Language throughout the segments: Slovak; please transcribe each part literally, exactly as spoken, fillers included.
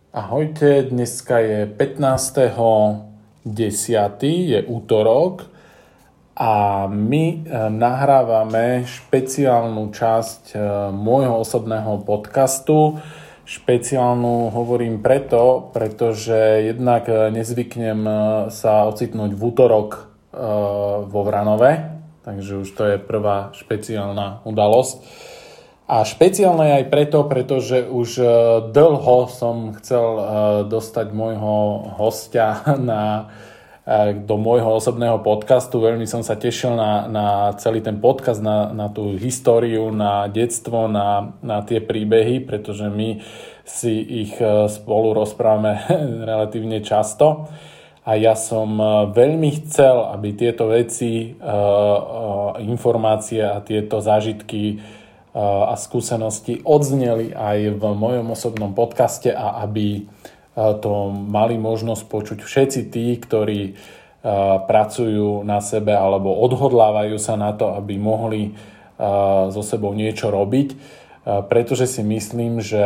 Ahojte, dneska je pätnásteho desiateho je útorok a my nahrávame špeciálnu časť môjho osobného podcastu. Špeciálnu hovorím preto, pretože jednak nezvyknem sa ocitnúť v útorok vo Vranove, takže už to je prvá špeciálna udalosť. A špeciálne je aj preto, pretože už dlho som chcel dostať môjho hostia na, do môjho osobného podcastu. Veľmi som sa tešil na, na celý ten podcast, na, na tú históriu, na detstvo, na, na tie príbehy, pretože my si ich spolu rozprávame relatívne často. A ja som veľmi chcel, aby tieto veci, informácie a tieto zážitky a skúsenosti odzneli aj v mojom osobnom podcaste a aby to mali možnosť počuť všetci tí, ktorí pracujú na sebe alebo odhodlávajú sa na to, aby mohli so sebou niečo robiť, pretože si myslím, že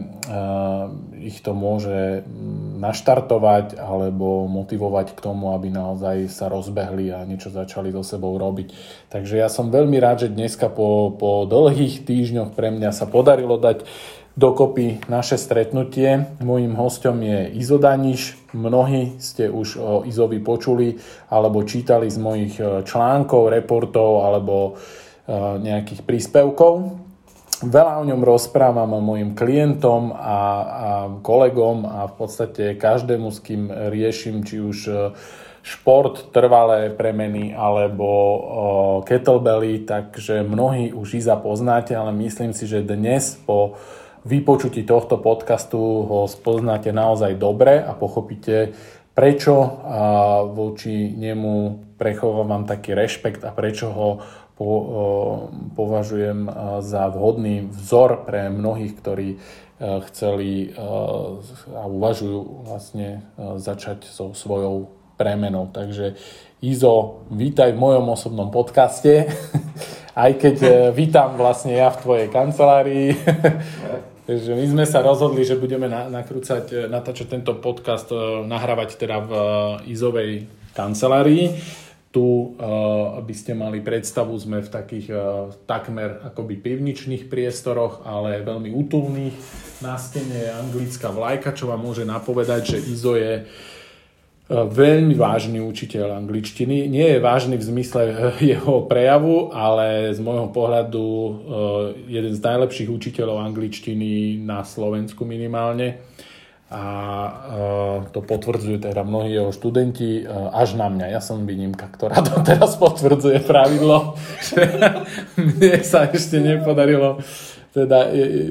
ich to môže naštartovať alebo motivovať k tomu, aby naozaj sa rozbehli a niečo začali so sebou robiť. Takže ja som veľmi rád, že dneska po, po dlhých týždňoch pre mňa sa podarilo dať dokopy naše stretnutie. Mojím hosťom je Izo Daniš. Mnohí ste už o Izovi počuli alebo čítali z mojich článkov, reportov alebo nejakých príspevkov. Veľa o ňom rozprávam mojim klientom a, a kolegom a v podstate každému, s kým riešim, či už šport, trvalé premeny alebo o, kettlebelly, takže mnohí už Iza poznáte, ale myslím si, že dnes po vypočutí tohto podcastu ho spoznáte naozaj dobre a pochopíte, prečo a voči nemu prechovávam taký rešpekt a prečo ho po, o, považujem za vhodný vzor pre mnohých, ktorí chceli a uvažujú vlastne začať so svojou premenou. Takže Izo, vítaj v mojom osobnom podcaste, aj keď vítam vlastne ja v tvojej kancelárii. Takže my sme sa rozhodli, že budeme nakrúcať, natáčať tento podcast, nahrávať teda v Izovej kancelárii. Tu, aby ste mali predstavu, sme v takých takmer akoby pivničných priestoroch, ale veľmi útulných. Na stene je anglická vlajka, čo vám môže napovedať, že Izo je veľmi vážny učiteľ angličtiny. Nie je vážny v zmysle jeho prejavu, ale z môjho pohľadu jeden z najlepších učiteľov angličtiny na Slovensku minimálne. A to potvrdzujú teda mnohí jeho študenti až na mňa. Ja som výnimka, ktorá to teraz potvrdzuje pravidlo, že mne sa ešte nepodarilo teda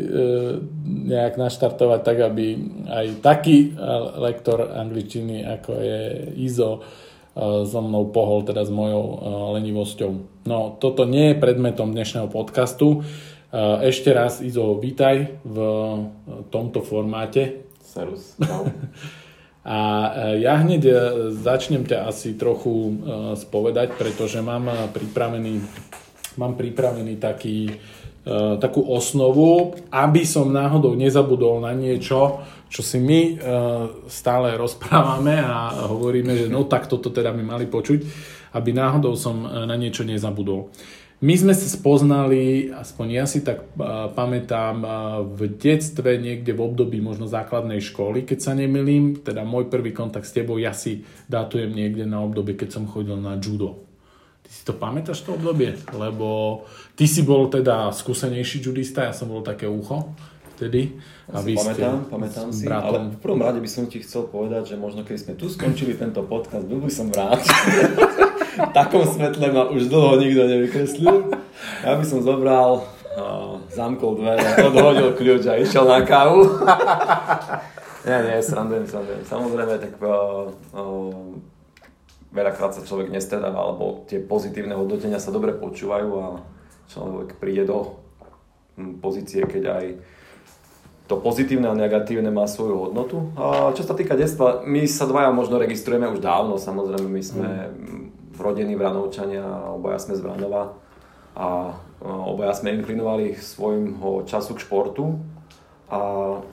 nejak naštartovať tak, aby aj taký lektor angličtiny, ako je Izo, so mnou pohol teda s mojou lenivosťou. No, toto nie je predmetom dnešného podcastu. Ešte raz, Izo, vítaj v tomto formáte. Serus, čau. A ja hneď začnem ťa asi trochu spovedať, pretože mám pripravený, mám pripravený taký, takú osnovu, aby som náhodou nezabudol na niečo, čo si my stále rozprávame a hovoríme, že no tak toto teda by mali počuť, aby náhodou som na niečo nezabudol. My sme sa spoznali, aspoň ja si tak pamätám, v detstve, niekde v období možno základnej školy, keď sa nemýlim. Teda môj prvý kontakt s tebou, ja si datujem niekde na obdobie, keď som chodil na judo. Ty si to pamätáš, to obdobie? Lebo ty si bol teda skúsenejší judista, ja som bol také ucho vtedy. Ja si pamätám, pamätám si, bratom. Ale v prvom rade by som ti chcel povedať, že možno keď sme tu skončili tento podcast, byl by som rád. V takom svetle ma už dlho nikto nevykreslil. Ja by som zobral, uh, zamkol dvere, odhodil kľúč a išiel na kávu. nie, nie, srandujem, srandujem. Samozrejme, tak uh, uh, veľakrát sa človek nestredáva, alebo tie pozitívne hodnotenia sa dobre počúvajú a človek príde do pozície, keď aj to pozitívne a negatívne má svoju hodnotu. A čo sa týka detstva, my sa dvaja možno registrujeme už dávno, samozrejme, my sme mm. rodení Vranovčania, obaja sme z Vranova a obaja sme inklinovali svojho času k športu a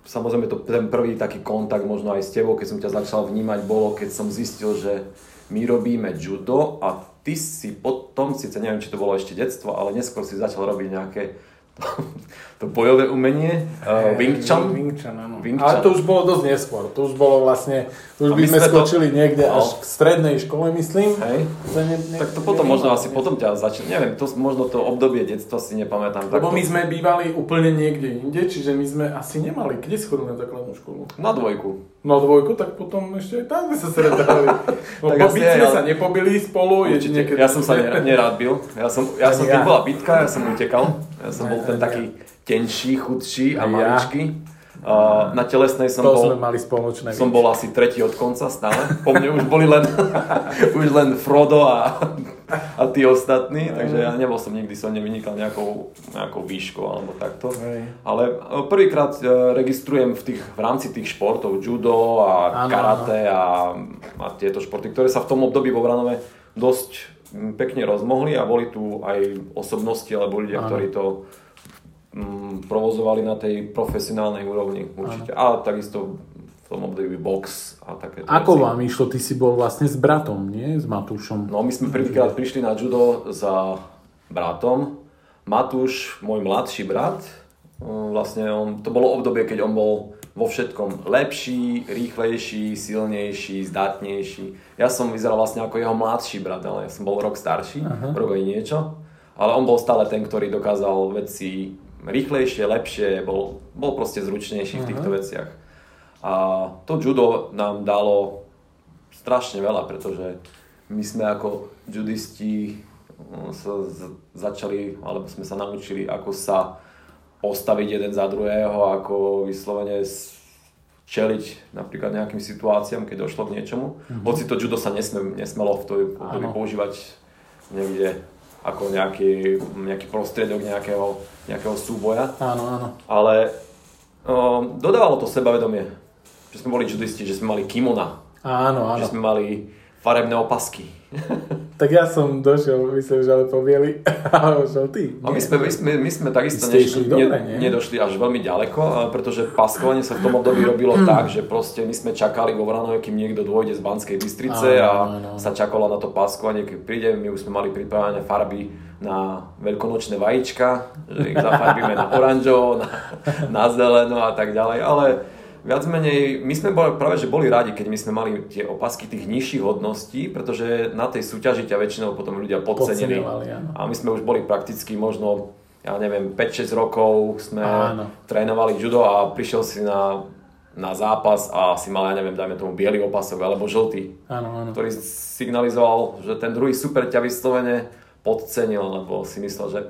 samozrejme to, ten prvý taký kontakt možno aj s tebou, keď som ťa začal vnímať, bolo, keď som zistil, že my robíme judo a ty si potom, síce neviem, či to bolo ešte detstvo, ale neskôr si začal robiť nejaké to bojové umenie, uh, Wing Chun. Wing Chun, áno. Wing Chun. Ale to už bolo dosť neskôr, to už bolo vlastne, už by sme skočili to... niekde no. až k strednej škole, myslím. Hej. To ne, ne, tak to potom ne, možno ne, asi ne, potom ťa začne, neviem, to možno to obdobie detstva si nepamätám. Lebo to... my sme bývali úplne niekde inde, čiže my sme asi nemali, kde si chodili na základnú školu? Na dvojku. Na dvojku, tak potom ešte tam sme sa stretali. No, po bitke sme sa nepobili spolu, jedine keď... Ja som sa nerád bil, ja som, ja som keď bola bitka, ja som utekal, ja som bol ten taký tenší, chudší a maličký. Uh, na telesnej som to bol, sme mali spoločné. Som bol asi tretí od konca stále. Po mne už boli len, už len Frodo a, a tí ostatní, takže ja nebol som nikdy som nevynikal nejakou, nejakou výškou alebo takto. Hej. Ale prvýkrát registrujem v, tých, v rámci tých športov judo a ano, karate a, a tieto športy, ktoré sa v tom období vo Vranove dosť pekne rozmohli a boli tu aj osobnosti alebo ľudia, ano. ktorí to provozovali na tej profesionálnej úrovni určite. Ano. A takisto v tom období box a takéto Ako veci. Vám išlo? Ty si bol vlastne s bratom, nie? S Matúšom. No my sme prvýkrát prišli na judo za bratom. Matúš, môj mladší brat, vlastne on, to bolo obdobie, keď on bol vo všetkom lepší, rýchlejší, silnejší, zdatnejší. Ja som vyzeral vlastne ako jeho mladší brat, ale ja som bol rok starší, Aha. rok aj niečo. Ale on bol stále ten, ktorý dokázal veci rýchlejšie, lepšie, bol, bol proste zručnejší v týchto veciach. A to judo nám dalo strašne veľa, pretože my sme ako judisti sa začali, alebo sme sa naučili, ako sa postaviť jeden za druhého, ako vyslovene čeliť napríklad nejakým situáciám, keď došlo k niečomu. Mm-hmm. Hoci to judo sa nesme, nesmelo v tej období používať niekde ako nejaký, nejaký prostriedok nejakého, nejakého súboja. Áno, áno. Ale um, dodávalo to sebavedomie, že sme boli judisti, že sme mali kimona. Áno, áno. Že sme mali farebné opasky. Tak ja som došiel, myslím, že ale po bieli, ale žltý. A my sme, my sme, my sme takisto nešli, ne, nedošli až veľmi ďaleko, pretože paskovanie sa v tom období robilo tak, že proste my sme čakali vo Vranove, kým niekto dôjde z Banskej Bystrice a áno, áno. sa čakalo na to paskovanie, keď príde, my už sme mali pripravené farby na veľkonočné vajíčka, že ich zafarbíme na oranžovo, na, na zeleno a tak ďalej, ale viac menej, my sme boli, práve že boli radi, keď my sme mali tie opasky tých nižších hodností, pretože na tej súťaži ťa väčšinou potom ľudia podcenili. A my sme už boli prakticky možno, ja neviem, päť šesť rokov sme áno. trénovali judo a prišiel si na, na zápas a si mal, ja neviem, dajme tomu biely opasok alebo žltý, áno, áno. ktorý signalizoval, že ten druhý super ťa vyslovene podcenil, lebo si myslel, že,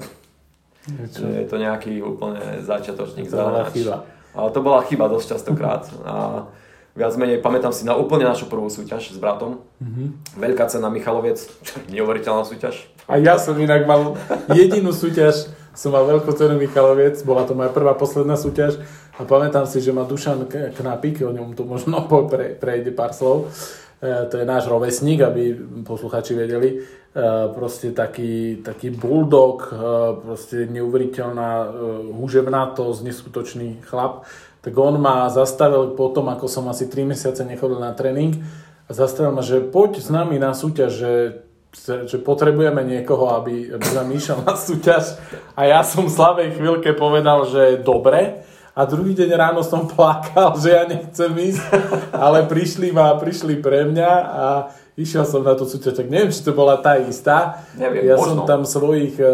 že je to nejaký úplne začiatočník zelenáč. Ale to bola chyba dosť častokrát a viac menej pamätám si na úplne našu prvú súťaž s bratom. Mm-hmm. Veľká cena Michaloviec, neuveriteľná súťaž. A ja som inak mal jedinú súťaž, som mal veľkú cenu Michaloviec, bola to moja prvá posledná súťaž a pamätám si, že ma Dušan Knapík, o ňom tu možno pre, prejde pár slov, e, to je náš rovesník, aby posluchači vedeli, e, proste taký, taký bulldog, e, proste neuveriteľná e, húževnatosť, neskutočný chlap, tak on ma zastavil potom, ako som asi tri mesiace nechodil na tréning a zastavil ma, že poď s nami na súťaž, že že potrebujeme niekoho, aby, aby sa išiel na súťaž a ja som v slabej chvíľke povedal, že dobre a druhý deň ráno som plakal, že ja nechcem ísť, ale prišli ma, prišli pre mňa a išiel som na tú súťaž, tak neviem, či to bola tá istá. Neviem, ja možno. som tam svojich uh,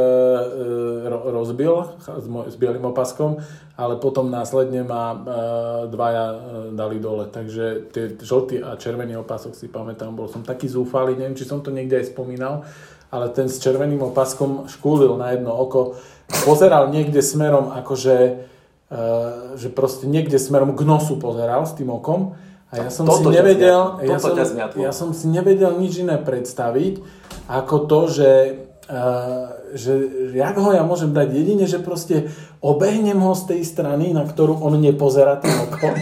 uh, rozbil s, moj, s bielým opaskom, ale potom následne ma uh, dvaja uh, dali dole. Takže tie žltý a červený opasok si pamätám, bol som taký zúfalý, neviem, či som to niekde aj spomínal, ale ten s červeným opaskom škúlil na jedno oko, pozeral niekde smerom, akože uh, že proste niekde smerom k nosu pozeral s tým okom. A ja som toto si nevedel, ja som, ja som si nevedel nič iné predstaviť, ako to, že, uh, že jak ho ja môžem dať jedine, že proste obehnem ho z tej strany, na ktorú on nepozerá tým okom.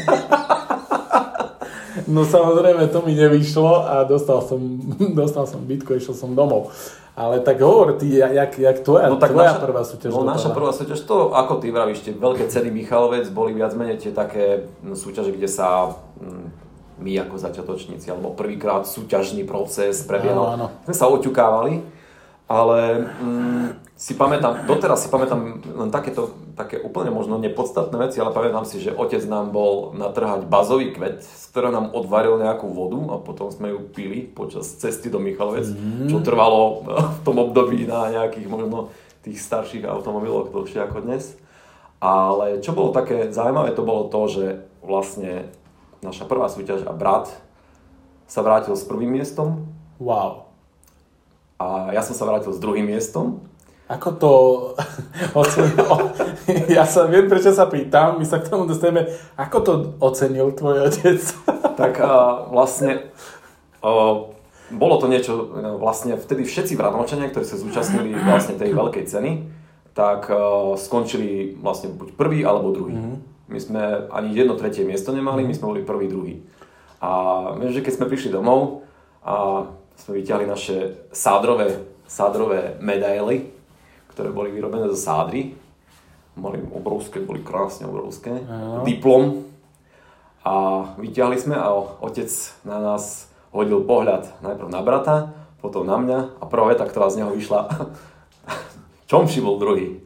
No samozrejme to mi nevyšlo a dostal som, dostal som bitku, išiel som domov. Ale tak hovor, ty, jak, jak tvoja, no, tak tvoja naša, prvá súťaž no, dopadla? Naša prvá súťaž, to ako ty vravíš, tie veľké ceny Michalovec boli viac menej tie také súťaže, kde sa mm, my ako začiatočníci, alebo prvýkrát súťažný proces prebiehal, no, sme sa oťukávali, ale mm, si pamätám, doteraz si pamätám len takéto, také úplne možno nepodstatné veci, ale pamätám si, že otec nám bol natrhať bazový kvet, z ktorého nám odvaril nejakú vodu a potom sme ju pili počas cesty do Michalovec, mm. čo trvalo v tom období na nejakých možno tých starších automobiloch dlhšie ako dnes. Ale čo bolo také zaujímavé, to bolo to, že vlastne naša prvá súťaž a brat sa vrátil s prvým miestom. Wow. A ja som sa vrátil s druhým miestom. Ako to ocenil? Ja sa viem, prečo sa pýtam, my sa k tomu dostaneme. Ako to ocenil tvoj otec? Tak uh, vlastne uh, bolo to niečo, uh, vlastne vtedy všetci Vranočania, ktorí sa zúčastnili vlastne tej veľkej ceny, tak uh, skončili vlastne buď prvý alebo druhý. Mm-hmm. My sme ani jedno tretie miesto nemali, my sme boli prvý, druhý. A viem, že keď sme prišli domov a sme vyťahli naše sádrové, sádrové medaily, ktoré boli vyrobené zo sádry. Mali obrovské, boli krásne obrovské. Aha. Diplom. A vyťahli sme a otec na nás hodil pohľad najprv na brata, potom na mňa a prvá veta, ktorá z neho vyšla, Čomši bol druhý.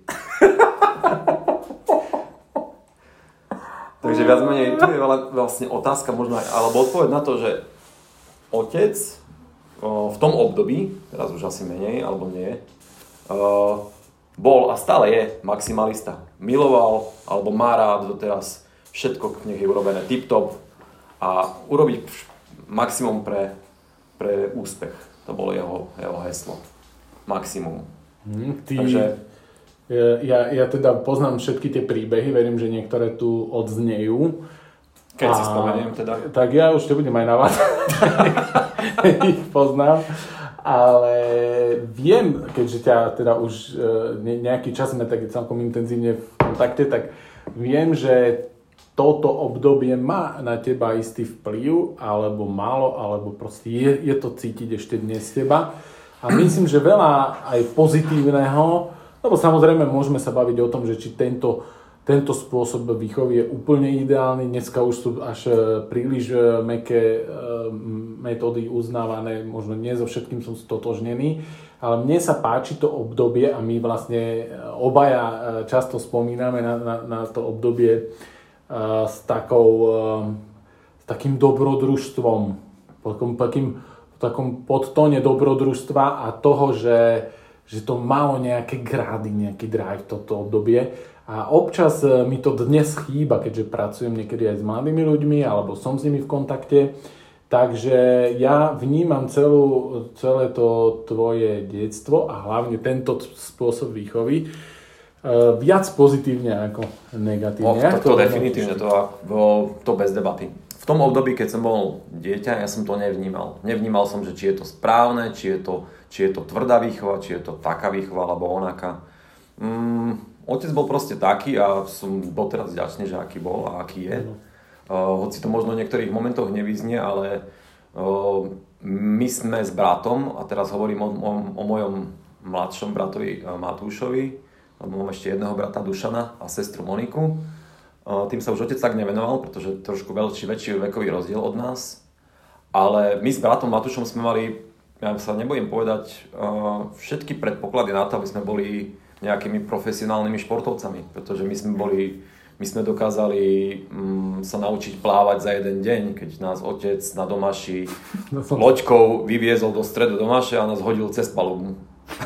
Takže viac menej, tu je vlastne otázka možno aj, alebo odpoveď na to, že otec o, v tom období, teraz už asi menej, alebo nie, o, bol a stále je maximalista. Miloval, alebo má rád doteraz všetko, nech je urobené tip-top a urobiť maximum pre, pre úspech. To bolo jeho, jeho heslo. Maximum. Hmm, ty, Takže... ja, ja teda poznám všetky tie príbehy, verím, že niektoré tu odznejú. Keď a, si spomeniem teda. Tak ja už to budem aj na vás. Ich poznám. Ale viem, keďže ťa teda už nejaký čas sme tak celkom intenzívne v kontakte, tak viem, že toto obdobie má na teba istý vplyv, alebo málo, alebo proste je, je to cítiť ešte dnes z teba. A myslím, že veľa aj pozitívneho, lebo samozrejme môžeme sa baviť o tom, že či tento Tento spôsob výchovy je úplne ideálny. Dneska už sú až príliš mäkké metódy uznávané, možno nie so všetkým som stotožnený, ale mne sa páči to obdobie a my vlastne obaja často spomíname na, na, na to obdobie s, takou, s takým dobrodružstvom, takým, takým, takom podtóne dobrodružstva a toho, že, že to malo nejaké grády, nejaký drive toto obdobie. A občas mi to dnes chýba, keďže pracujem niekedy aj s mladými ľuďmi, alebo som s nimi v kontakte. Takže ja vnímam celú, celé to tvoje detstvo a hlavne tento spôsob výchovy viac pozitívne ako negatívne. No, to, to definitívne, to, to bez debaty. V tom období, keď som bol dieťa, ja som to nevnímal. Nevnímal som, že či je to správne, či je to, či je to tvrdá výchova, či je to taká výchova, alebo onaká. Mm, Otec bol proste taký a som doteraz vďačný, že aký bol a aký je. Uh, hoci to možno v niektorých momentoch nevyznie, ale uh, my sme s bratom, a teraz hovorím o, o, o mojom mladšom bratovi uh, Matúšovi, mám ešte jedného brata Dušana a sestru Moniku. Uh, tým sa už otec tak nevenoval, pretože trošku väčší, väčší vekový rozdiel od nás. Ale my s bratom Matúšom sme mali, ja sa nebojím povedať, uh, všetky predpoklady na to, aby sme boli nejakými profesionálnymi športovcami, pretože my sme boli, my sme dokázali mm, sa naučiť plávať za jeden deň, keď nás otec na Domaši loďkou vyviezol do stredu Domaše a nás hodil cez palubu.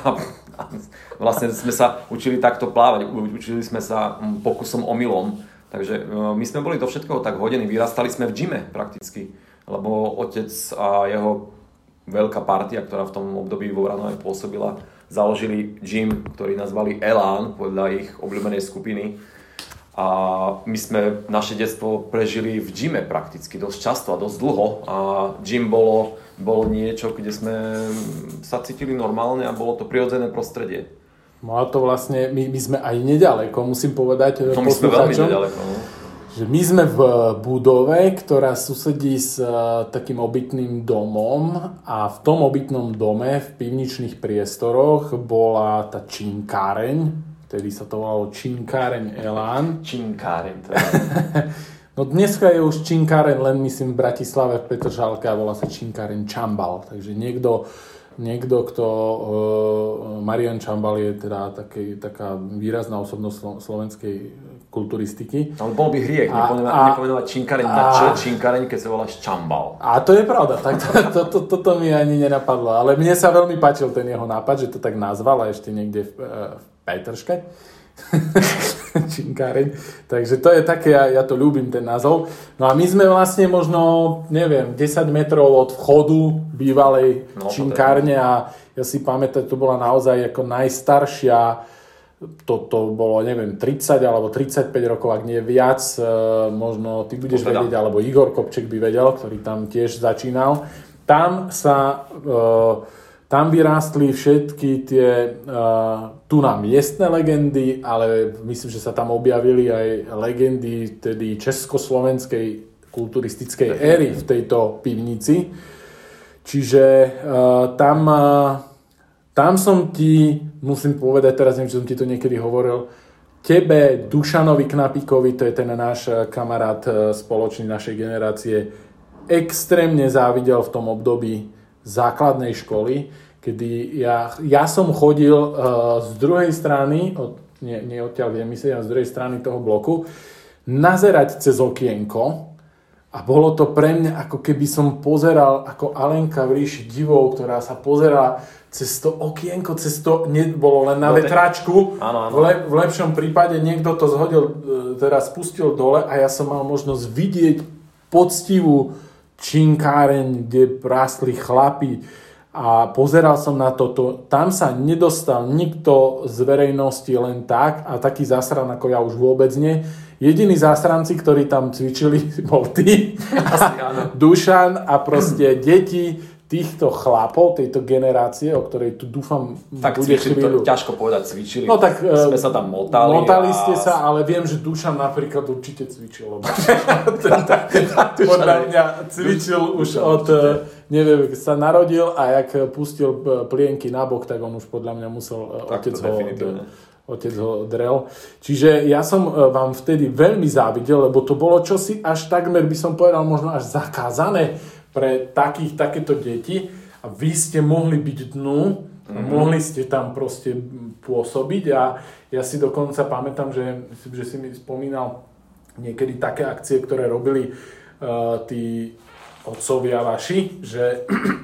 Vlastne sme sa učili takto plávať, učili sme sa pokusom omylom, takže my sme boli do všetkého tak hodení, vyrastali sme v gyme prakticky, lebo otec a jeho veľká partia, ktorá v tom období vo Vranove pôsobila, založili gym, ktorý nazvali Elán, podľa ich obľúbenej skupiny. A my sme naše detstvo prežili v gyme prakticky dosť často a dosť dlho. A gym bolo, bolo niečo, kde sme sa cítili normálne a bolo to prirodzené prostredie. No a to vlastne, my, my sme aj nedaleko, musím povedať no, my sme veľmi nedaleko, no. že my sme v budove, ktorá susedí s uh, takým obytným domom a v tom obytnom dome v pivničných priestoroch bola tá činkáreň, vtedy sa to volalo činkáreň Elán. Činkáreň, to je. No dneska je už činkáreň len myslím v Bratislave v Petržalke a volá sa činkáreň Čambal, takže niekto Niekto, kto... Uh, Marián Čambal je teda taký, taká výrazná osobnosť slo, slovenskej kulturistiky. Ale bol by hriech nepomenovať činkareň na Č, činkareň, keď sa voláš Čambal. A to je pravda, tak to, to, to, toto mi ani nenapadlo. Ale mne sa veľmi páčil ten jeho nápad, že to tak nazval a ešte niekde v, v Petrške. Činkáreň. Takže to je také, ja, ja to ľúbim ten názov. No a my sme vlastne možno, neviem, desať metrov od vchodu bývalej no, činkárne a ja si pamätám, to bola naozaj ako najstaršia, to, to bolo, neviem, tridsať alebo tridsaťpäť rokov, ak nie viac, e, možno ty budeš no, teda. vedieť, alebo Igor Kopček by vedel, ktorý tam tiež začínal. Tam sa... E, Tam vyrástli všetky tie uh, tu na miestne legendy, ale myslím, že sa tam objavili aj legendy tedy československej kulturistickej éry v tejto pivnici. Čiže uh, tam, uh, tam som ti, musím povedať, teraz neviem, či som ti to niekedy hovoril, tebe, Dušanovi Knapíkovi, to je ten náš kamarát uh, spoločný našej generácie, extrémne závidel v tom období základnej školy, kedy ja, ja som chodil uh, z druhej strany, od, nie, nie odtiaľ viem, myslím, z druhej strany toho bloku, nazerať cez okienko a bolo to pre mňa, ako keby som pozeral ako Alenka v ríši divov, ktorá sa pozerala cez to okienko, cez to, nebolo len na vetračku, áno, áno. V, le, v lepšom prípade niekto to zhodil, teda spustil dole a ja som mal možnosť vidieť poctivú činkáreň, kde prástli chlapi a pozeral som na toto. Tam sa nedostal nikto z verejnosti len tak a taký zasran ako ja už vôbec nie. Jediní zásranci, ktorí tam cvičili, bol ty, Dušan a proste deti týchto chlapov, tejto generácie, o ktorej tu dúfam tak bude chvíľu. Tak ťažko povedať, cvičili. No tak sme sa tam motali. Motali a... ste sa, ale viem, že Dušan napríklad určite cvičil. Podľa mňa cvičil už od, neviem, keď sa narodil a jak pustil plienky na bok, tak on už podľa mňa musel otec ho, otec ho drel. Čiže ja som vám vtedy veľmi závidel, lebo to bolo čosi až takmer, by som povedal, možno až zakázané pre takých, takéto deti a vy ste mohli byť dnu, mm-hmm. mohli ste tam proste pôsobiť a ja si dokonca pamätám, že, že si mi spomínal niekedy také akcie, ktoré robili uh, tí otcovia vaši, že,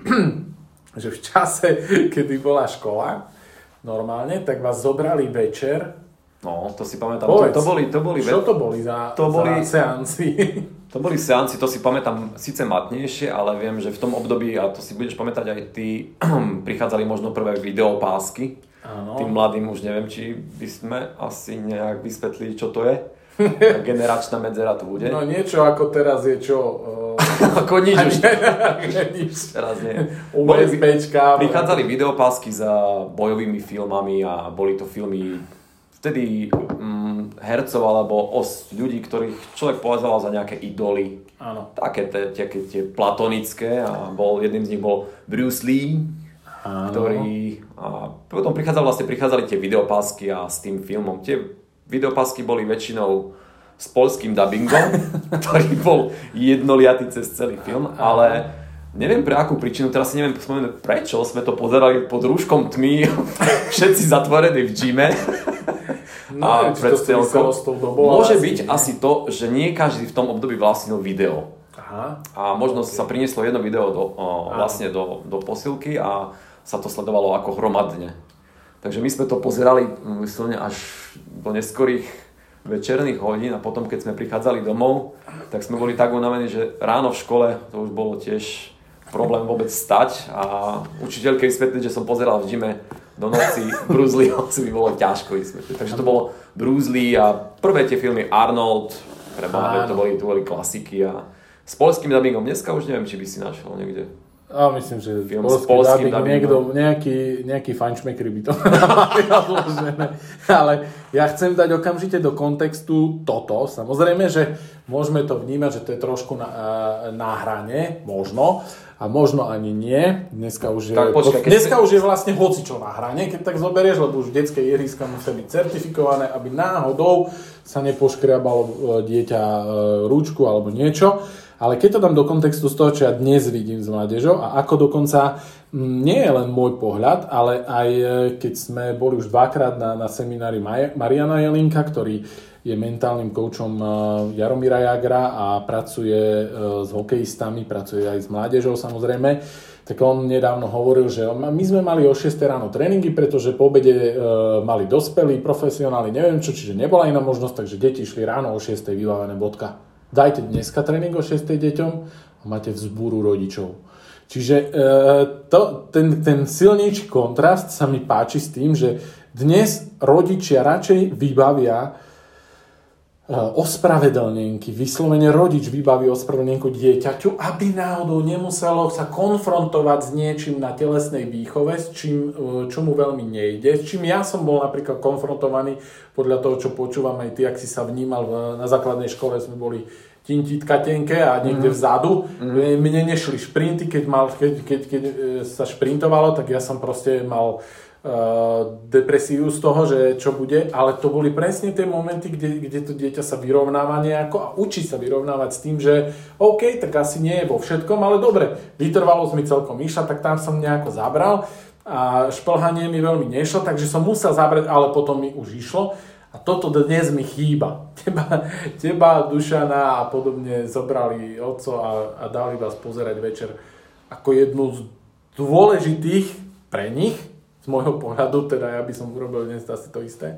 že v čase, kedy bola škola normálne, tak vás zobrali večer. No, to si pamätám. Povedz, to, to boli, to boli, čo to boli za, to za boli, seanci? To boli seanci, to si pamätám síce matnejšie, ale viem, že v tom období, a to si budeš pamätať aj ty, prichádzali možno prvé videopásky. Áno. Tým mladým už neviem, či by sme asi nejak vysvetlili, čo to je. Generačná medzera tu bude. No niečo ako teraz je čo... Uh... ako nič už. nič. Teraz nie. USBčka. Prichádzali videopásky za bojovými filmami a boli to filmy vtedy um, hercov alebo os ľudí, ktorých človek považoval za nejaké idoly. Áno. Také tie, tie, tie platonické a bol, jedným z nich bol Bruce Lee, áno. Ktorý... A potom prichádzali, vlastne prichádzali tie videopásky a s tým filmom. Tie videopásky boli väčšinou s poľským dubbingom, ktorý bol jednoliatý cez celý film, ale neviem pre akú príčinu, teraz si neviem spomenúť prečo, sme to pozerali pod rúškom tmy, všetci zatvorení v gyme. No, a pred stelkou. Môže byť asi to, že nie každý v tom období vlastnil video. Aha. A možno okay. sa prinieslo jedno video do, o, vlastne do, do posilky a sa to sledovalo ako hromadne. Takže my sme to pozerali myslím, až do neskorých večerných hodín a potom, keď sme prichádzali domov, tak sme boli tak unavení, že ráno v škole to už bolo tiež problém vôbec stať a učiteľke vysvetliť, že som pozeral v gyme do noci Bruce Leeho, si by bolo ťažko vysvetliť. Takže to bolo Bruce Lee a prvé tie filmy Arnold, preboha, to boli, to boli klasiky a s poľským dubbingom dneska už neviem, či by si našiel niekde. A myslím, že polský dubbing, niekto, nejaký, nejaký fajnšmekry by to mali odložené. Ale ja chcem dať okamžite do kontextu toto. Samozrejme, že môžeme to vnímať, že to je trošku na, na hrane, možno. A možno ani nie. Dneska už je, tak, počkaj, dneska si... už je vlastne hocičo na hrane, keď tak zoberieš, lebo už detské ihriska musia byť certifikované, aby náhodou sa nepoškriabalo dieťa ručku alebo niečo. Ale keď to dám do kontextu z toho, čo ja dnes vidím s mládežou a ako dokonca nie je len môj pohľad, ale aj keď sme boli už dvakrát na, na seminári Mariana Jelinka, ktorý je mentálnym koučom Jaromíra Jagra a pracuje s hokejistami, pracuje aj s mládežou samozrejme, tak on nedávno hovoril, že my sme mali o šiestej ráno tréningy, pretože po obede mali dospelí, profesionáli, neviem čo, čiže nebola iná možnosť, takže deti išli ráno o šiestej vybavené bodka. Dajte dneska tréning o šiestej deťom a máte vzbúru rodičov. Čiže to, ten, ten silnejší kontrast sa mi páči s tým, že dnes rodičia radšej vybavia ospravedlnenky, vyslovene rodič vybaví ospravedlnenku dieťaťu, aby náhodou nemuselo sa konfrontovať s niečím na telesnej výchove, s čím, čo mu veľmi nejde, s čím ja som bol napríklad konfrontovaný podľa toho, čo počúvam aj ty, ak si sa vnímal na základnej škole, sme boli tintitka tenké a niekde mm. vzadu. Mm. Mne nešli šprinty, keď, mal, keď, keď, keď sa šprintovalo, tak ja som proste mal depresiu z toho, že čo bude, ale to boli presne tie momenty, kde, kde to dieťa sa vyrovnáva nejako a učí sa vyrovnávať s tým, že OK, tak asi nie je vo všetkom, ale dobre, vytrvalosť mi celkom išla, tak tam som nejako zabral a šplhanie mi veľmi nešlo, takže som musel zabrať, ale potom mi už išlo a toto dnes mi chýba. Teba, teba Dušana a podobne zobrali otco a, a dali vás pozerať večer ako jednu z dôležitých pre nich, z môjho pohľadu, teda ja by som urobil dnes asi to isté,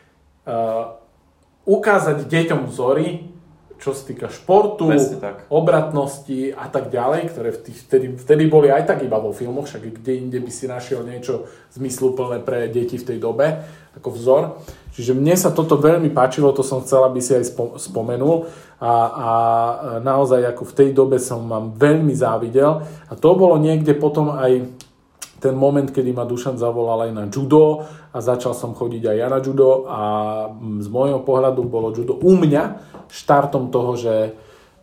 uh, ukázať deťom vzory, čo sa týka športu, obratnosti a tak ďalej, ktoré v tých, vtedy, vtedy boli aj tak iba vo filmoch, však kde inde by si našiel niečo zmysluplné pre deti v tej dobe, ako vzor. Čiže mne sa toto veľmi páčilo, to som chcel, aby si aj spomenul a, a naozaj ako v tej dobe som vám veľmi závidel a to bolo niekde potom aj ten moment, kedy ma Dušan zavolal aj na judo a začal som chodiť aj ja na judo a z môjho pohľadu bolo judo u mňa štartom toho, že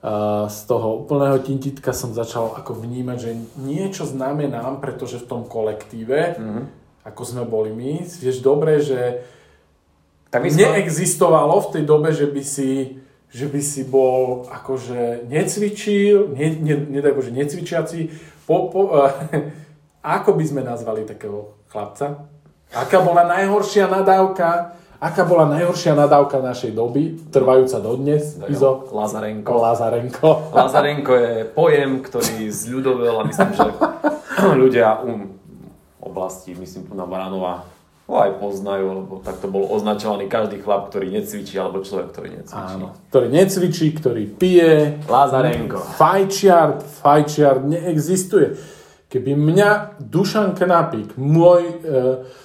z toho úplného tintitka som začal ako vnímať, že niečo znamenám, pretože v tom kolektíve, mm-hmm. ako sme boli my, vieš dobre, že tak neexistovalo v tej dobe, že by si, že by si bol akože necvičil, ne, ne, nedaj Bože, necvičiaci, po, po, ako by sme nazvali takého chlapca? Aká bola najhoršia nadávka? Aká bola najhoršia nadávka našej doby, trvajúca dodnes? Izo? Lazarenko. Lazarenko. Lazarenko je pojem, ktorý zľudovel a myslím, že ľudia u oblasti, myslím tu na Baranova, ho aj poznajú, lebo takto bol označovaný každý chlap, ktorý necvičí, alebo človek, ktorý necvičí. Áno, ktorý necvičí, ktorý pije. Lazarenko. Fajčiar, fajčiar neexistuje. Keby mňa Dušan Knapík, môj e, e,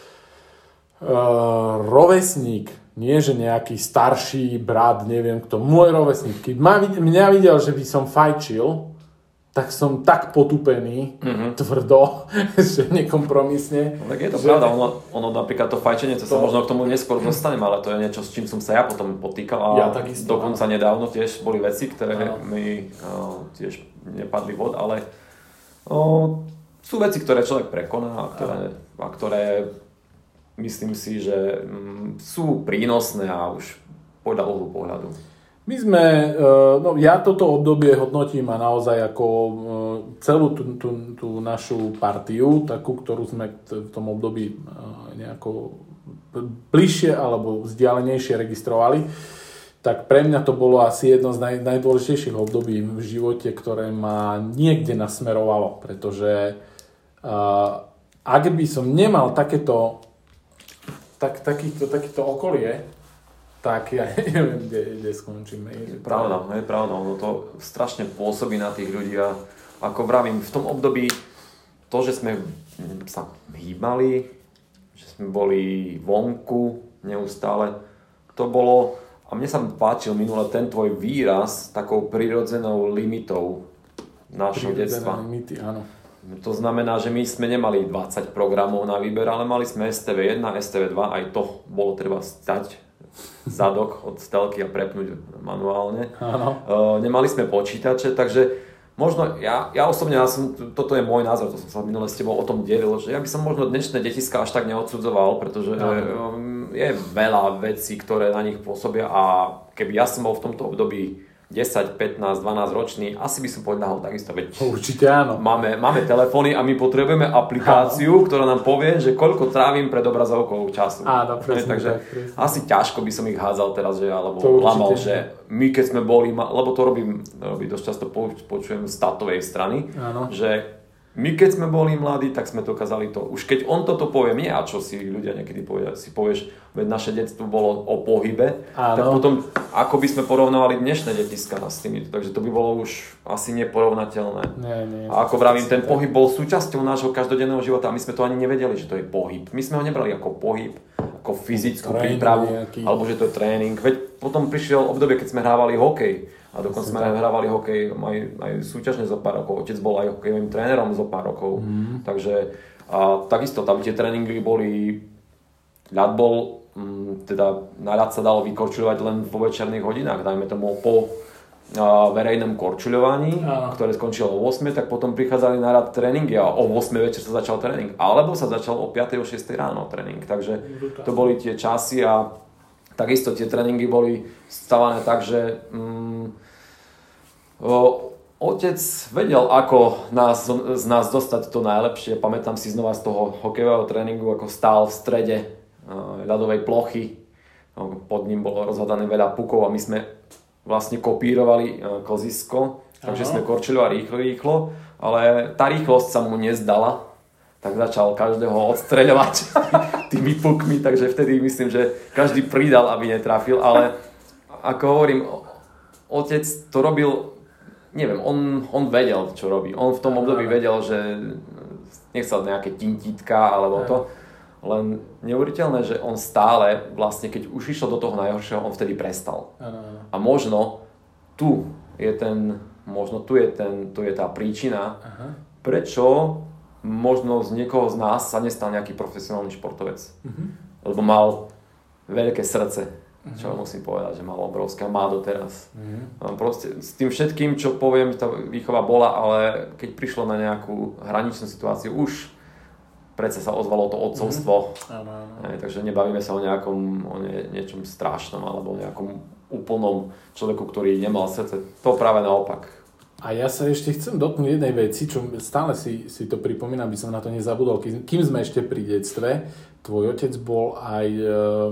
rovesník, nie že nejaký starší brat, neviem kto, môj rovesník, keď ma, mňa videl, že by som fajčil, tak som tak potupený, mm-hmm. tvrdo, že nekompromisne. No, tak je to že... pravda, ono, ono napríklad to fajčenie, to sa možno k tomu neskôr dostanem, ale to je niečo, s čím som sa ja potom potýkal a ja, takisto, dokonca áno. nedávno tiež boli veci, ktoré áno. mi uh, tiež nepadli vod, ale uh, sú veci, ktoré človek prekoná a ktoré, a ktoré myslím si, že mm, sú prínosné a už podľa uhlu pohľadu. My sme, no ja toto obdobie hodnotím a naozaj ako celú tú, tú, tú našu partiu, takú, ktorú sme v tom období nejako bližšie alebo vzdialenejšie registrovali, tak pre mňa to bolo asi jedno z naj, najdôležitejších období v živote, ktoré ma niekde nasmerovalo, pretože uh, ak by som nemal takéto tak, takýto, takýto okolie, tak ja neviem, kde, kde skončíme. Je pravda, je pravda, ono to strašne pôsobí na tých ľudí a ako vravím, v tom období to, že sme sa hýbali, že sme boli vonku neustále, to bolo, a mne sa páčil minule ten tvoj výraz takou prirodzenou limitou našho detstva. Limity, áno. To znamená, že my sme nemali dvadsať programov na výber, ale mali sme es té vé jeden, es té vé dva, aj to bolo treba stať zadok od telky a prepnúť manuálne. Áno. Uh, nemali sme počítače, takže možno, ja, ja osobne, ja som, toto je môj názor, to som sa minule s tebou o tom delil, že ja by som možno dnešné detiska až tak neodsudzoval, pretože um, je veľa vecí, ktoré na nich pôsobia a keby ja som bol v tomto období desať, pätnásť, dvanásť ročný, asi by som povedal takisto, veď určite áno. Máme, máme telefóny a my potrebujeme aplikáciu, áno. ktorá nám povie, že koľko trávim pred obrazovkou času. Áno, presne. Takže tak, presne. asi ťažko by som ich hádzal teraz, že alebo lamal, že my keď sme boli, lebo to robím, robím dosť často počujem z tátovej strany, áno. že my keď sme boli mladí, tak sme dokázali to. Už keď on toto povie mne, a čo si ľudia niekedy povedia, si povieš, veď naše detstvo bolo o pohybe, áno. tak potom ako by sme porovnávali dnešné detiska s tými, takže to by bolo už asi neporovnateľné. Nie, nie, a ako vravím, ten pohyb bol súčasťou nášho každodenného života a my sme to ani nevedeli, že to je pohyb. My sme ho nebrali ako pohyb, ako fyzickú tréning, prípravu, nejaký. Alebo že to je tréning. Veď potom prišiel obdobie, keď sme hrávali hokej. A dokonca sme aj hrávali hokej aj, aj súťažne zo pár rokov. Otec bol aj hokejovým trénerom zo pár rokov. Mm. Takže a, takisto tam tie tréningy boli, ľad bol, m, teda na ľad sa dalo vykorčuľovať len vo večerných hodinách, dajme tomu po a, verejnom korčuľovaní, a. ktoré skončilo o ôsmej, tak potom prichádzali na ľad tréningy a o ôsmej večer sa začal tréning. Alebo sa začal o piatej, o šiestej ráno tréning. Takže to boli tie časy a takisto tie tréningy boli stavané tak, že mm, o, otec vedel, ako nás, z nás dostať to najlepšie. Pamätám si znova z toho hokejového tréningu, ako stál v strede uh, ľadovej plochy. No, pod ním bolo rozhadané veľa pukov a my sme vlastne kopírovali uh, kozisko, takže sme korčuľovali rýchlo, rýchlo, ale tá rýchlosť sa mu nezdala, tak začal každého odstreľovať tými pukmi, takže vtedy myslím, že každý pridal, aby netrafil, ale ako hovorím, otec to robil, neviem, on, on vedel, čo robí. On v tom období vedel, že nechcel nejaké tintítka alebo to, len neuveriteľné, že on stále vlastne, keď už išiel do toho najhoršieho, on vtedy prestal. A možno tu je ten, možno tu je ten, tu je tá príčina, aha. prečo možno z niekoho z nás sa nestal nejaký profesionálny športovec. Uh-huh. Lebo mal veľké srdce, uh-huh. čo musím povedať, že mal obrovské, má doteraz. Uh-huh. Proste s tým všetkým, čo poviem, tá výchova bola, ale keď prišlo na nejakú hraničnú situáciu, už predsa sa ozvalo to otcovstvo. Uh-huh. Aj, takže nebavíme sa o nejakom, o nie, niečom strašnom, alebo o nejakom úplnom človeku, ktorý nemal srdce. To práve naopak. A ja sa ešte chcem dotknúť jednej veci, čo stále si, si to pripomínam, aby som na to nezabudol. Kým sme ešte pri detstve, tvoj otec bol aj e, e,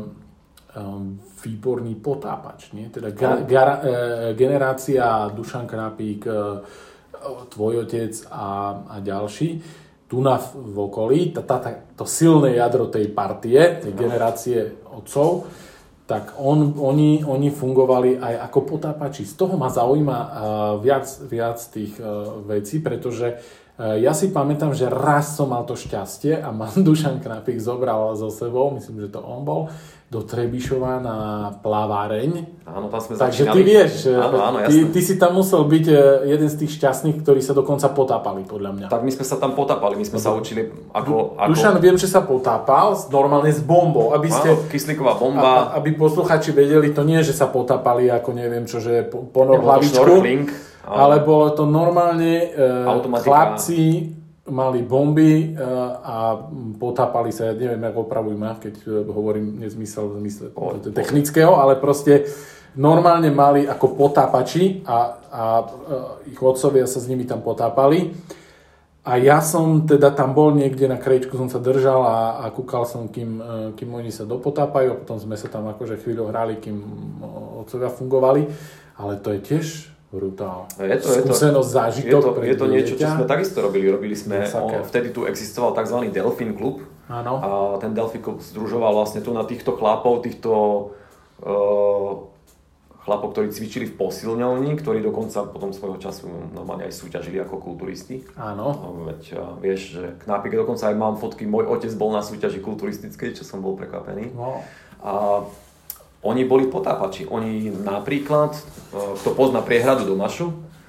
výborný potápač, nie? Teda ga, gara, e, generácia Dušan Knapík, e, tvoj otec a, a ďalší, tu na v okolí, tá, tá, tá, to silné jadro tej partie, tej generácie otcov, tak on, oni, oni fungovali aj ako potápači. Z toho ma zaujíma uh, viac, viac tých uh, vecí, pretože uh, ja si pamätám, že raz som mal to šťastie a ma Dušan Knapík zobral so sebou, myslím, že to on bol, do Trebišova na plaváreň. Áno, tam sme Takže začínali. ty vieš, áno, áno, ty, ty si tam musel byť jeden z tých šťastných, ktorí sa dokonca potápali, podľa mňa. Tak my sme sa tam potápali, my sme sa učili ako... ako... Dušan viem, že sa potápal normálne s bombou, aby ste... Áno, kyslíková bomba. A, aby posluchači vedeli, to nie, že sa potápali ako neviem čo, že ponor hlavičku, ale bolo to normálne e, chlapci mali bomby a potápali sa, ja neviem, ako opravuj ma, keď hovorím nezmysel v zmysle technického, ale proste normálne mali ako potápači a, a ich otcovia sa s nimi tam potápali. A ja som teda tam bol niekde na krajičku, som sa držal a, a kúkal som, kým, kým oni sa dopotápajú a potom sme sa tam akože chvíľu hrali, kým otcovia fungovali. Ale to je tiež brutál. Je to, skúsenosť, je to, zážitok. Je to, je to niečo, čo sme takisto robili. Robili sme, o, vtedy tu existoval tzv. Delfín klub. Áno. A ten Delfín klub združoval vlastne tu na týchto chlapov, týchto uh, chlapov, ktorí cvičili v posilňovni, ktorí dokonca potom svojho času normálne aj súťažili ako kulturisti. Áno. Veď uh, vieš, že Knapík, dokonca aj mám fotky, môj otec bol na súťaži kulturistickej, čo som bol prekvapený. No. A oni boli potápači. Oni napríklad, kto pozná priehradu Domašu,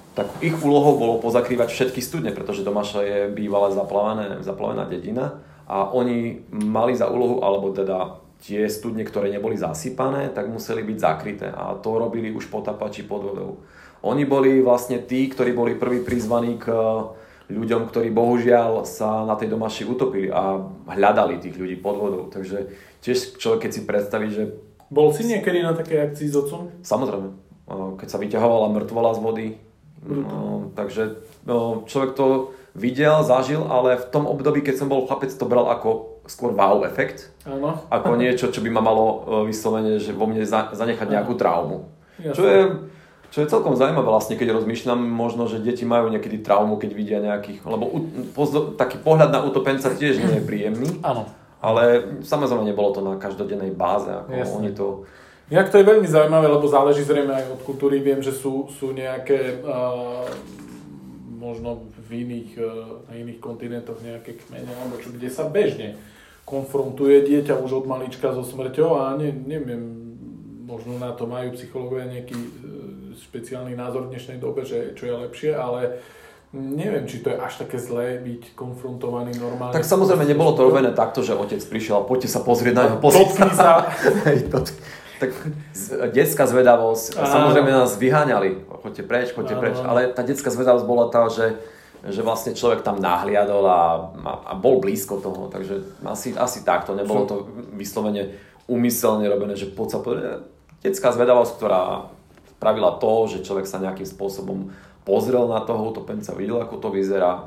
tak ich úlohou bolo pozakrývať všetky studne, pretože Domaša je bývalá zaplavená, zaplavená dedina a oni mali za úlohu, alebo teda tie studne, ktoré neboli zasypané, tak museli byť zakryté a to robili už potápači pod vodou. Oni boli vlastne tí, ktorí boli prví prizvaní k ľuďom, ktorí bohužiaľ sa na tej Domaši utopili a hľadali tých ľudí pod vodou. Takže tiež človek, keď si predstaví, že... Bol si niekedy na takej akcii s otcom? Samozrejme. Keď sa vyťahovala mŕtvola z vody. No, takže no, človek to videl, zažil, ale v tom období, keď som bol chlapec, to bral ako skôr wow efekt. Áno. Ako niečo, čo by ma malo vyslovene, že vo mne zanechať nejakú traumu. Jasne. Čo je, čo je celkom zaujímavé vlastne, keď rozmýšľam, možno, že deti majú niekedy traumu, keď vidia nejakých, lebo pozdo, taký pohľad na utopenca tiež nie je príjemný. Áno. Ale samozrejme nebolo to na každodennej báze, ako Jasne. oni to... Inak to je veľmi zaujímavé, lebo záleží zrejme aj od kultúry. Viem, že sú, sú nejaké, uh, možno v iných, uh, na iných kontinentoch nejaké kmene, alebo čo, kde sa bežne konfrontuje dieťa už od malička so smrťou a ne, neviem, možno na to majú psychológovia nejaký uh, špeciálny názor v dnešnej dobe, že čo je lepšie, ale neviem, či to je až také zlé byť konfrontovaný normálne. Tak samozrejme nebolo to robené takto, že otec prišiel a poďte sa pozrieť na jeho poslúchni sa. Tak detská zvedavosť, a samozrejme nás vyháňali, choďte preč, choďte preč, ale tá detská zvedavosť bola tá, že, že vlastne človek tam nahliadol a, a, a bol blízko toho, takže asi, asi takto, nebolo to vyslovene úmyselne robené, že poď sa povedať. Detská zvedavosť, ktorá spravila to, že človek sa nejakým spôsobom pozrel na toho utopenca, videl, ako to vyzerá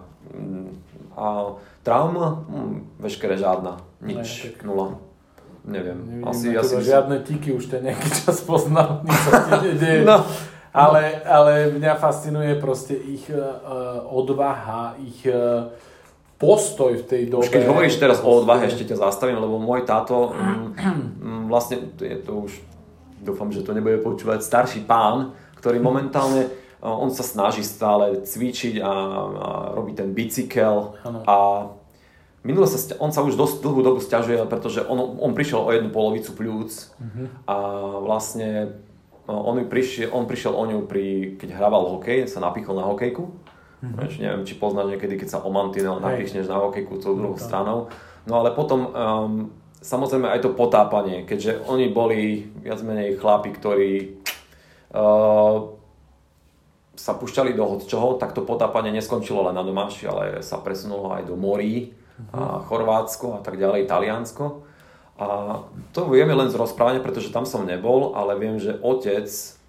a trauma, hm, veškeré žiadna, nič, nula. Neviem, Nevidím asi, na asi teba žiadne tiky, už ten nejaký čas poznal, nič sa ti nedieje. No. Ale, ale mňa fascinuje proste ich uh, odvaha, ich uh, postoj v tej dobe. Už keď hovoríš teraz o odvahe, ešte ťa zastavím, lebo môj táto, mm, vlastne, je to už, dúfam, že to nebude počúvať, starší pán, ktorý momentálne, uh, on sa snaží stále cvičiť a, a robí ten bicykel a Minulo sa, on sa už dosť dlhú dobu sťažuje, pretože on, on prišiel o jednu polovicu pľúc uh-huh. a vlastne on prišiel, on prišiel o ňu, pri, keď hrával hokej, sa napichol na hokejku. Uh-huh. Neviem, či poznáš niekedy, keď sa o mantinel napichneš na hokejku tou druhou uh-huh. stranou. No ale potom um, samozrejme aj to potápanie, keďže oni boli viac menej chlapi, ktorí uh, sa púšťali do hocčoho, tak to potápanie neskončilo len na Domaši, ale sa presunulo aj do morí. A Chorvátsko a tak ďalej, Taliansko. A to vieme len z rozprávania, pretože tam som nebol, ale viem, že otec,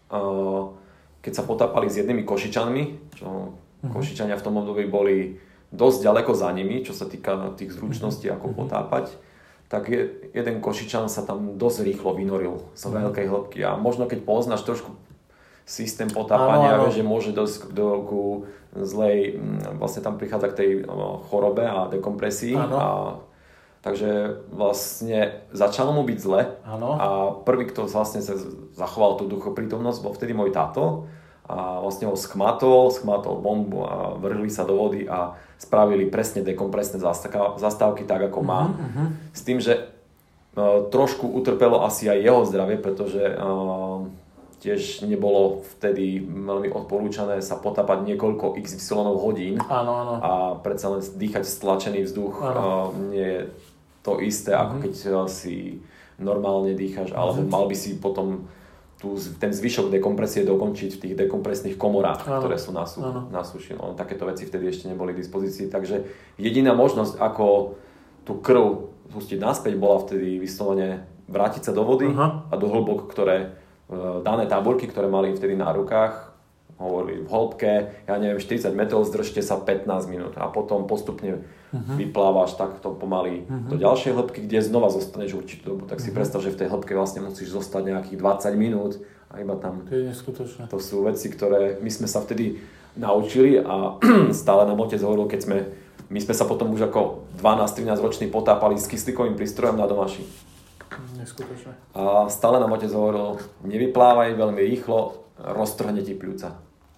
keď sa potápali s jednými Košičanmi, čo uh-huh. Košičania v tom období boli dosť ďaleko za nimi, čo sa týka tých zručností, ako uh-huh. potápať, tak je, jeden Košičan sa tam dosť rýchlo vynoril z veľkej hĺbky. A možno keď poznáš trošku systém potápania, áno, áno. Vieš, že môže dosť do, ku zlej, vlastne tam prichádza k tej chorobe a dekompresii. A, takže vlastne začalo mu byť zle. Áno. A prvý, kto vlastne sa zachoval tú duchoprítomnosť, bol vtedy môj táto. A vlastne ho schmatol, schmatol bombu a vrhli sa do vody a spravili presne dekompresné zastávky tak, ako má. Uh-huh. S tým, že uh, trošku utrpelo asi aj jeho zdravie, pretože uh, tiež nebolo vtedy veľmi odporúčané sa potápať niekoľko iks ypsilon hodín. Áno, áno. A predsa len dýchať stlačený vzduch uh, nie je to isté, uh-huh. ako keď si normálne dýcháš, alebo uh-huh. mal by si potom tú, ten zvyšok dekompresie dokončiť v tých dekompresných komorách, áno. ktoré sú na, sú, na suši. No, takéto veci vtedy ešte neboli k dispozícii, takže jediná možnosť, ako tú krv pustiť naspäť, bola vtedy vyslovene vrátiť sa do vody uh-huh. a do hĺbok, ktoré dané táborky, ktoré mali vtedy na rukách, hovorili v hĺbke, ja neviem, štyridsať metrov, zdržte sa pätnásť minút a potom postupne uh-huh. vyplávaš takto pomaly uh-huh. do ďalšej hĺbky, kde znova zostaneš určitú dobu. Tak si uh-huh. predstav, že v tej hĺbke vlastne musíš zostať nejakých dvadsať minút a iba tam. To je neskutočné. To sú veci, ktoré my sme sa vtedy naučili a stále nám otec hovoril, keď sme, my sme sa potom už ako dvanásť trinásť roční potápali s kyslíkovým prístrojom na Domaši. Neskutočné. A stále nám otec hovoril, nevyplávaj veľmi rýchlo, roztrhne ti pľúca.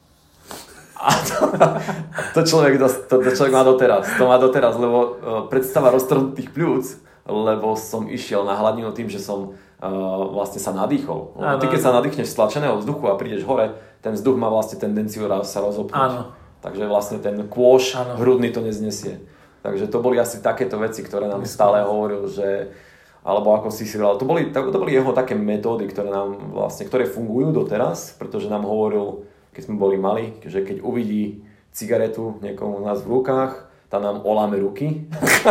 A to, to, človek, to, to človek má doteraz, to má doteraz, lebo uh, predstava roztrhnutých pľúc, lebo som išiel na hladinu tým, že som uh, vlastne sa nadýchol. Lebo ty keď sa nadýchneš stlačeného vzduchu a prídeš hore, ten vzduch má vlastne tendenciu sa rozopnúť. Áno. Takže vlastne ten kôš áno. hrudný to neznesie. Takže to boli asi takéto veci, ktoré nám stále hovoril, že alebo ako si si povedal, to boli, to boli jeho také metódy, ktoré nám vlastne, ktoré fungujú doteraz, pretože nám hovoril, keď sme boli mali, že keď uvidí cigaretu niekomu u nás v rukách, tá nám oláme ruky.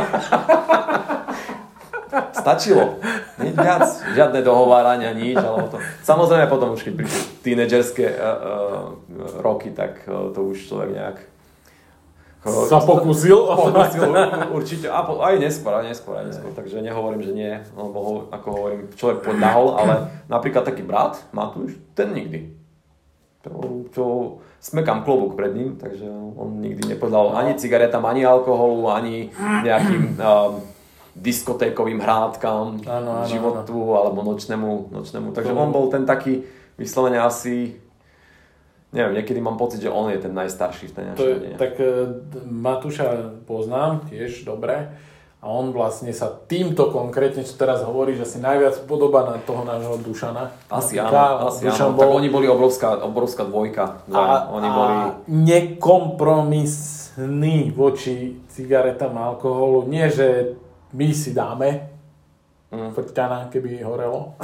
Stačilo. Nič viac. Žiadne dohovárania, nič. Alebo to. Samozrejme potom už keď prišli tínedžerské uh, uh, roky, tak uh, to už človek nejak uh, sa pokúsil. Pokúsil určite. A po, aj neskôr, aj neskôr, aj neskôr. Takže nehovorím, že nie. Lebo ako hovorím, človek podľahol, ale napríklad taký brat, Matúš, ten nikdy. To, čo smekám klobúk pred ním, takže on nikdy nepodľahol ani cigaretám, ani alkoholu, ani nejakým um, diskotékovým hrádkam, ano, ano, životu ano. Alebo nočnému, nočnému. Takže on bol ten taký vyslovene asi, neviem, niekedy mám pocit, že on je ten najstarší v tej našej rodine. Tak Matúša poznám tiež dobre a on vlastne sa týmto konkrétne, čo teraz hovorí, že si najviac podobá na toho nášho Dušana. Asi áno, Ká, asi áno. Bol... Tak oni boli obrovská, obrovská dvojka. A, oni boli... a nekompromisný voči cigaretám a alkoholu. Nie, že my si dáme mm. frťana, keby horelo.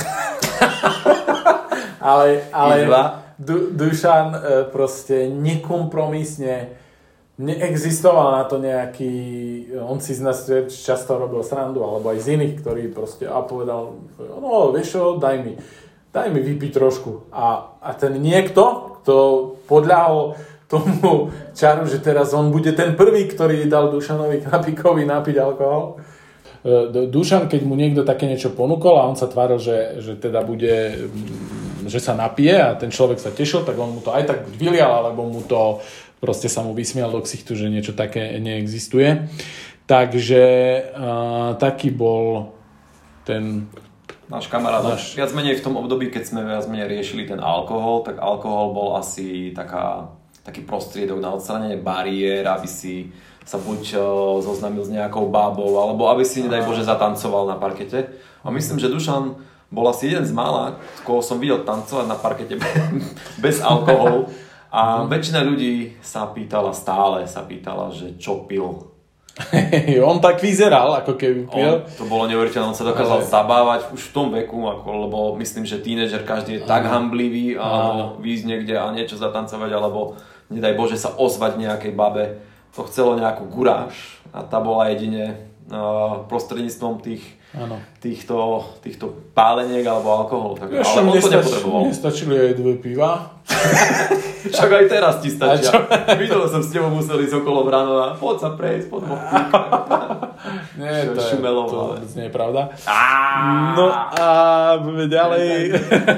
ale ale du, Dušan proste nekompromisne neexistoval na to nejaký, on si z nás často robil srandu, alebo aj z iných, ktorí proste a povedal, no vieš čo, daj mi, daj mi vypiť trošku. A, a ten niekto, kto podľahol tomu čaru, že teraz on bude ten prvý, ktorý dal Dušanovi Knapíkovi napiť alkohol. Dušan, keď mu niekto také niečo ponúkol a on sa tváril, že, že teda bude, že sa napije a ten človek sa tešil, tak on mu to aj tak buď vylial, alebo mu to proste sa mu vysmial do ksichtu, že niečo také neexistuje. Takže uh, taký bol ten náš kamarát. Náš... Viac menej v tom období, keď sme viac menej riešili ten alkohol, tak alkohol bol asi taká, taký prostriedok na odstránenie bariér, aby si sa buď uh, zoznámil s nejakou bábou, alebo aby si, nedaj Bože, zatancoval na parkete. A myslím, že Dušan bol asi jeden z mála, koho som videl tancovať na parkete bez alkoholu. A väčšina ľudí sa pýtala, stále sa pýtala, že čo pil. On tak vyzeral, ako keby pil. On, to bolo neuveriteľné, on sa dokázal ale... zabávať už v tom veku, ako, lebo myslím, že tínedžer každý je tak hamblivý, alebo výjsť niekde a niečo zatancovať, alebo nedaj Bože sa ozvať nejakej babe. To chcelo nejakú guráž a tá bola jedine uh, prostredníctvom tých, týchto, týchto páleniek alebo alkoholu. Tak, ale on to nepotreboval. Nestačili aj dve piva. Však aj teraz ti stačia. Videl som s tebou museli ísť okolo Vranova. Poď sa prejsť, poď ho píka. Nie, to, je, to nie je pravda. No a ďalej...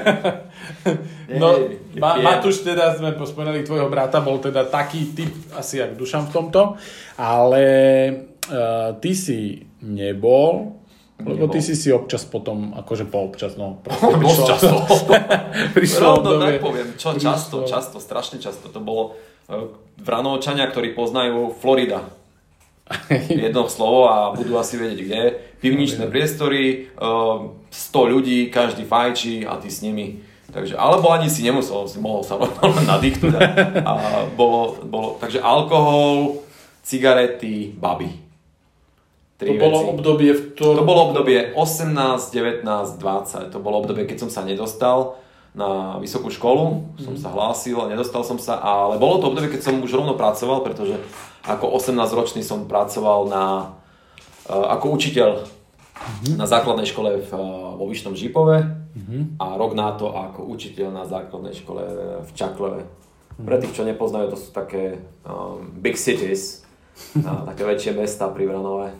No, Ma- Matúš, teda sme spomenuli tvojho brata, bol teda taký typ asi jak Dušan v tomto, ale uh, ty si nebol, lebo ty si si občas potom, akože po občas, no. Dosť často. Prišlo Rovno tak poviem, čo často, často, strašne často. To bolo uh, Vranovčania, ktorí poznajú Florida. Jedno slovo a budú asi vedieť kde. Pivničné priestory, uh, sto ľudí, každý fajčí a ty s nimi. Takže, alebo ani si nemusel, si mohol sa nadýchnuť. A bolo, bolo, takže alkohol, cigarety, baby. Tri to bolo veci. obdobie v ktorom... To bolo obdobie osemnásť, devätnásť, dvadsať. To bolo obdobie, keď som sa nedostal na vysokú školu. Mm. Som sa hlásil a nedostal som sa. Ale bolo to obdobie, keď som už rovno pracoval, pretože ako osemnásťročný som pracoval na, uh, ako učiteľ mm-hmm. na základnej škole v, uh, vo Vyšnom Žipove. Mm-hmm. A rok na to ako učiteľ na základnej škole v Čakleve. Mm-hmm. Pre tých, čo nepoznajú, to sú také um, big cities, a také väčšie mesta pri Vranove.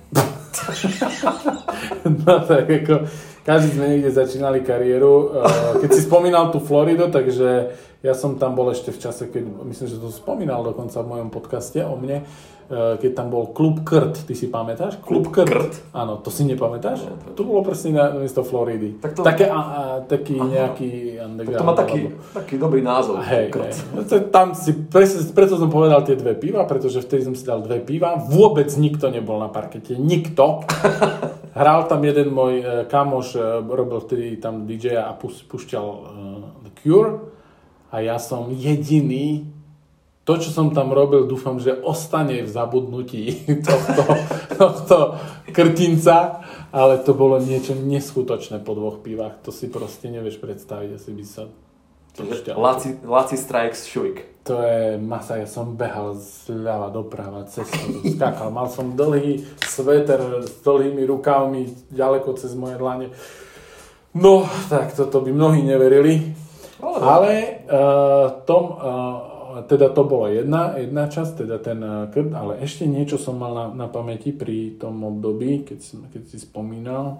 No tak ako, každý sme niekde začínali kariéru. Keď si spomínal tú Floridu, takže ja som tam bol ešte v čase, keď, myslím, že to spomínal dokonca v mojom podcaste o mne, keď tam bol klub Krt, ty si pamätáš? Klub Krt? Krt? Áno, to si nepamätáš? No, to... to bolo presne na miesto Floridy. Tak to... Také, a, a, taký Aha. nejaký underground. Tak to má taký, alebo... taký dobrý názov. Hej, hej. Tam si, preto som povedal tie dve piva, pretože vtedy som si dal dve piva. Vôbec nikto nebol na parkete. Nikto. Hral tam jeden môj kamoš, robil vtedy tam dý džeja a púšťal uh, The Cure. A a ja som jediný, to, čo som tam robil, dúfam, že ostane v zabudnutí tohto, tohto krtinca, ale to bolo niečo neskutočné po dvoch pivách. To si proste nevieš predstaviť, asi by sa to šťal. Laci, Laci strikes Šujk. To je masa, ja som behal zľava doprava, cestu, skákal. Mal som dlhý sveter s dlhými rukavmi, ďaleko cez moje dlane. No, tak toto by mnohí neverili. Ale, ale uh, tom... Uh, teda to bola jedna, jedna časť, teda ten krt, ale ešte niečo som mal na, na pamäti pri tom období, keď, keď si spomínal.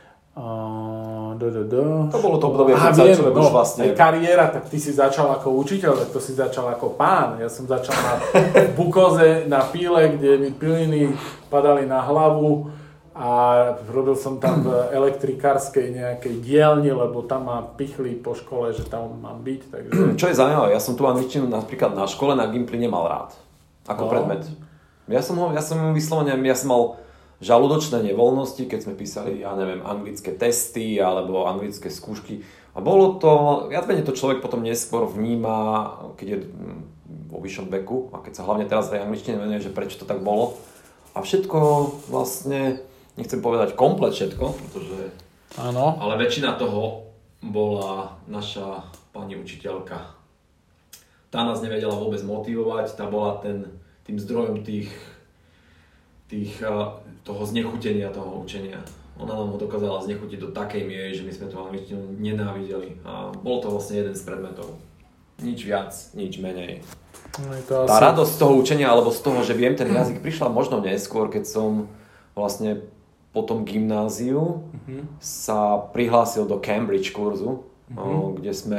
Uh, do, do, do. To bolo to obdobie, keď sa človek no, už vlastne... kariéra, tak ty si začal ako učiteľ, tak to si začal ako pán. Ja som začal na Bukoze, na píle, kde mi piliny padali na hlavu a robil som tam v elektrikárskej nejakej dielni, lebo tam ma pichli po škole, že tam mám byť. Takže... Čo je zaujímavé, ja som tu angličtinu napríklad na škole na Gimply nemal rád. Ako no. predmet. Ja som ho, ja som vyslovene, ja som mal žalúdočné nevoľnosti, keď sme písali, ja neviem, anglické testy alebo anglické skúšky. A bolo to, viac menej to človek potom neskôr vníma, keď je vo vyššom veku, a keď sa hlavne teraz aj angličtine venuje, že prečo to tak bolo. A všetko vlastne, nechcem povedať komplet všetko, pretože... Áno. Ale väčšina toho bola naša pani učiteľka. Tá nás nevedela vôbec motivovať, tá bola ten, tým zdrojom tých, tých, toho znechutenia, toho učenia. Ona nám ho dokázala znechutiť do takej miery, že my sme tú angličtinu nenávideli. A bol to vlastne jeden z predmetov. Nič viac, nič menej. No to tá asi... radosť z toho učenia, alebo z toho, že viem ten jazyk, prišla možno neskôr, keď som vlastne po tom gymnáziu uh-huh. sa prihlásil do Cambridge kurzu, uh-huh. kde sme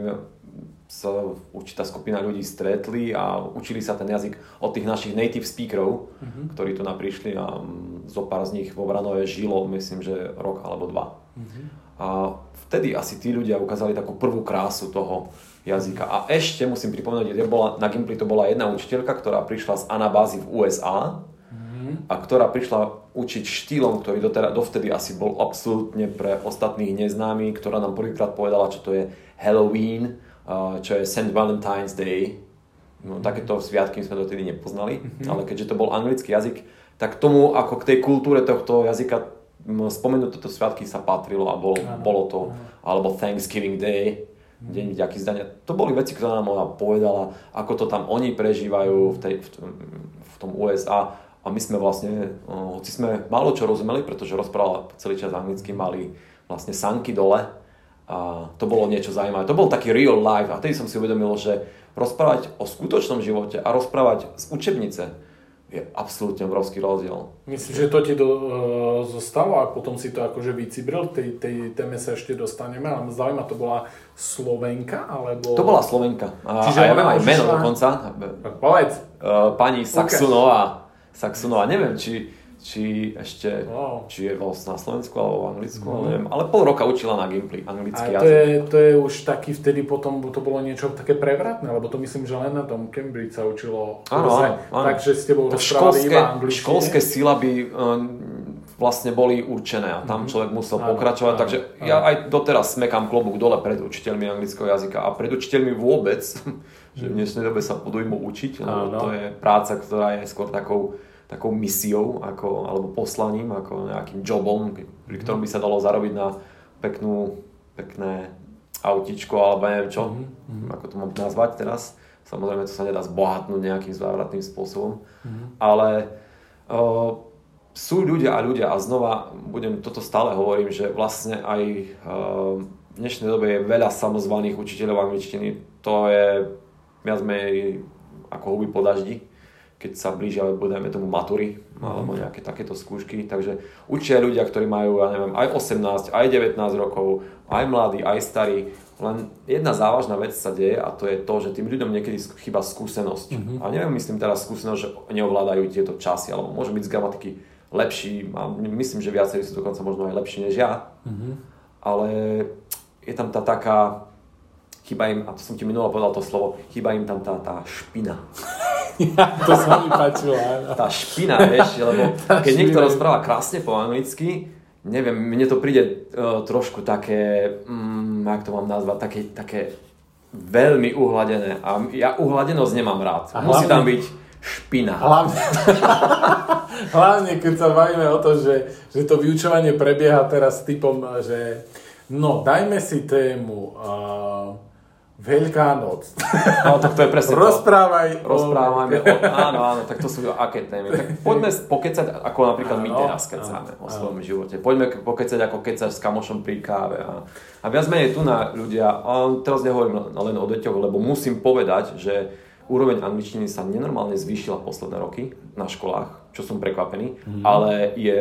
sa určitá skupina ľudí stretli a učili sa ten jazyk od tých našich native speakerov, uh-huh. ktorí tu naprišli a zo pár z nich vo Vranove žilo, myslím, že rok alebo dva. Uh-huh. A vtedy asi tí ľudia ukázali takú prvú krásu toho jazyka. A ešte musím pripomenúť, že bola, na Gimply to bola jedna učiteľka, ktorá prišla z anabázy v ú es á mm. a ktorá prišla učiť štýlom, ktorý dotera, dovtedy asi bol absolútne pre ostatných neznámy, ktorá nám prvýkrát povedala, čo to je Halloween, čo je Saint Valentine's Day. No, takéto sviatky sme dotedy nepoznali, mm-hmm. ale keďže to bol anglický jazyk, tak tomu ako k tej kultúre tohto jazyka spomenúť toto sviatky sa patrilo a bolo, bolo to, alebo Thanksgiving Day, deň vďaky zdania. To boli veci, ktoré nám ona povedala, ako to tam oni prežívajú v, tej, v, tom, v tom ú es á. A my sme vlastne, hoci sme málo čo rozumeli, pretože rozprávala celý čas anglicky, mali vlastne sanky dole. A to bolo niečo zaujímavé. To bol taký real life. A tedy som si uvedomil, že rozprávať o skutočnom živote a rozprávať z učebnice je absolútne obrovský rozdiel. Myslím, že to ti do, uh, zostalo a potom si to akože vycibril, tej, tej téme sa ešte dostaneme, ale zaujíma, to bola Slovenka, alebo... To bola Slovenka. A, Čiže a ja viem aj meno šla... dokonca. Povedz. Uh, pani Saxonová. Saxonová, neviem, či, či ešte, wow. či je vlastne na Slovensku alebo v Anglicku, mm. neviem, ale pol roka učila na Gimply anglický jazyk. A to je, to je už taký vtedy potom, to bolo niečo také prevratné, lebo to myslím, že len na tom Cambridge sa učilo kurze, takže s tebou rozprávali iba angličtine. Školské sílaby um, vlastne boli určené a tam mm-hmm. človek musel áno, pokračovať, áno, takže áno. ja aj doteraz smekám klobúk dole pred učiteľmi anglického jazyka a pred učiteľmi vôbec, že v dnešnej dobe sa podujmu učiť, lebo to je práca, ktorá je skôr takou takou misiou ako, alebo poslaním, ako nejakým jobom, pri ktorom by sa dalo zarobiť na peknú, pekné autíčko alebo neviem čo, mm-hmm. ako to mám nazvať teraz. Samozrejme, to sa nedá zbohatnúť nejakým zvratným spôsobom, mm-hmm. ale uh, sú ľudia a ľudia a znova budem toto stále hovorím, že vlastne aj uh, v dnešnej dobe je veľa samozvaných učiteľov angličtiny. To je viac menej ako huby po daždi, keď sa blížia, budeme tomu matury alebo nejaké takéto skúšky. Takže učia ľudia, ktorí majú, ja neviem, aj osemnásť, aj devätnásť rokov, aj mladí, aj starí. Len jedna závažná vec sa deje a to je to, že tým ľuďom niekedy chýba skúsenosť. Mm-hmm. A neviem, myslím teraz skúsenosť, že neovládajú tieto časy, alebo môžu byť z gramatiky lepší. A myslím, že viacerí sú dokonca možno aj lepší než ja. Mm-hmm. Ale je tam tá taká, chýba im, a to som ti minulo povedal to slovo, chýba im tam tá, tá špina. Ja, to sa mi páčilo. Tá špina, vieš, lebo tá keď špina. Niekto rozpráva krásne po anglicky, neviem, mne to príde uh, trošku také, um, jak to mám nazvať, také, také veľmi uhladené a ja uhladenosť nemám rád. A musí hlavne, tam byť špina. Hlavne, hlavne keď sa bavíme o to, že, že to vyučovanie prebieha teraz typom, že no dajme si tému uh, Veľká noc. No tak to je presne Rozprávaj to. Rozprávajme o... Áno, áno, tak to sú aké témy. Tak poďme pokecať, ako napríklad áno, my teraz kecáme áno, o svojom áno. živote. Poďme pokecať, ako kecať s kamošom pri káve. A, a viac menej tu na ľudia, a teraz nehovorím len o deťoch, lebo musím povedať, že úroveň angličtiny sa nenormálne zvýšila posledné roky na školách, čo som prekvapený, mm. ale je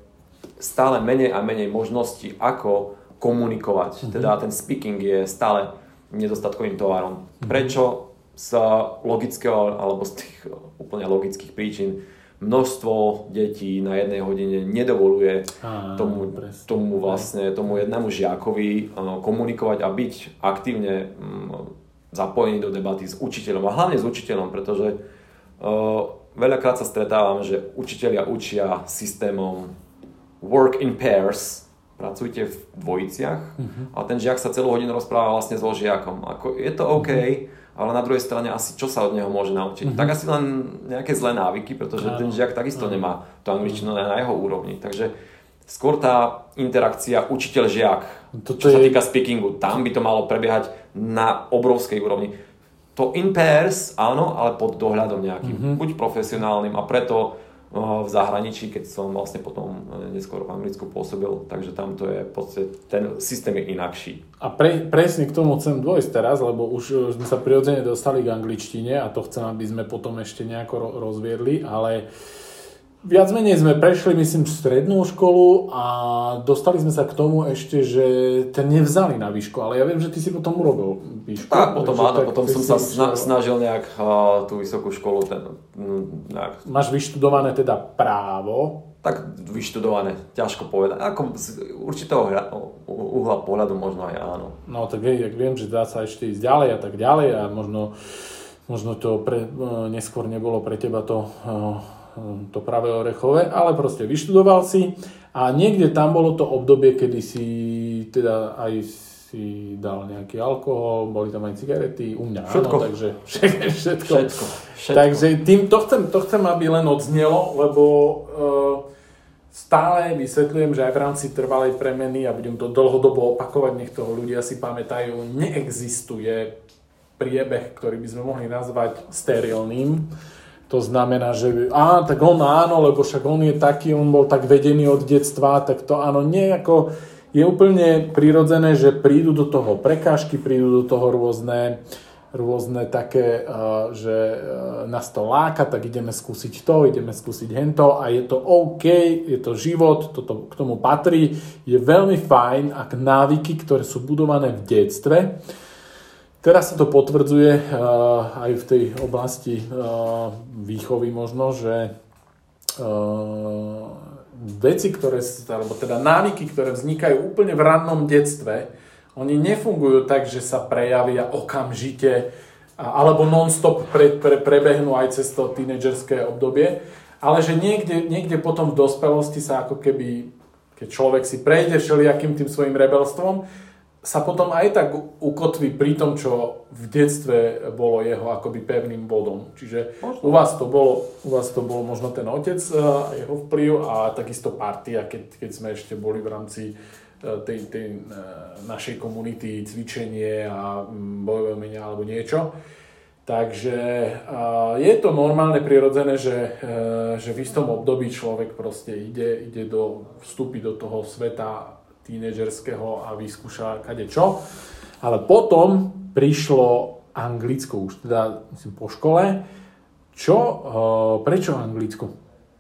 stále menej a menej možností, ako komunikovať. Mm-hmm. Teda ten speaking je stále nedostatkovým tovarom. Prečo z logického alebo z tých úplne logických príčin množstvo detí na jednej hodine nedovoluje Á, tomu, tomu vlastne tomu jednému žiakovi komunikovať a byť aktívne zapojený do debaty s učiteľom a hlavne s učiteľom, pretože uh, veľakrát sa stretávam, že učitelia učia systémom work in pairs, pracujte v dvojiciach, uh-huh. a ten žiak sa celú hodinu rozpráva vlastne so žiakom. Ako, je to OK, uh-huh. ale na druhej strane asi čo sa od neho môže naučiť? Uh-huh. Tak asi len nejaké zlé návyky, pretože uh-huh. ten žiak takisto uh-huh. nemá tú angličtinu uh-huh. na jeho úrovni. Takže skôr tá interakcia učiteľ-žiak, čo sa týka speakingu, tam by to malo prebiehať na obrovskej úrovni. To in pairs, áno, ale pod dohľadom nejakým, uh-huh. buď profesionálnym a preto v zahraničí, keď som vlastne potom neskôr v Anglicku pôsobil, takže tam to je v podstate, ten systém je inakší. A pre, presne k tomu chcem dôjsť teraz, lebo už sme sa prirodzene dostali k angličtine a to chcem, aby sme potom ešte nejako rozviedli, ale viac menej sme prešli, myslím, strednú školu a dostali sme sa k tomu ešte, že ten nevzali na výšku, ale ja viem, že ty si potom urobil výšku. Tak, potom áno, potom som sa sna- snažil nejak uh, tú vysokú školu ten, nejak... Máš vyštudované teda právo? Tak vyštudované, ťažko povedať. Ako z určitého uhla pohľadu možno aj áno. No tak ja viem, že dá sa ešte ísť ďalej a tak ďalej a možno, možno to pre, neskôr nebolo pre teba to... Uh, to práve orechové, ale proste vyštudoval si a niekde tam bolo to obdobie, kedy si teda aj si dal nejaký alkohol, boli tam aj cigarety, u mňa všetko. Áno, takže všetko. Všetko. všetko. Takže tým, to, chcem, to chcem, aby len odznelo, lebo uh, stále vysvetľujem, že aj v rámci trvalej premeny, a budem to dlhodobo opakovať, nech toho ľudia si pamätajú, neexistuje priebeh, ktorý by sme mohli nazvať sterilným. To znamená, že á, tak on áno, lebo však on je taký, on bol tak vedený od detstva, tak to áno, nie ako je úplne prirodzené, že prídu do toho prekážky, prídu do toho rôzne, rôzne také, že nás to láka, tak ideme skúsiť to, ideme skúsiť hento a je to OK, je to život, toto k tomu patrí, je veľmi fajn, ak návyky, ktoré sú budované v detstve. Teraz sa to potvrdzuje uh, aj v tej oblasti uh, výchovy možno, že uh, veci, ktoré, alebo teda návyky, ktoré vznikajú úplne v rannom detstve, oni nefungujú tak, že sa prejavia okamžite alebo non-stop pre, pre, prebehnú aj cez to tínedžerské obdobie, ale že niekde, niekde potom v dospelosti sa ako keby, keď človek si prejde všelijakým tým svojim rebelstvom, sa potom aj tak ukotví pri tom, čo v detstve bolo jeho akoby pevným bodom. Čiže u vás to bolo, u vás to bolo možno ten otec a jeho vplyv a takisto partia, keď, keď sme ešte boli v rámci tej, tej našej komunity, cvičenie a bojové umenia alebo niečo. Takže je to normálne, prirodzené, že, že v istom období človek proste ide, ide do, vstúpi do toho sveta tínedžerského a vyskúša kadečo. Ale potom prišlo Anglicko, už teda myslím po škole. Čo? Prečo Anglicko?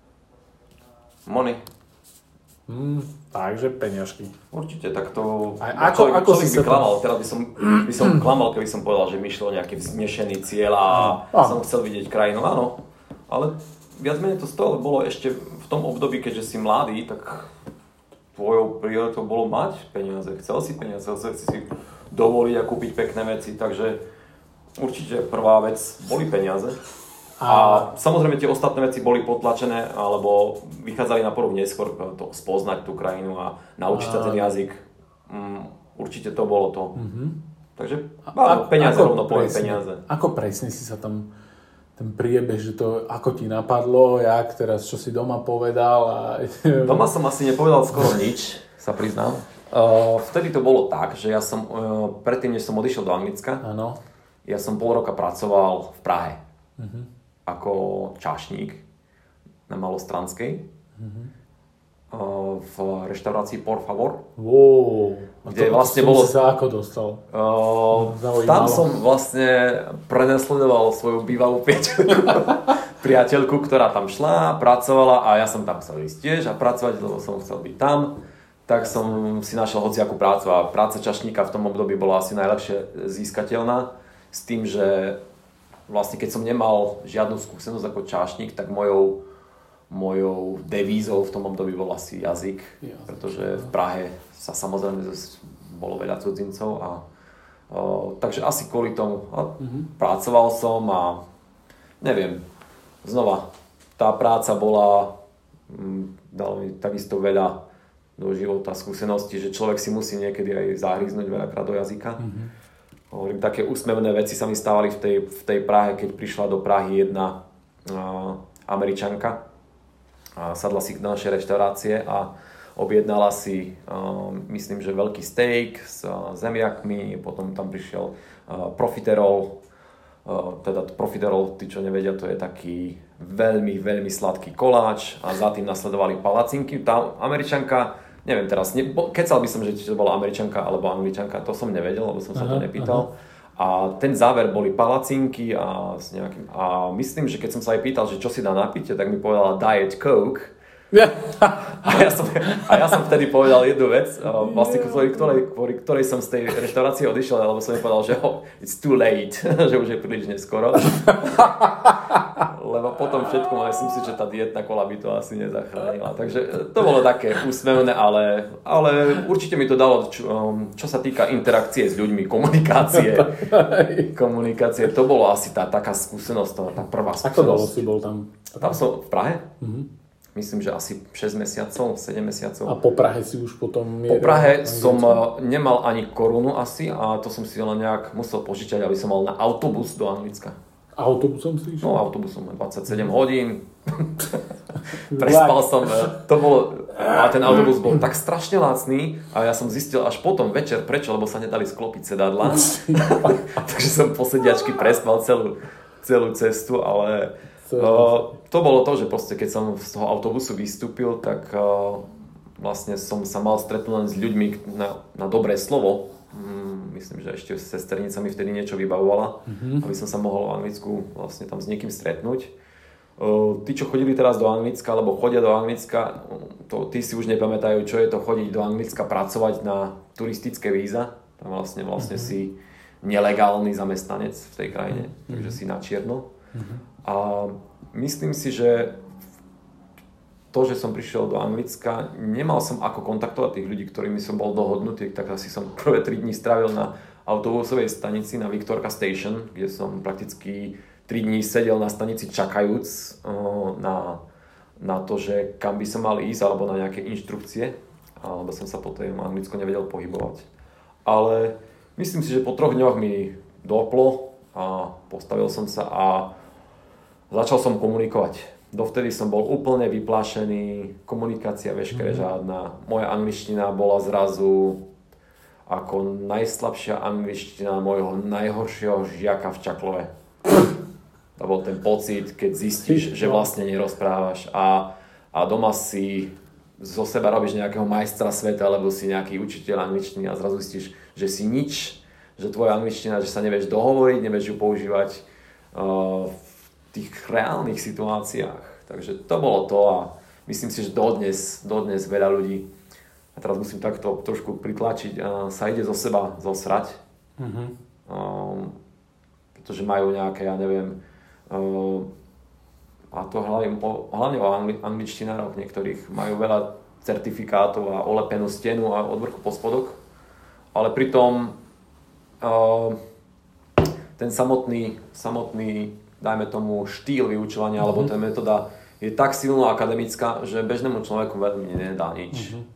Money. Hmm, takže peniažky. Určite, tak to... A ako, človek, ako človek si by sa klamal, teraz by som, by som klamal, keby som povedal, že mi šlo nejaký vznešený cieľ a ah. som chcel vidieť krajinu. Áno, ale viac menej to stále bolo ešte v tom období, keďže si mladý, tak tvojou prioritou bolo mať peniaze. Chcel si peniaze, chcel si si dovoliť a kúpiť pekné veci, takže určite prvá vec boli peniaze. A, a samozrejme tie ostatné veci boli potlačené, alebo vychádzali na prvú neskôr to spoznať tú krajinu a naučiť sa ten jazyk. Um, určite to bolo to. Mm-hmm. Takže a, peniaze, rovno poviem peniaze. Ako presne si sa tam, ten priebeh, že to, ako ti napadlo, jak teraz, čo si doma povedal? A... Doma som asi nepovedal skoro nič, sa priznám. Uh, vtedy to bolo tak, že ja som, uh, predtým, než som odišiel do Anglicka, ano. Ja som pol roka pracoval v Prahe uh-huh. ako čašník na Malostranskej. Uh-huh. V reštaurácii Por Favor. Wow, a kde to, vlastne to bolo, si sa ako dostal? Uh, tam som vlastne prenasledoval svoju bývalú priateľku, priateľku, ktorá tam šla, pracovala a ja som tam chcel ísť tiež a pracovať, lebo som chcel byť tam. Tak som si našiel hociakú prácu a práca čašníka v tom období bola asi najlepšie získateľná. S tým, že vlastne keď som nemal žiadnu skúsenosť ako čašník, tak mojou Mojou devízou v tom období bol asi jazyk, ja, pretože v Prahe sa samozrejme bolo veľa cudzincov a o, takže asi kvôli tomu a, mm-hmm. pracoval som a neviem, znova tá práca bola, m, dala mi takisto veľa do života skúseností, že človek si musí niekedy aj zahryznúť veľakrát do jazyka. Mm-hmm. Hovorím, také úsmevné veci sa mi stávali v tej, v tej Prahe, keď prišla do Prahy jedna uh, Američanka. A sadla si do našej reštaurácie a objednala si, uh, myslím, že veľký steak s uh, zemiakmi, potom tam prišiel uh, profiterol, uh, teda profiterol, tí čo nevedia, to je taký veľmi, veľmi sladký koláč a za tým nasledovali palacinky. Tá Američanka, neviem teraz, ne, kecal by som, že to bola Američanka alebo Angličanka, to som nevedel, lebo som sa aha, to nepýtal. Aha. A ten záver boli palacinky a s nejakým... A myslím, že keď som sa aj pýtal, že čo si dá napiť, tak mi povedala Diet Coke. a, ja som, a ja som vtedy povedal jednu vec, vlastne kvôli ktorej, kvôli ktorej som z tej reštaurácie odišiel, lebo som mi povedal, že oh, it's too late, že už je príliš neskoro. Lebo potom všetko, myslím si, že tá dietná kola by to asi nezachránila. Takže to bolo také úsmevné, ale, ale určite mi to dalo, čo, čo sa týka interakcie s ľuďmi, komunikácie. komunikácie, to bolo asi tá taká skúsenosť, tá prvá skúsenosť. Ako dlho si bol tam? Tam som v Prahe. Mm-hmm. Myslím, že asi šesť mesiacov, sedem mesiacov. A po Prahe si už potom mieril? Po Prahe som nemal ani korunu asi a to som si len nejak musel požičať, aby som mal na autobus do Anglicka. Autobusom si išiel? No, autobusom, dvadsaťsedem hodín. Prespal som, to bolo, a ten autobus bol tak strašne lacný a ja som zistil až potom večer prečo, lebo sa nedali sklopiť sedadla. Takže som po sediačky prespal celú, celú cestu, ale uh, to bolo to, že proste keď som z toho autobusu vystúpil, tak uh, vlastne som sa mal stretnúť len s ľuďmi na, na dobré slovo. Hmm, myslím, že ešte sesternica mi vtedy niečo vybavovala, mm-hmm. aby som sa mohol v Anglicku vlastne tam s niekým stretnúť. Uh, tí, čo chodili teraz do Anglicka, alebo chodia do Anglicka, to, tí si už nepamätajú, čo je to chodiť do Anglicka pracovať na turistické víza. Tam vlastne, vlastne mm-hmm. si nelegálny zamestnanec v tej krajine, mm-hmm. takže si na čierno. Mm-hmm. A myslím si, že to, že som prišiel do Anglicka, nemal som ako kontaktovať tých ľudí, ktorými som bol dohodnutý, tak asi som prvé tri dní strávil na autobusovej stanici na Victoria Station, kde som prakticky tri dní sedel na stanici čakajúc uh, na, na to, že kam by som mal ísť, alebo na nejaké inštrukcie, lebo som sa po tej Anglicku nevedel pohybovať. Ale myslím si, že po troch dňoch mi doplo a postavil som sa a začal som komunikovať. Dovtedy som bol úplne vyplášený, komunikácia veškeré mm. žiadna. Moja angličtina bola zrazu ako najslabšia angličtina môjho najhoršieho žiaka v Čaklove. To bol ten pocit, keď zistíš, že vlastne nerozprávaš a, a doma si zo seba robíš nejakého majstra sveta, alebo si nejaký učiteľ angličtiny a zrazu zistíš, že si nič, že tvoja angličtina, že sa nevieš dohovoriť, nevieš ju používať uh, tých reálnych situáciách. Takže to bolo to a myslím si, že dodnes, dodnes veľa ľudí, a teraz musím takto trošku pritlačiť, sa ide zo seba zosrať. Mm-hmm. Um, pretože majú nejaké, ja neviem, um, a to hlavne, hlavne o angli, angličtinároch niektorých, majú veľa certifikátov a olepenú stenu a od vrchu po spodok, ale pritom um, ten samotný, samotný dajme tomu štýl vyučovania, mm-hmm. alebo tá metóda je tak silno akademická, že bežnému človeku veľmi nedá nič. Mm-hmm.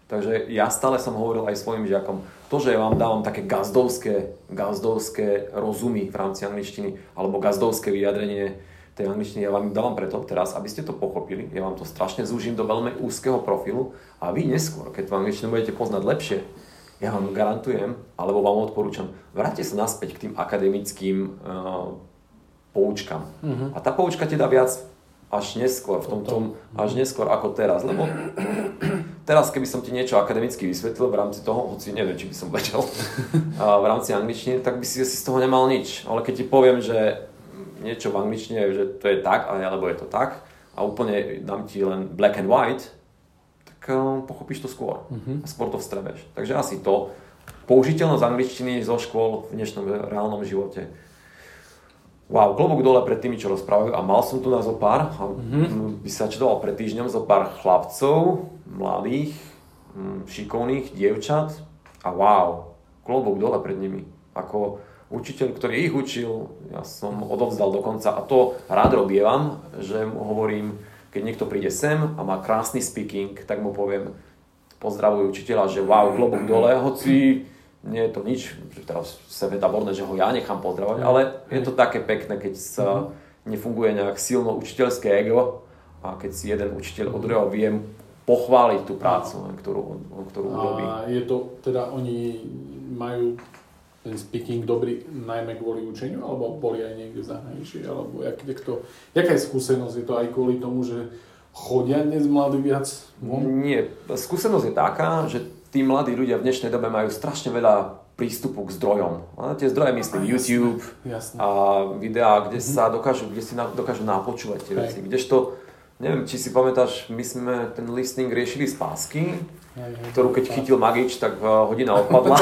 Takže ja stále som hovoril aj svojim žiakom, to, že ja vám dávam také gazdovské, gazdovské rozumy v rámci angličtiny, alebo gazdovské vyjadrenie tej angličtiny, ja vám dávam preto teraz, aby ste to pochopili, ja vám to strašne zúžim do veľmi úzkeho profilu a vy neskôr, keď tú angličtinu budete poznať lepšie, ja vám garantujem, alebo vám odporúčam, vráťte sa naspäť k tým akademickým uh, poučkám. Uh-huh. A tá poučka ti dá viac až neskôr, v tom, tom, až neskôr ako teraz, lebo teraz, keby som ti niečo akademicky vysvetlil v rámci toho, hoci neviem, či by som vedel, v rámci angličtiny, tak by si, si z toho nemal nič. Ale keď ti poviem, že niečo v angličtine, že to je tak, alebo je to tak, a úplne dám ti len black and white, tak um, pochopíš to skôr. Uh-huh. A skôr to vstrebeš. Takže asi to. Použiteľnosť angličtiny zo škôl v dnešnom reálnom živote. Wow, klobúk dole pred tými, čo rozprávajú. A mal som tu na zo pár, mm-hmm. by sa čudoval pred týždňom, zo pár chlapcov, mladých, šikovných, dievčat. A wow, klobúk dole pred nimi. Ako učiteľ, ktorý ich učil, ja som odovzdal dokonca. A to rád robievam, že mu hovorím, keď niekto príde sem a má krásny speaking, tak mu poviem, pozdravuj učiteľa, že wow, klobúk dole, hoci nie je to nič, teraz sebe borné, že ho ja nechám pozdravovať, ale je to také pekné, keď sa nefunguje nejak silno učiteľské ego a keď si jeden učiteľ od druhého vie pochváliť tú prácu, ktorú, ktorú urobí. A je to, teda oni majú ten speaking dobrý najmä kvôli učeniu, alebo boli aj niekde v zahraničí, alebo jak, jak to, jaká je skúsenosť? Je to aj kvôli tomu, že chodia dnes mladí viac von? Nie, skúsenosť je taká, že tí mladí ľudia v dnešnej dobe majú strašne veľa prístupu k zdrojom. A tie zdroje myslím a YouTube jasne. A videá, kde mm-hmm. sa dokážu, kde si na, dokážu napočúvať tie veci. Kdežto, neviem, či si pamätáš, my sme ten listening riešili z pásky, aj, aj, ktorú keď chytil Magič, tak hodina odpadla.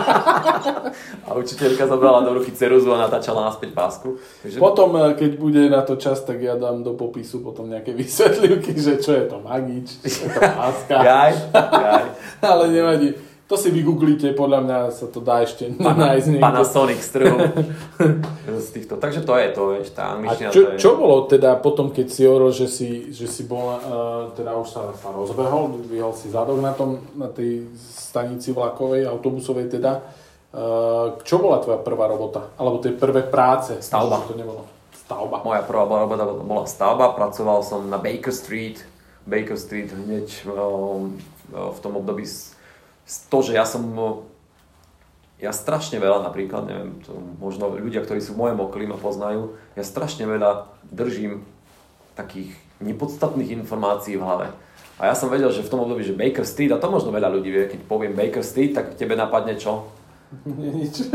A učiteľka zobrala do ruky ceruzu a natáčala naspäť pásku. Takže... Potom, keď bude na to čas, tak ja dám do popisu potom nejaké vysvetlivky, že čo je to Magič, čo je to páska. Jaj, jaj. Ale nevadí. To si vygooglite, podľa mňa sa to dá ešte nájsť niekto. Panasonic z trhu. Z týchto. Takže to je to, vieš, tá angličtina. A čo, čo bolo teda potom, keď si hovoril, že si, že si bol, uh, teda už sa, sa rozbehol, vyhol si zadok na, tom, na tej stanici vlakovej, autobusovej teda. Uh, čo bola tvoja prvá robota? Alebo tie prvé práce? Stavba. To nebolo. Stavba. Moja prvá robota bola stavba. Pracoval som na Baker Street. Baker Street hneď um, v tom období to, že ja som, ja strašne veľa napríklad, neviem, to možno ľudia, ktorí sú v mojom okolí ma poznajú, ja strašne veľa držím takých nepodstatných informácií v hlave. A ja som vedel, že v tom období, že Baker Street, a to možno veľa ľudí vie, keď poviem Baker Street, tak tebe napadne čo? Nič.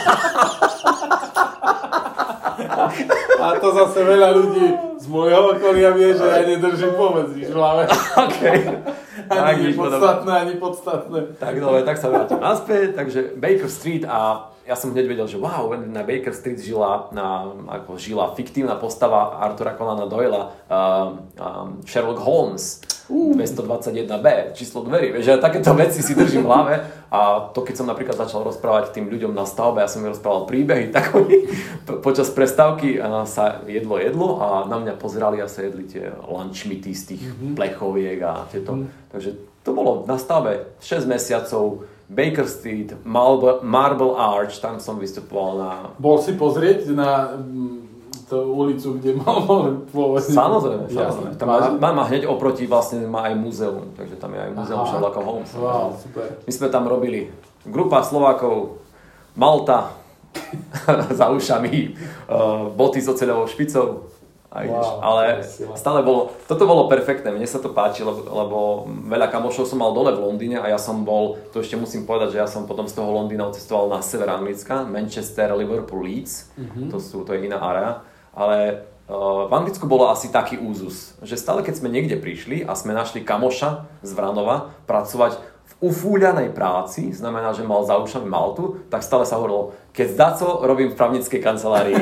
A to zase veľa ľudí z môjho okolia vie, že ja nedržím vôbec nič v hlave. Okay. Ani podstatné, ani podstatné. Tak dobre, tak sa vrátim naspäť. Takže Baker Street a ja som hneď vedel, že wow, na Baker Street žila, na, ako žila fiktívna postava Arthura Conana Doyla, uh, um, Sherlock Holmes, uh. dvestodvadsaťjeden bé, číslo dverí. Vieš, ja takéto veci si držím v hlave a to keď som napríklad začal rozprávať tým ľuďom na stavbe, ja som im rozprával príbehy, tak oni počas prestávky uh, sa jedlo jedlo a na mňa pozerali a sa jedli tie lunchmity z tých mm-hmm. plechoviek a tieto. Mm. Takže to bolo na stavbe šesť mesiacov, Baker Street, Marble, Marble Arch, tam som vystupoval na... Bol si pozrieť na tú ulicu, kde mal pôvodne... Samozrejme, samozrejme. Tam má, má, má hneď oproti, vlastne má aj múzeum, takže tam je aj múzeum Sherlocka Holmesa. Wow, super. My sme tam robili grupa Slovákov, Malta, za ušami, uh, boty s oceľovou špicou. A ideš. Wow, ale stále bolo, toto bolo perfektné, mne sa to páči, lebo, lebo veľa kamošov som mal dole v Londýne a ja som bol, to ešte musím povedať, že ja som potom z toho Londýna odcestoval na sever Anglicka, Manchester, Liverpool, Leeds, mm-hmm. to, sú, to je iná area, ale uh, v Anglicku bolo asi taký úzus, že stále keď sme niekde prišli a sme našli kamoša z Vranova pracovať v ufúľanej práci, znamená, že mal za ušami Maltu, tak stále sa hovorilo, keď zdaco robím v právnickej kancelárii.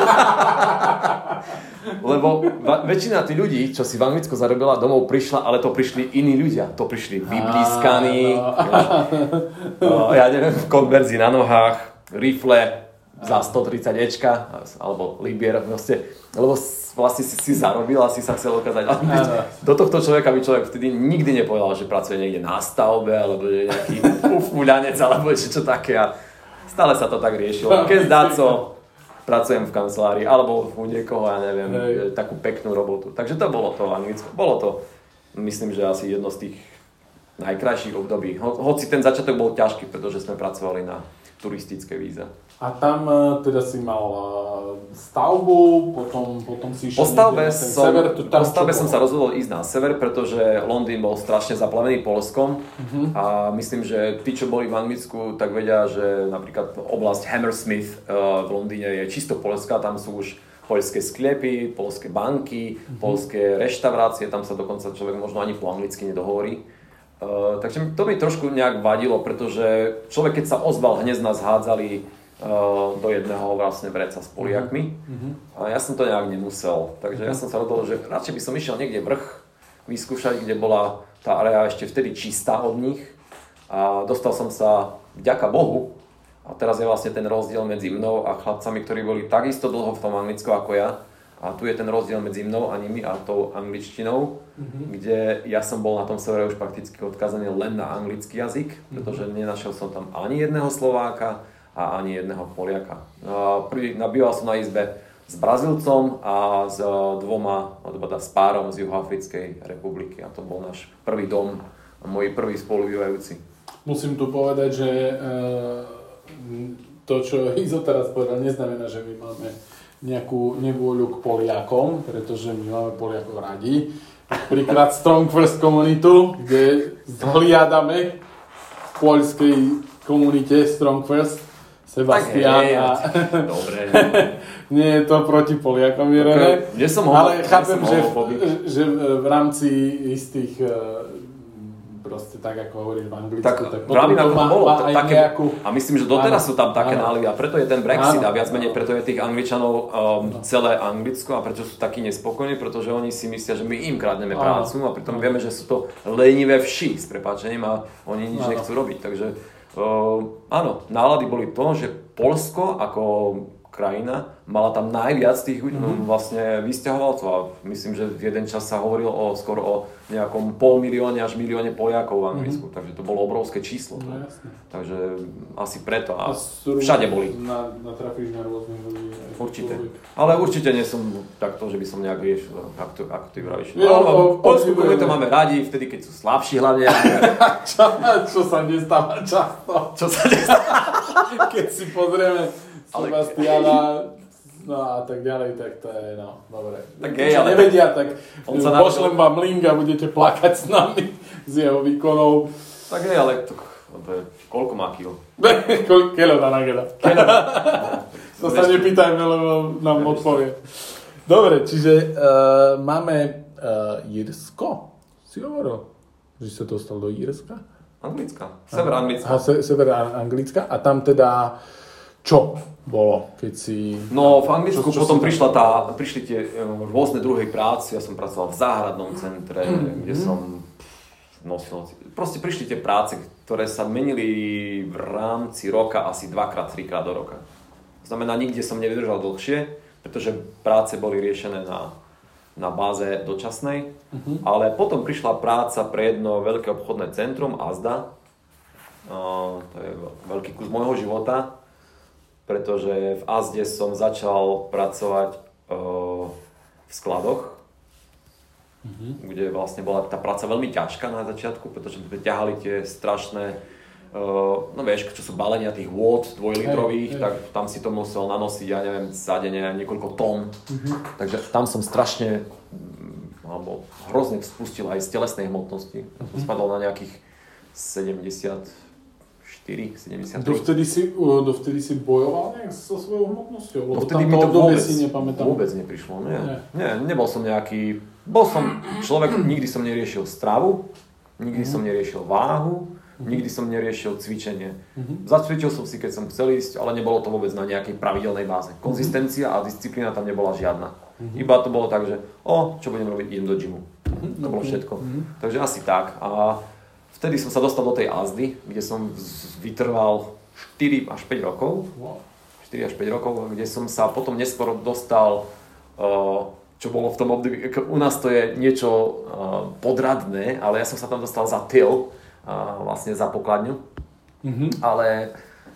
Lebo väčšina tých ľudí, čo si v Anglicku zarobila, domov prišla, ale to prišli iní ľudia. To prišli vyblískaní, no. Ja neviem, v konverzii na nohách, rifle, za stotridsať ečka, alebo libier, proste, lebo vlastne si, si zarobil a si sa chcel ukázať. Do tohto človeka by človek vtedy nikdy nepovedal, že pracuje niekde na stavbe, alebo že nejaký ufúľanec, alebo čo také. A stále sa to tak riešilo. Keď zdá co, pracujem v kancelárii, alebo u niekoho, ja neviem, Hej. takú peknú robotu. Takže to bolo to v Anglicku. Bolo to, myslím, že asi jedno z tých najkrajších období. Ho, hoci ten začiatok bol ťažký, pretože sme pracovali na turistické víza. A tam teda si mal stavbu, potom, potom si išiel po stavbe, na ten som, sever. po stavbe som sa rozhodol ísť na sever, pretože Londýn bol strašne zaplavený Poľskom. Uh-huh. A myslím, že tí, čo boli v Anglicku, tak vedia, že napríklad oblasť Hammersmith uh, v Londýne je čisto poľská, tam sú už poľské sklepy, poľské banky, uh-huh. poľské reštaurácie, tam sa dokonca človek možno ani po anglicky nedohovorí. Uh, takže to mi trošku nejak vadilo, pretože človek, keď sa ozval, hneď nás hádzali uh, do jedného vlastne vreca s Poliakmi. Uh-huh. A ja som to nejak nemusel, takže uh-huh. ja som sa rozhodol, že radšej by som išiel niekde vrch vyskúšať, kde bola tá area ešte vtedy čistá od nich. A dostal som sa, vďaka Bohu, a teraz je vlastne ten rozdiel medzi mnou a chlapcami, ktorí boli takisto dlho v tom Anglicku ako ja. A tu je ten rozdiel medzi mnou a nimi a tou angličtinou, mm-hmm. kde ja som bol na tom severe už prakticky odkazaný len na anglický jazyk, pretože mm-hmm. nenašiel som tam ani jedného Slováka a ani jedného Poliaka. Prvý, nabýval som na izbe s Brazílcom a s dvoma, alebo s párom z Juhoafrickej republiky. A to bol náš prvý dom a moji prví spolubývajúci. Musím tu povedať, že e, to, čo Izo teraz povedal, neznamená, že my máme nejakú nevôľu k Poliakom, pretože my máme Poliakov radi. Príklad Strong First komunitu, kde zhliadame v poľskej komunite Strong First Sebastian a... Dobre. Nie je to proti Poliakom, Jirene. Okay. Som ale chápem, že, že v rámci istých proste tak, ako hovoríš v Anglicku, tak, tak potom to má, bolo, má aj také, nejakú... A myslím, že doteraz áno, sú tam také nálivy a preto je ten Brexit áno, a viac menej áno. preto je tých Angličanov um, celé Anglicko a prečo sú takí nespokojní, pretože oni si myslia, že my im kradneme áno, prácu a pritom áno. vieme, že sú to lenivé vši s prepáčením a oni nič áno. nechcú robiť. Takže uh, áno, nálady boli to, že Poľsko ako krajina mala tam najviac tých mm-hmm. vlastne vysťahovalcov a myslím, že v jeden čas sa hovorilo o, skoro o nejakom pol milióne až milióne Poliakov v Anglicku, mm-hmm. takže to bolo obrovské číslo. No, takže asi preto a, a všade boli. Na, natrafíš na rôznych ľudí. Určite. Ale určite nie som takto, že by som nejak riešil, ako, to, ako ty vravíš. No, Poľskú komunitu máme radi, vtedy keď sú slabší hlavne. čo, čo sa nestáva často. Čo sa nestáva? Keď si pozrieme Sebastiana, no a tak ďalej, tak to je, no, dobre. Tak je, ale... nevedia, tak pošlem vám link a budete plakať s nami z jeho výkonov. Tak je, ale to, to je, koľko má kilo? Kilo na nageda. To sa nepýtajme, lebo nám odpovie. Dobre, čiže uh, máme uh, Írsko, si hovoril, že sa dostal do Írska? Anglická, sever Anglická. Aha, se, sever Anglická a tam teda čo bolo, keď si... No v Anglicku čo, čo potom prišla tá, prišli tie rôzne druhy práce, ja som pracoval v záhradnom centre, mm-hmm. kde som nosil... Proste prišli tie práce, ktoré sa menili v rámci roka asi dvakrát, trikrát do roka. To znamená, nikde som nevydržal dlhšie, pretože práce boli riešené na, na báze dočasnej, mm-hmm. ale potom prišla práca pre jedno veľké obchodné centrum, Asda. Uh, to je veľký kus môjho života, pretože v Asde som začal pracovať uh, v skladoch, mm-hmm. kde vlastne bola tá práca veľmi ťažká na začiatku, pretože sme ťahali tie strašné, uh, no vieš, čo sú balenia tých vôd dvojlitrových, hey, hey. tak tam si to musel nanosiť, ja neviem, za deň neviem, niekoľko tón. Mm-hmm. Takže tam som strašne, alebo hrozne spustil aj z telesnej hmotnosti. Mm-hmm. Spadol na nejakých sedemdesiat štyri, sedemdesiat. Dovtedy si, dovtedy si bojoval nejak so svojou hmotnosťou? Dovtedy mi to vôbec, vôbec neprišlo. Nie. Nie. Nie, nebol som nejaký... Bol som človek, nikdy som neriešil stravu, nikdy mm-hmm. som neriešil váhu, mm-hmm. nikdy som neriešil cvičenie. Mm-hmm. Zacvičil som si, keď som chcel ísť, ale nebolo to vôbec na nejakej pravidelnej báze. Konzistencia a disciplína tam nebola žiadna. Mm-hmm. Iba to bolo tak, že o, čo budem robiť, idem do gymu. Mm-hmm. To bolo všetko. Mm-hmm. Takže asi tak. A vtedy som sa dostal do tej Asdy, kde som vytrval štyri až päť rokov. Wow. štyri až päť rokov, kde som sa potom neskôr dostal, čo bolo v tom období, u nás to je niečo podradné, ale ja som sa tam dostal za till, vlastne za pokladňu. Mm-hmm. Ale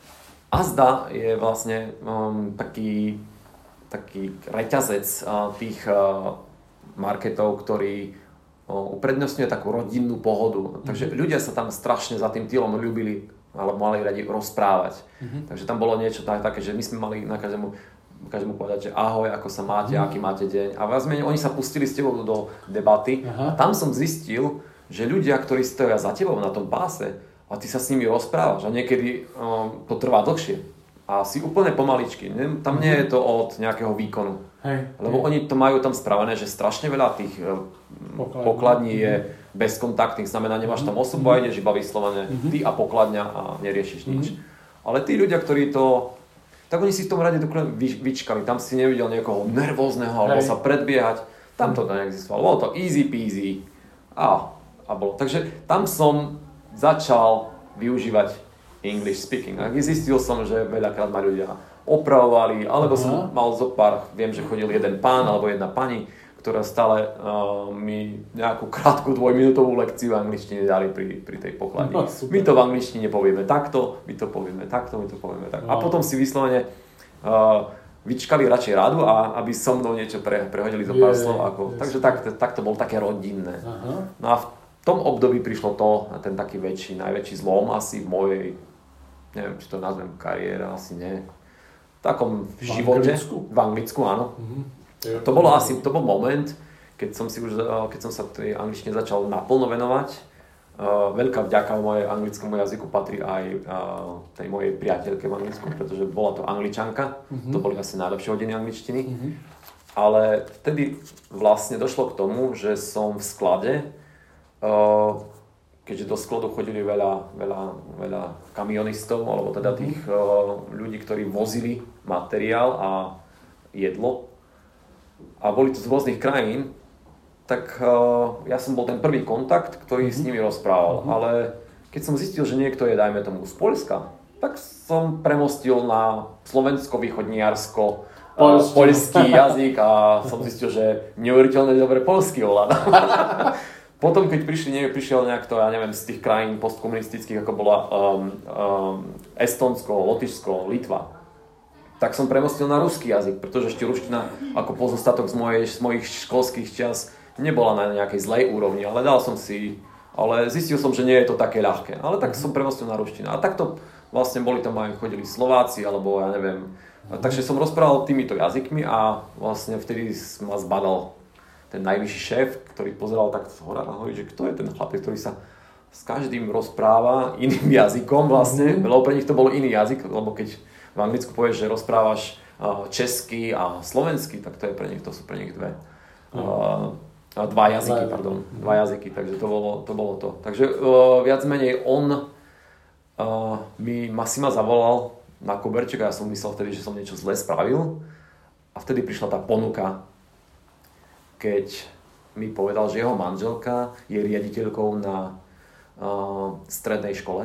Azda je vlastne um, taký, taký reťazec uh, tých uh, marketov, ktorý uh, uprednostňuje takú rodinnú pohodu. Mm-hmm. Takže ľudia sa tam strašne za tým tillom ľúbili, alebo mali radi rozprávať. Mm-hmm. Takže tam bolo niečo tak, také, že my sme mali na každému každému povedať, že ahoj, ako sa máte, mm. aký máte deň. A viac menej oni sa pustili s tebou do debaty. Aha. A tam som zistil, že ľudia, ktorí stoja za tebou na tom páse a ty sa s nimi rozprávaš a niekedy um, to trvá dlhšie. A si úplne pomaličky. Tam nie je to od nejakého výkonu. Hej, lebo hej. Oni to majú tam spravené, že strašne veľa tých pokladní, pokladní je mm. bezkontaktných. Znamená, nemáš tam osobu mm. a ideš iba vyslovene mm. ty a pokladňa a neriešiš mm. nič. Ale tí ľudia, ktorí to tak oni si v tom rade dokonale vyčkali. Tam si nevidel niekoho nervózneho alebo Hej. sa predbiehať. Tam to neexistovalo. Bolo to easy peasy. A, a bolo. Takže tam som začal využívať English speaking. A zistil som, že veľakrát ma ľudia opravovali, alebo Aha. som mal zo pár, viem, že chodil jeden pán alebo jedna pani, ktorá stále uh, mi nejakú krátku dvojminútovú lekciu angličtiny dali pri, pri tej pokladni. No, my to v angličtine povieme takto, my to povieme takto, my to povieme takto. No. A potom si vyslovene uh, vyčkali radšej radu, a aby so mnou niečo pre, prehodili zo pár slov. Ako, takže tak, tak to bolo také rodinné. Aha. No a v tom období prišlo to, ten taký väčší, najväčší zlom asi v mojej, neviem, či to nazvem kariéra, asi nie. V takom v živote. Anglicku? V Anglicku, áno. Mhm. To bolo asi, to bol moment, keď som si už, keď som sa tej angličtine začal naplno venovať. Uh, veľká vďaka mojej anglickému jazyku patrí aj uh, tej mojej priateľke v Anglicku, pretože bola to Angličanka, mm-hmm. to boli asi najlepšie hodiny angličtiny. Mm-hmm. Ale vtedy vlastne došlo k tomu, že som v sklade, uh, keďže do skladu chodili veľa, veľa, veľa kamionistov, alebo teda tých uh, ľudí, ktorí vozili materiál a jedlo, a boli to z rôznych krajín, tak uh, ja som bol ten prvý kontakt, ktorý mm-hmm. s nimi rozprával. Mm-hmm. Ale keď som zistil, že niekto je, dajme tomu, z Poľska, tak som premostil na slovensko-východniarsko uh, poľský jazyk a som zistil, že neuveriteľne dobre poľský ovládam. Potom, keď prišli, neviem, prišiel nejak to, ja neviem, z tých krajín postkomunistických, ako bola um, um, Estonsko, Lotyšsko, Litva, tak som premostil na ruský jazyk, pretože ešte ruština ako pozostatok z, mojej, z mojich školských čias nebola na nejakej zlej úrovni, ale dal som si, ale zistil som, že nie je to také ľahké, ale tak som premostil na ruštinu. A takto vlastne boli tam aj chodili Slováci, alebo ja neviem. A takže som rozprával týmito jazykmi a vlastne vtedy ma zbadal ten najvyšší šéf, ktorý pozeral tak z hora a hovorí, že kto je ten chlapec, ktorý sa s každým rozpráva iným jazykom vlastne, lebo pre nich to bol iný jazyk, lebo keď v Anglicku povieš, že rozprávaš uh, česky a slovensky, tak to je pre nich, to sú pre nich dve. Uh, dva jazyky, pardon. Dva jazyky, takže to bolo to. Bolo to. Takže uh, viac menej on uh, mi, ma si ma zavolal na koberček a ja som myslel vtedy, že som niečo zle spravil. A vtedy prišla tá ponuka, keď mi povedal, že jeho manželka je riaditeľkou na uh, strednej škole.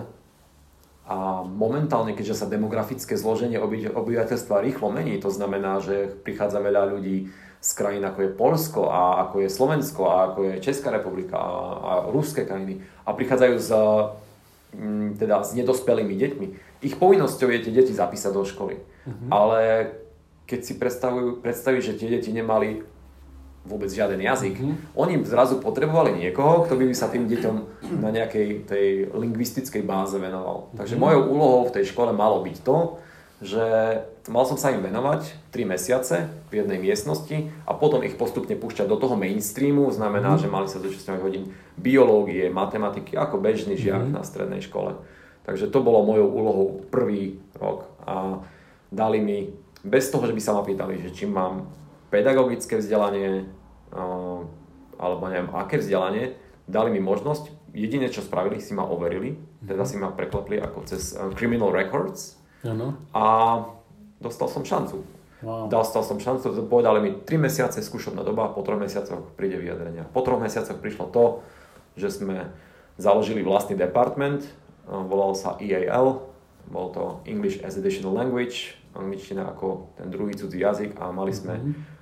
A momentálne, keďže sa demografické zloženie obyvateľstva rýchlo mení, to znamená, že prichádza veľa ľudí z krajín ako je Poľsko a ako je Slovensko a ako je Česká republika a, a ruské krajiny a prichádzajú s, teda, s nedospelými deťmi. Ich povinnosťou je tie deti zapísať do školy. Mm-hmm. Ale keď si predstavujú, predstaví, že tie deti nemali vôbec žiaden jazyk. Mm-hmm. Oni zrazu potrebovali niekoho, kto by sa tým deťom na nejakej tej lingvistickej báze venoval. Mm-hmm. Takže mojou úlohou v tej škole malo byť to, že mal som sa im venovať tri mesiace v jednej miestnosti a potom ich postupne púšťať do toho mainstreamu, znamená, mm-hmm. že mali sa zúčastňovať hodín biológie, matematiky ako bežný žiak mm-hmm. na strednej škole. Takže to bolo mojou úlohou prvý rok a dali mi, bez toho, že by sa ma pýtali, že či mám pedagogické vzdelanie, uh, alebo neviem, aké vzdelanie, dali mi možnosť, jediné čo spravili, si ma overili, teda si ma preklepli ako cez uh, criminal records ano. A dostal som šancu. Wow. Dostal som šancu, povedali mi tri mesiace skúšobná doba, po troch mesiacoch príde vyjadrenia. Po troch mesiacoch prišlo to, že sme založili vlastný department, uh, volal sa E A L, bol to English as Additional Language, angličtina ako ten druhý cudzí jazyk a mali sme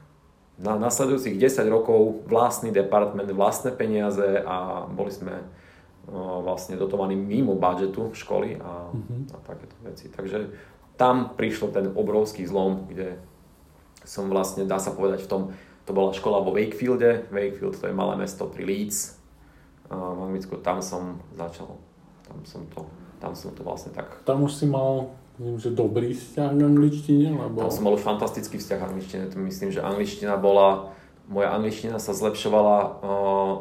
na nasledujúcich desať rokov vlastný department, vlastné peniaze a boli sme uh, vlastne dotovaní mimo budžetu školy a, uh-huh. a takéto veci. Takže tam prišlo ten obrovský zlom, kde som vlastne, dá sa povedať, v tom, to bola škola vo Wakefielde. Wakefield to je malé mesto pri Leeds uh, v Anglicku, tam som začal, tam som to, tam som to vlastne tak... Tam už si mal... Myslím, že dobrý vzťah k angličtine, lebo... Tam som mal už fantastický vzťah k angličtine. Myslím, že angličtina bola... Moja angličtina sa zlepšovala uh,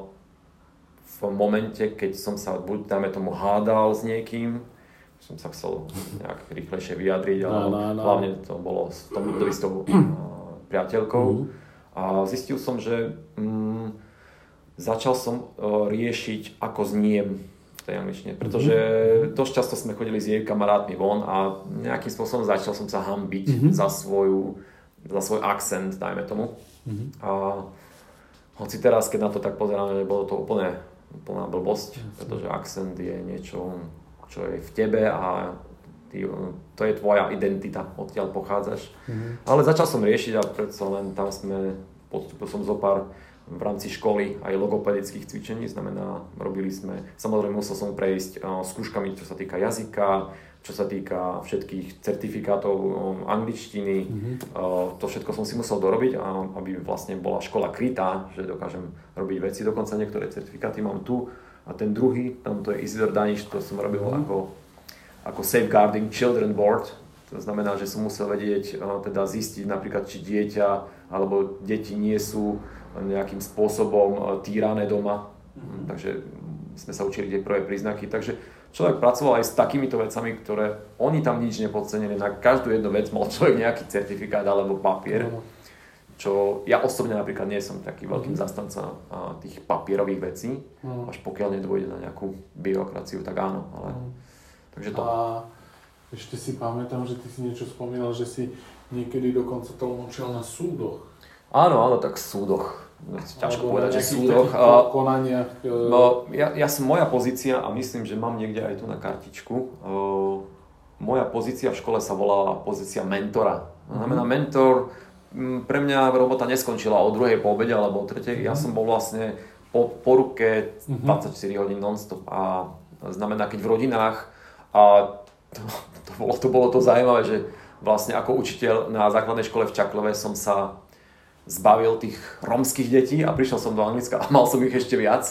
v momente, keď som sa buď, dáme tomu, hádal s niekým, som sa chcel nejak rýchlejšie vyjadriť, ale no, no, no. hlavne to bolo v tom období s tou uh, priateľkou. Mm. A zistil som, že um, začal som uh, riešiť, ako zniem tej angličtine, pretože mm-hmm. dosť často sme chodili s jej kamarátmi von a nejakým spôsobom začal som sa hanbiť mm-hmm. za svoju, za svoj akcent, dajme tomu. Mm-hmm. A hoci teraz, keď na to tak pozerám, že bolo to úplne, úplná blbosť, mm-hmm. pretože akcent je niečo, čo je v tebe a ty, to je tvoja identita, odtiaľ pochádzaš. Mm-hmm. Ale začal som riešiť a predsa len tam sme, podstúpil som zo pár v rámci školy aj logopedických cvičení, znamená, robili sme, samozrejme musel som prejsť uh, skúškami, čo sa týka jazyka, čo sa týka všetkých certifikátov um, angličtiny, mm-hmm. uh, to všetko som si musel dorobiť, a, aby vlastne bola škola krytá, že dokážem robiť veci, dokonca niektoré certifikáty mám tu a ten druhý, tam to je Isidor Daniš, to som robil mm-hmm. ako, ako Safeguarding Children Board, to znamená, že som musel vedieť, uh, teda zistiť napríklad, či dieťa alebo deti nie sú nejakým spôsobom týrané doma. Mm-hmm. Takže sme sa učili tie prvé príznaky. Takže človek pracoval aj s takýmito vecami, ktoré oni tam nič nepodcenili. Na každú jednu vec mal človek nejaký certifikát alebo papier. Mm-hmm. Čo ja osobne napríklad nie som taký veľkým mm-hmm. zastanca tých papierových vecí. Mm-hmm. Až pokiaľ nedôjde na nejakú byrokraciu, tak áno. Ale... Mm-hmm. Takže to... A ešte si pamätám, že ty si niečo spomínal, že si niekedy dokonca tlmočil na súdoch. Áno, áno, tak v súdoch. Ťažko alebo povedať, že v súdoch. A, konaniach. No, ja, ja som, moja pozícia, a myslím, že mám niekde aj tu na kartičku, uh, moja pozícia v škole sa volala pozícia mentora. To znamená, mentor, m, pre mňa robota neskončila o druhej po obede alebo o tretej. Mm-hmm. Ja som bol vlastne po, po ruke dvadsaťštyri mm-hmm. hodín non-stop. A znamená, keď v rodinách, a to, to, bolo, to bolo to zaujímavé, že vlastne ako učiteľ na základnej škole v Čaklove som sa zbavil tých rómskych detí a prišiel som do Anglicka a mal som ich ešte viac.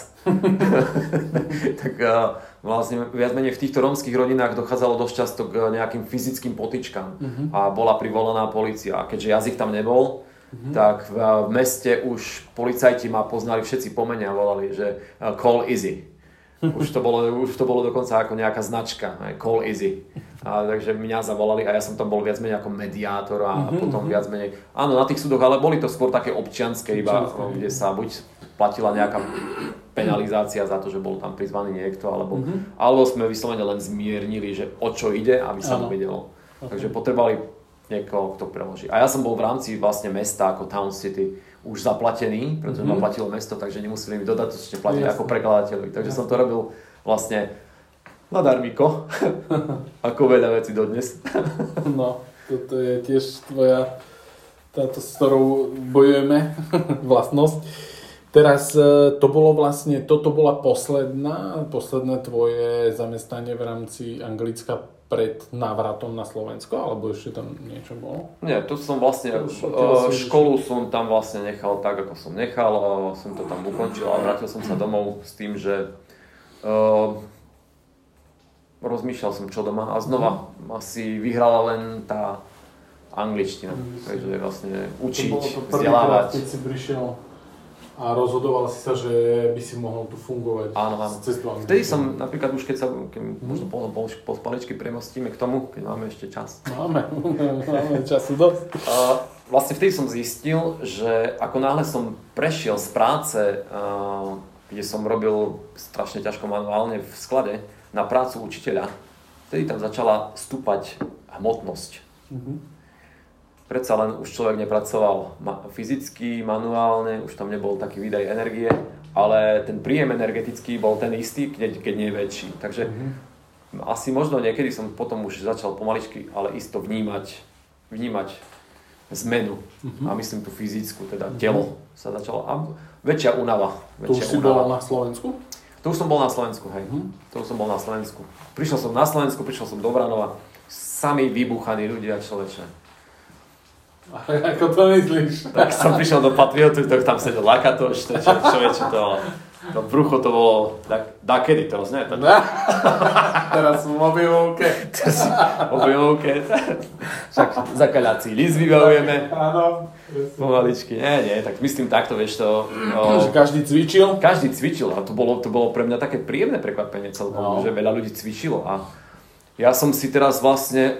Tak uh, vlastne viac menej v týchto rómskych rodinách dochádzalo dosť často k nejakým fyzickým potyčkám uh-huh. a bola privolaná polícia. A keďže jazyk tam nebol, uh-huh. tak v, v meste už policajti ma poznali všetci po mene a volali, že uh, call easy. Už to bolo, už to bolo dokonca ako nejaká značka, aj, call easy. A takže mňa zavolali a ja som tam bol viac menej ako mediátor a mm-hmm. potom viac menej, áno, na tých súdoch, ale boli to skôr také občianske iba, občianske, kde sa buď platila nejaká penalizácia za to, že bol tam prizvaný niekto, alebo, mm-hmm. alebo sme vyslovene len zmiernili, že o čo ide, aby sa to vedelo. Okay. Takže potrebovali niekoho, kto preloží. A ja som bol v rámci vlastne mesta ako Town City už zaplatený, pretože mm-hmm. ma platilo mesto, takže nemuseli mi dodatočne platiť Jasne. Ako prekladateľovi. Takže Jasne. Som to robil vlastne nadarmiko, ako veľa vecí dodnes. No, toto je tiež tvoja, táto, s ktorou bojujeme, vlastnosť. Teraz to bolo vlastne, toto bola posledná, posledné tvoje zamestnanie v rámci Anglicka pred návratom na Slovensko, alebo ešte tam niečo bolo? Nie, to som vlastne, uh, školu som tam vlastne nechal tak, ako som nechal, uh, som to tam ukončil a vrátil som sa domov s tým, že uh, rozmýšľal som čo doma a znova asi vyhrala len tá angličtina, takže vlastne učiť, to bolo to vzdelávať. Keď si prišiel a rozhodoval si sa, že by si mohol tu fungovať. Áno, áno. Vtedy som napríklad už keď sa, keď hmm. možno po, po, po spaličky premostíme k tomu, keď máme ešte čas. Máme, máme času dosť. Uh, vlastne vtedy som zistil, že ako náhle som prešiel z práce, uh, kde som robil strašne ťažko manuálne v sklade, na prácu učiteľa, vtedy tam začala stúpať hmotnosť. Mm-hmm. Predsa len už človek nepracoval fyzicky, manuálne, už tam nebol taký výdaj energie, ale ten príjem energetický bol ten istý, keď, keď nie väčší. Takže mm-hmm. asi možno niekedy som potom už začal pomaličky, ale isto vnímať vnímať zmenu. Uh-huh. A myslím tú fyzickú, teda telo sa začalo. A väčšia únava. Tu už si bol na Slovensku? Tu už som bol na Slovensku, hej. Uh-huh. Tu už som bol na Slovensku. Prišiel som na Slovensku, prišiel som do Vranova. Sami vybuchaní ľudia, človeče. Ako to myslíš? Tak som prišiel do Patriotu, tak tam sedel Lakatoš, človeče, to, to brucho to bolo, dakedy teraz, ne? Teraz som v objevovke. V objevovke. Však zakaľací list vybavujeme. Áno. Pomaličky, nie, nie, tak myslím takto, vieš to. O, že každý cvičil? Každý cvičil a to bolo, to bolo pre mňa také príjemné prekvapenie celkom, no. Že veľa ľudí cvičilo a ja som si teraz vlastne,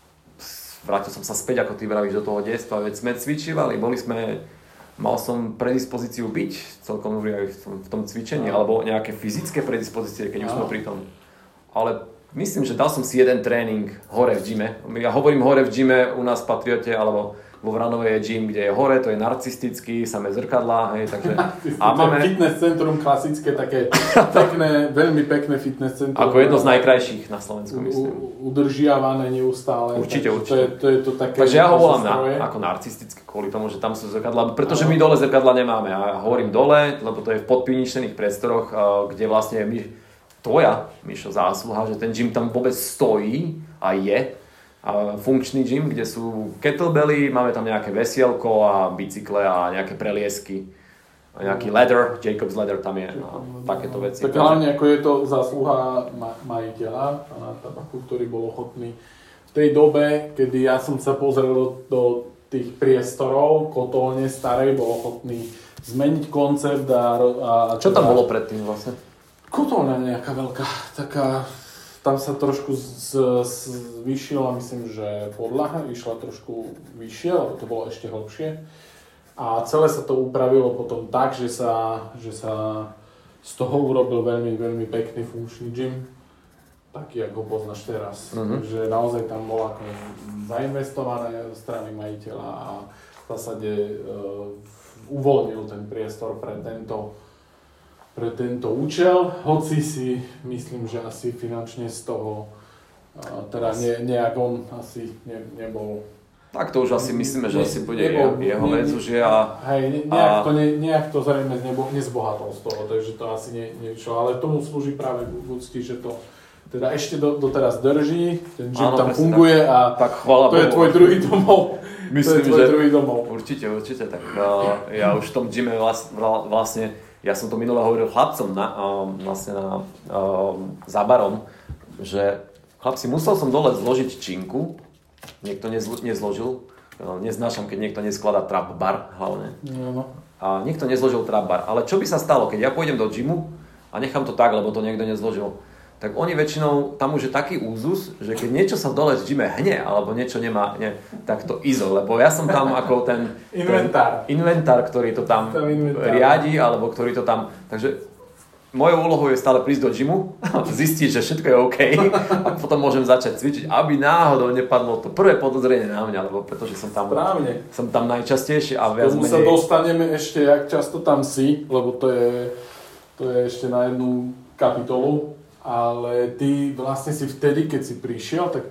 vrátil som sa späť, ako ty vravíš, do toho detstva, veď sme cvičívali, boli sme, mal som predispozíciu byť celkom dobrý aj v tom, v tom cvičení, no. Alebo nejaké fyzické predispozície, keď no. Už sme pri tom. Ale myslím, že dal som si jeden tréning hore v gyme. Ja hovorím hore v gyme u nás v Patriote, alebo vo Vranove je gym, kde je hore, to je narcistický, samé zrkadlá, hej, takže... A máme fitness centrum klasické, také pekné, veľmi pekné fitness centrum. Ako jedno z najkrajších na Slovensku, myslím. Udržiavané neustále. Určite, určite. To je, to je to také... Takže ja ho volám na, ako narcistické kvôli tomu, že tam sú zrkadlá, pretože my dole zrkadlá nemáme. A ja hovorím dole, lebo to je v podpivničných priestoroch, kde vlastne my, tvoja, Mišo, zásluha, že ten gym tam vôbec stojí a je. A funkčný gym, kde sú kettlebelly, máme tam nejaké vesielko a bicykle a nejaké preliesky. A nejaký ladder, Jacob's ladder tam je a takéto veci. Tak hlavne ako je to zásluha ma- majiteľa, pána Tabaku, ktorý bol ochotný v tej dobe, kedy ja som sa pozrel do, do tých priestorov, kotolne starej, bol ochotný zmeniť koncept a... a Čo tam bolo predtým vlastne? Kotolňa nejaká veľká, taká... Tam sa trošku zvýšila, myslím, že podlaha išla trošku vyššie, lebo to bolo ešte hlbšie. A celé sa to upravilo potom tak, že sa, že sa z toho urobil veľmi, veľmi pekný funkčný gym. Taký, ako ho poznáš teraz. Uh-huh. Takže naozaj tam bolo ako zainvestované zo strany majiteľa a v zásade uh, uvoľnil ten priestor pre tento pre tento účel, hoci si myslím, že asi finančne z toho teda ne, nejak on asi ne, nebol. Tak to už asi myslíme, že ne, asi bude nebol, jeho ne, vec už je a... Hej, ne, nejak, a... to ne, nejak to zrejme nebo, nezbohatol z toho, takže to asi ne, nevyšlo, ale tomu slúži práve v úcti, že to teda ešte do, doteraz drží, ten gym tam funguje tak, a tak, to je tvoj druhý domov. Myslím, to je tvoj že druhý domov. Určite, určite, tak uh, ja už v tom gyme vlastne ja som to minule hovoril chlapcom na, um, vlastne na, um, za barom, že chlapci, musel som dole zložiť činku, niekto nezlo, nezložil, uh, neznášam, keď niekto neskladá trap bar hlavne. No. A niekto nezložil trap bar, ale čo by sa stalo, keď ja pôjdem do gymu a nechám to tak, lebo to niekto nezložil, tak oni väčšinou, tam už je taký úzus, že keď niečo sa dole v gyme hne, alebo niečo nemá, ne, tak to izo, lebo ja som tam ako ten inventár, ten inventár, ktorý to tam riadi, alebo ktorý to tam, takže mojou úlohou je stále prísť do gymu, zistiť, že všetko je OK a potom môžem začať cvičiť, aby náhodou nepadlo to prvé podozrenie na mňa, lebo pretože som tam, Správne. som tam najčastejšie a viac menej... sa dostaneme ešte, jak často tam si, lebo to je, to je ešte na jednu kapitolu. Ale ty vlastne si vtedy, keď si prišiel, tak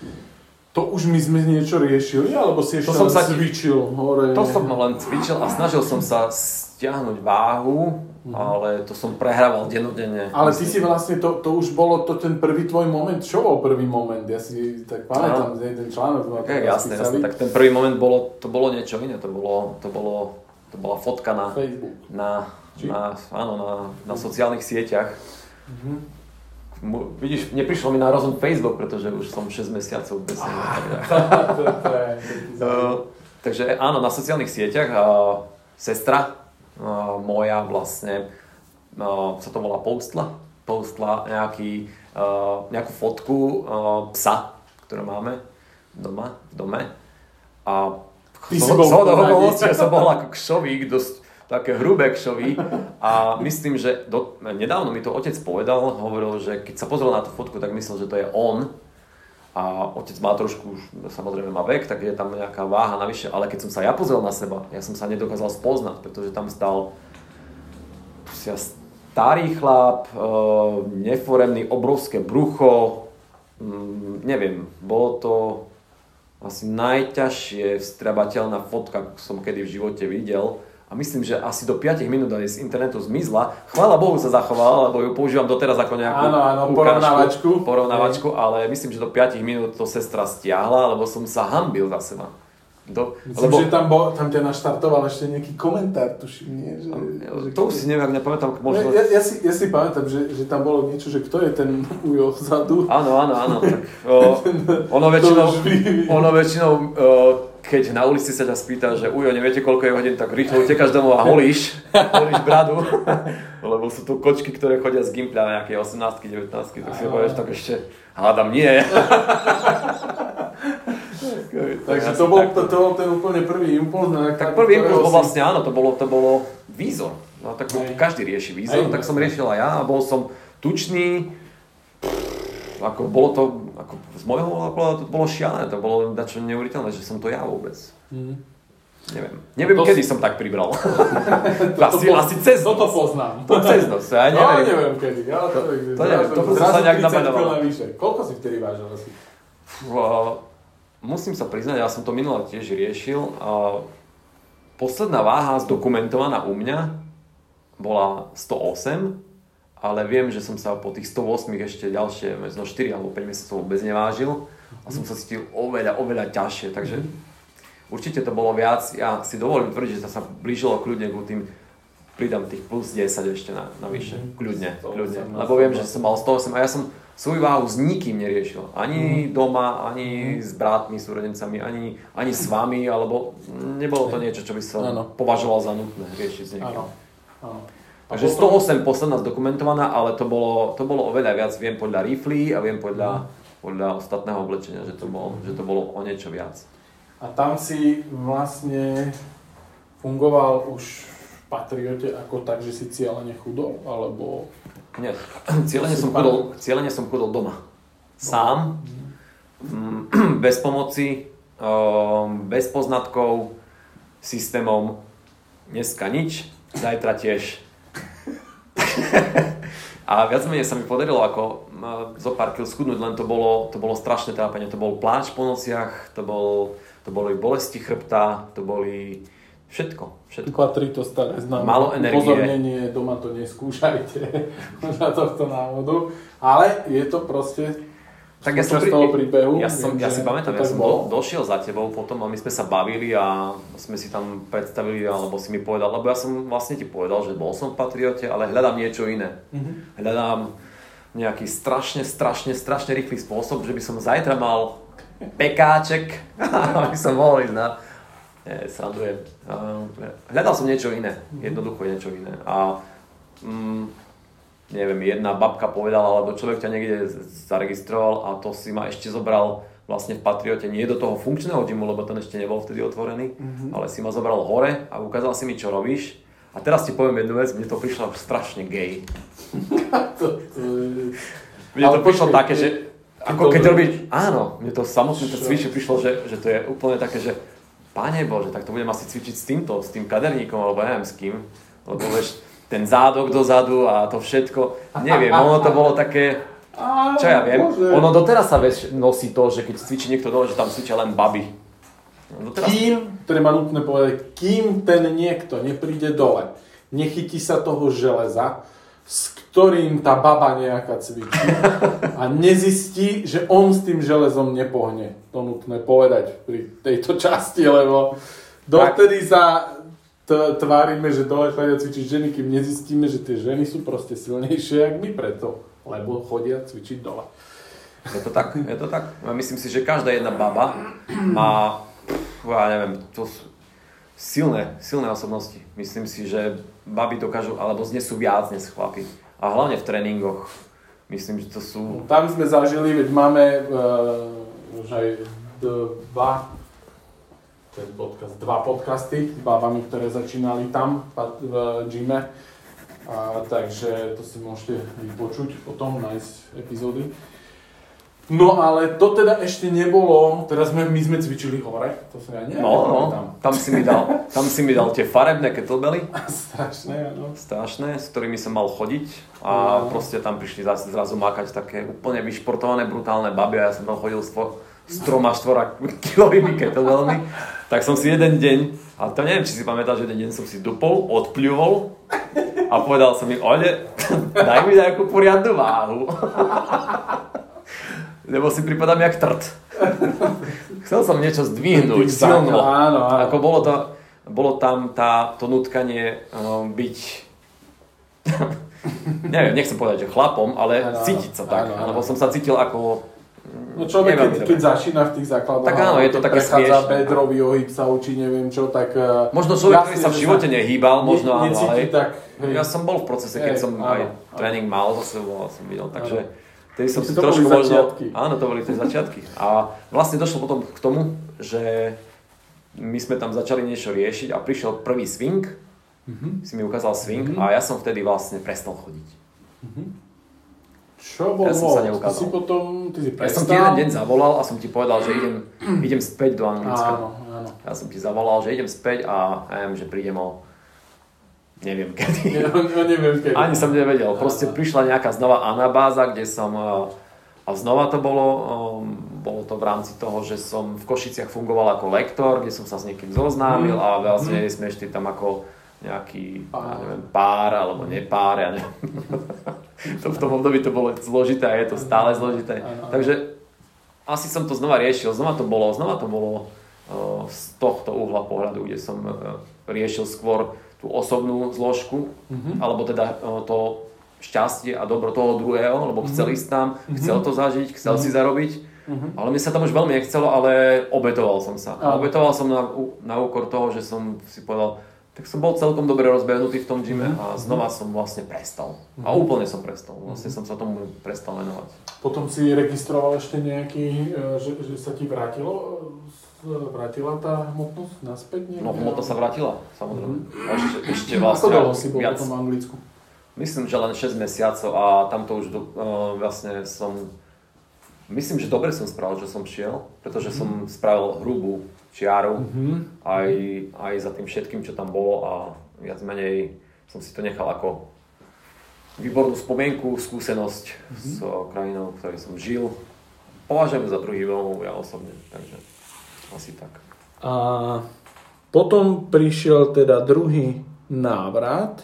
to už my sme niečo riešili, alebo si ešte len cvičil hore? To som len cvičil a snažil som sa stiahnuť váhu, mm. ale to som prehrával dennodenne. Ale ty si vlastne, to, to už bolo to ten prvý tvoj moment, čo bol prvý moment? Ja si tak pamätám, že ten článok. Okay, jasne, jasne, tak ten prvý moment bolo, to bolo niečo iné, to bolo, to bolo, to bola fotka na, na, na, áno, na, na sociálnych sieťach. Mm-hmm. Vidíš, neprišlo mi na rozum Facebook, pretože už som šesť mesiacov bez neho. Takže áno, na sociálnych sieťach a sestra a moja vlastne a, sa to volá postla, postla nejaký, a, nejakú fotku a, psa, ktorú máme doma, v dome. A ja som bol ako kšovík, dosť také hrubé kšoví a myslím, že do, nedávno mi to otec povedal, hovoril, že keď sa pozrel na tú fotku, tak myslel, že to je on a otec má trošku, samozrejme má vek, tak je tam nejaká váha navyše, ale keď som sa ja pozrel na seba, ja som sa nedokázal spoznať, pretože tam stal starý chlap, neforemný, obrovské brucho, neviem, bolo to asi najťažšie vstrebateľná fotka, som kedy v živote videl. A myslím, že asi do päť minút z internetu zmizla. Chvála Bohu sa zachovala, lebo ju používam doteraz ako nejakú áno, áno, porovnávačku. porovnávačku, ale myslím, že do päť minút to sestra stiahla, lebo som sa hanbil za seba. Do, myslím, lebo, že tam, bol, tam ťa naštartoval ešte nejaký komentár, tuším, nie? Že, že to už si neviem, nepamätám. Možno... Ja, ja, si, ja si pamätám, že, že tam bolo niečo, že kto je ten Ujo vzadu. Áno, áno, áno. Tak, o, ono väčšinou, ono väčšinou o, keď na ulici sa ťa spýta, že Ujo, neviete koľko je hodín, tak rýchlo utekáš domov a holíš, holíš bradu. Lebo sú tu kočky, ktoré chodia z Gimpľa nejaké osemnástky, devätnástky, tak si povieš, tak ešte hádam nie. Takže to bol, to, to bol ten úplne prvý impuls. Tak prvý impuls bol vlastne, áno, to bolo, to bolo výzor. No, tak aj. Každý rieši výzor, aj, tak som riešil aj ja a bol som tučný. Ako bolo to, ako z môjho to bolo šialené, to bolo dačo neuveriteľné, že som to ja vôbec. Mm. Neviem, neviem to kedy si... som tak pribral. asi, poz... asi cez noc. Toto poznám. To cez noc, ja neviem. No, neviem kedy, ale to, to, to neviem, to som sa nejak nabadoval. Koľko si vtedy vážil asi? Musím sa priznať, ja som to minule tiež riešil. Posledná váha zdokumentovaná u mňa bola sto osem, ale viem, že som sa po tých sto osem ešte ďalšie možno štyri alebo päť mesiacov vôbec nevážil a som sa cítil oveľa, oveľa ťažšie, takže určite to bolo viac. Ja si dovolím tvrdiť, že sa blížilo kľudne k tým, pridám tých plus desať ešte na, navyše, kľudne, kľudne, lebo viem, že som mal sto osem a ja som svoju váhu s nikým neriešil. Ani doma, ani s bratmi, súrodencami, ani, ani s vami, alebo nebolo to niečo, čo by som ano. považoval za nutné riešiť s niekým. Ano. Ano. Takže sto osem posledná zdokumentovaná, ale to bolo, to bolo oveľa viac. Viem podľa riflí a viem podľa, podľa ostatného oblečenia, že to, bolo, že to bolo o niečo viac. A tam si vlastne fungoval už v Patriote ako tak, že si cieľene chudol, alebo... Nie, cieľene som, chudol, cieľene som chudol doma. Sám, mm. bez pomoci, bez poznatkov, systémom, dneska nič, zajtra tiež. A viac menej sa mi podarilo ako zo pár kil schudnúť, len to bolo, to bolo strašné trápenie. To bol pláč po nociach, to, bol, to boli bolesti chrbta, to boli... Všetko, všetko. Patrí to staré známe. Malo energie. Upozornenie, doma to neskúšajte za tohto návodu. Ale je to proste tak ja som pri... toho príbehu. Ja, som, ja si pamätám, ja som do, došiel za tebou potom a my sme sa bavili a sme si tam predstavili, alebo si mi povedal, lebo ja som vlastne ti povedal, že bol som v Patriote, ale hľadám niečo iné. Mm-hmm. Hľadám nejaký strašne, strašne, strašne rýchly spôsob, že by som zajtra mal pekáček, aby som mohol ísť na... Nie, srandujem. Uh, hľadal som niečo iné, jednoducho niečo iné. A mm, neviem, jedna babka povedala, alebo človek ťa niekde zaregistroval a to si ma ešte zobral vlastne v Patriote, nie do toho funkčného gymu, lebo ten ešte nebol vtedy otvorený, mm-hmm. ale si ma zobral hore a ukázal si mi, čo robíš. A teraz ti poviem jednu vec, mne to prišlo strašne gay. to, to... Mne to prišlo také, že ako keď robíš, áno, mne to samotné to cvičie prišlo, že, že to je úplne také, že Pane Bože, tak to budem asi cvičiť s týmto, s tým kaderníkom, alebo neviem s kým. Lebo vieš, ten zádok dozadu a to všetko, neviem, ono to bolo také, čo ja viem, ono doteraz sa vieš, nosí to, že keď cvičí niekto dole, že tam cvičia len baby. Doteraz... Kým, treba nutné povedať, kým ten niekto nepríde dole, nechytí sa toho železa, s ktorým tá baba nejaká cvičí a nezistí, že on s tým železom nepohne. To nutné povedať pri tejto časti, lebo dovtedy sa t- tvárime, že dole chodia cvičiť ženy, kým nezistíme, že tie ženy sú proste silnejšie, jak my preto, lebo chodia cvičiť dole. Je to tak, je to tak. Ja myslím si, že každá jedna baba má, ja neviem, to sú silné, silné osobnosti. Myslím si, že baby dokážu, alebo znesú viac dnes chlapi. A hlavne v tréningoch. Myslím, že to sú... Tam sme zažili, veď máme uh, už aj dva, ten podcast, dva podcasty s babami, ktoré začínali tam v gyme. A, takže to si môžete vypočuť potom, nájsť epizódy. No ale to teda ešte nebolo, teraz sme, my sme cvičili hore, to sa ja neviem. No, no, tam. tam si mi dal, tam si mi dal tie farebné kettlebelly. Strašné, áno. Strašné, s ktorými som mal chodiť a no. Proste tam prišli zase zrazu makať také úplne vyšportované, brutálne baby a ja som tam chodil s, s troma štvora kilovými kettlebellmi, tak som si jeden deň, a to neviem, či si pamätáš, že jeden deň som si dupol, odpľuvol a povedal som mi, Oľe, daj mi nejakú poriadnu váhu. Lebo si pripadám jak trt. Chcel som niečo zdvihnúť silno. Áno, áno. Ako bolo, to, bolo tam tá, to nutkanie um, byť, neviem, nechcem povedať, že chlapom, ale áno, cítiť sa tak. Áno, áno. Lebo som sa cítil ako... No človek, keď, keď začína v tých základoch, tak áno, je to také prechádza bedrový ohyb, sa učí, neviem čo, tak... Možno človek, ktorý sa v živote nehýbal, možno ne, áno, ale tak, ja som bol v procese, keď hej, som áno, aj áno. tréning mal za sebou, som videl, takže tedy som si to trošku možno... Začiatky. Áno, to boli tie začiatky. A vlastne došlo potom k tomu, že my sme tam začali niečo riešiť a prišiel prvý swing, mm-hmm. si mi ukázal swing mm-hmm. a ja som vtedy vlastne prestal chodiť. Mm-hmm. Čo bol ja som sa Ty si potom, ty si prestal? Ja som ti jeden deň zavolal a som ti povedal, že idem, idem späť do Anglicka. Áno, áno. Ja som ti zavolal, že idem späť a viem, že prídem o... Neviem kedy. Ja, ja neviem kedy. Ani som nevedel. Proste prišla nejaká znova anabáza, kde som... A znova to bolo, bolo to v rámci toho, že som v Košiciach fungoval ako lektor, kde som sa s niekým zoznámil a vlastne mm. sme ešte tam ako nejaký pár, ja neviem, pár alebo nepár, ja neviem. To v tom období to bolo zložité a je to stále zložité. Takže asi som to znova riešil, znova to bolo, znova to bolo uh, z tohto uhla pohľadu, kde som uh, riešil skôr tú osobnú zložku, mm-hmm. alebo teda uh, to šťastie a dobro toho druhého, lebo chcel ísť tam, mm-hmm. chcel to zažiť, chcel mm-hmm. si zarobiť, mm-hmm. ale mne sa tam už veľmi nechcelo, ale obetoval som sa. A obetoval som na, na úkor toho, že som si povedal, tak som bol celkom dobre rozbehnutý v tom gyme a znova som vlastne prestal. A úplne som prestal. Vlastne som sa tomu prestal venovať. Potom si registroval ešte nejaký, že, že sa ti vrátilo, vrátila tá hmotnosť naspäť? Niekde? No hmotnosť sa vrátila, samozrejme. Mm-hmm. Ešte, ešte vlastne... Ako dlho si bol viac, potom v Anglicku? Myslím, že len šesť mesiacov a tamto už uh, vlastne som... Myslím, že dobre som spravil, že som šiel, pretože mm-hmm. som spravil hrubú čiaru, mm-hmm. aj, aj za tým všetkým, čo tam bolo a viac menej som si to nechal ako výbornú spomienku, skúsenosť mm-hmm. s krajinou, v ktorej som žil. Považujem za druhý veľmi ja osobne, takže asi tak. A potom prišiel teda druhý návrat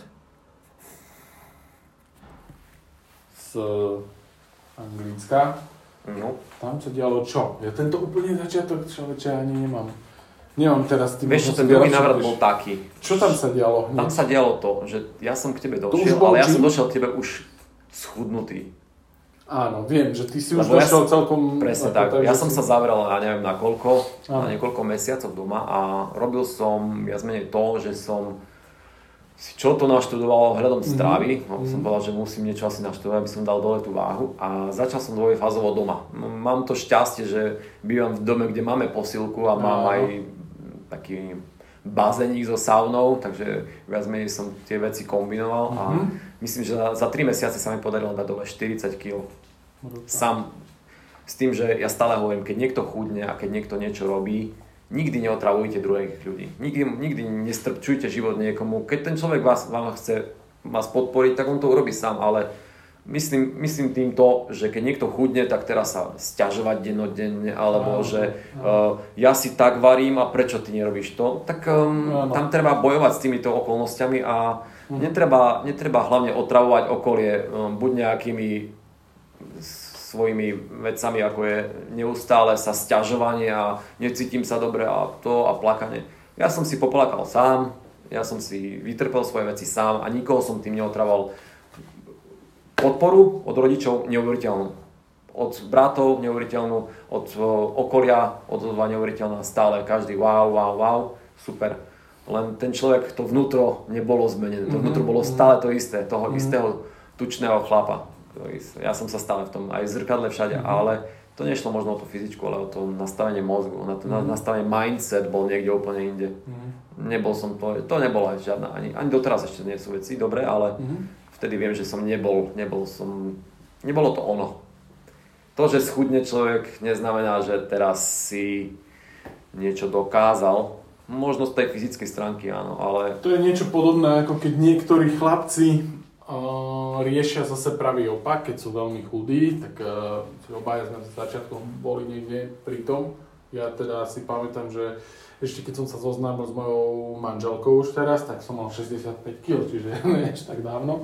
z Anglicka. No. Tam sa dialo čo? Ja tento úplne začiatok človeče ani nemám. Nemám teraz tým... Vieš čo, ten druhý návrat bol taký. Čo tam sa dialo? Tam sa dialo to, že ja som k tebe došiel, ale ja som došiel k tebe už schudnutý. Áno, viem, že ty si už došiel ja celkom... Presne tak. tak ja som si... sa zavrel, ja neviem na koľko, áno. na niekoľko mesiacov doma a robil som viac menej to, že som si čo to naštudoval hľadom stravy, mm-hmm. som povedal, že musím niečo asi naštudovať, aby som dal dole tú váhu a začal som dvojfázovo doma. Mám to šťastie, že bývam v dome, kde máme posilku a mám aj taký bazénik so saunou, takže viac menej som tie veci kombinoval a mm-hmm. myslím, že za, za tri mesiace sa mi podarilo dať dole štyridsať kilogramov. Sám s tým, že ja stále hovorím, keď niekto chudne a keď niekto niečo robí, nikdy neotravujte druhých ľudí. Nikdy, nikdy nestrpčujte život niekomu. Keď ten človek vás, vám chce vás podporiť, tak on to urobí sám, ale myslím, myslím týmto, že keď niekto chudne, tak teraz sa sťažovať dennodenne, alebo no, že no. Uh, ja si tak varím a prečo ty nerobíš to, tak um, no, no. tam treba bojovať s týmito okolnostiami a hm. netreba, netreba hlavne otravovať okolie um, buď nejakými svojimi vecami, ako je neustále sa sťažovanie a necítim sa dobre a to a plakanie. Ja som si poplakal sám, ja som si vytrpel svoje veci sám a nikoho som tým neotravoval. Podporu od rodičov neuveriteľnú, od bratov neuveriteľnú, od okolia odozva neuveriteľná stále, každý wow, wow, wow, super. Len ten človek, to vnútro nebolo zmenené, to vnútro bolo stále to isté, toho mm-hmm. istého tučného chlapa. Ja som sa stále v tom aj v zrkadle všade, mm-hmm. ale to nešlo možno o tú fyzičku, ale o to nastavenie mozgu, na to mm-hmm. nastavenie mindset bol niekde úplne inde. Mm-hmm. Nebol som to, to nebola žiadna, ani, ani doteraz ešte nie sú veci dobré, ale mm-hmm. vtedy viem, že som nebol, nebol som, nebolo to ono. To, že schudne človek, neznamená, že teraz si niečo dokázal. Možno z tej fyzickej stránky, áno, ale... To je niečo podobné, ako keď niektorí chlapci uh, riešia zase pravý opak, keď sú veľmi chudí, tak uh, obaja sme z začiatkom boli niekde pri tom. Ja teda si pamätám, že ešte keď som sa zoznámil s mojou manželkou už teraz, tak som mal šesťdesiatpäť kilogramov, čiže nie až tak dávno.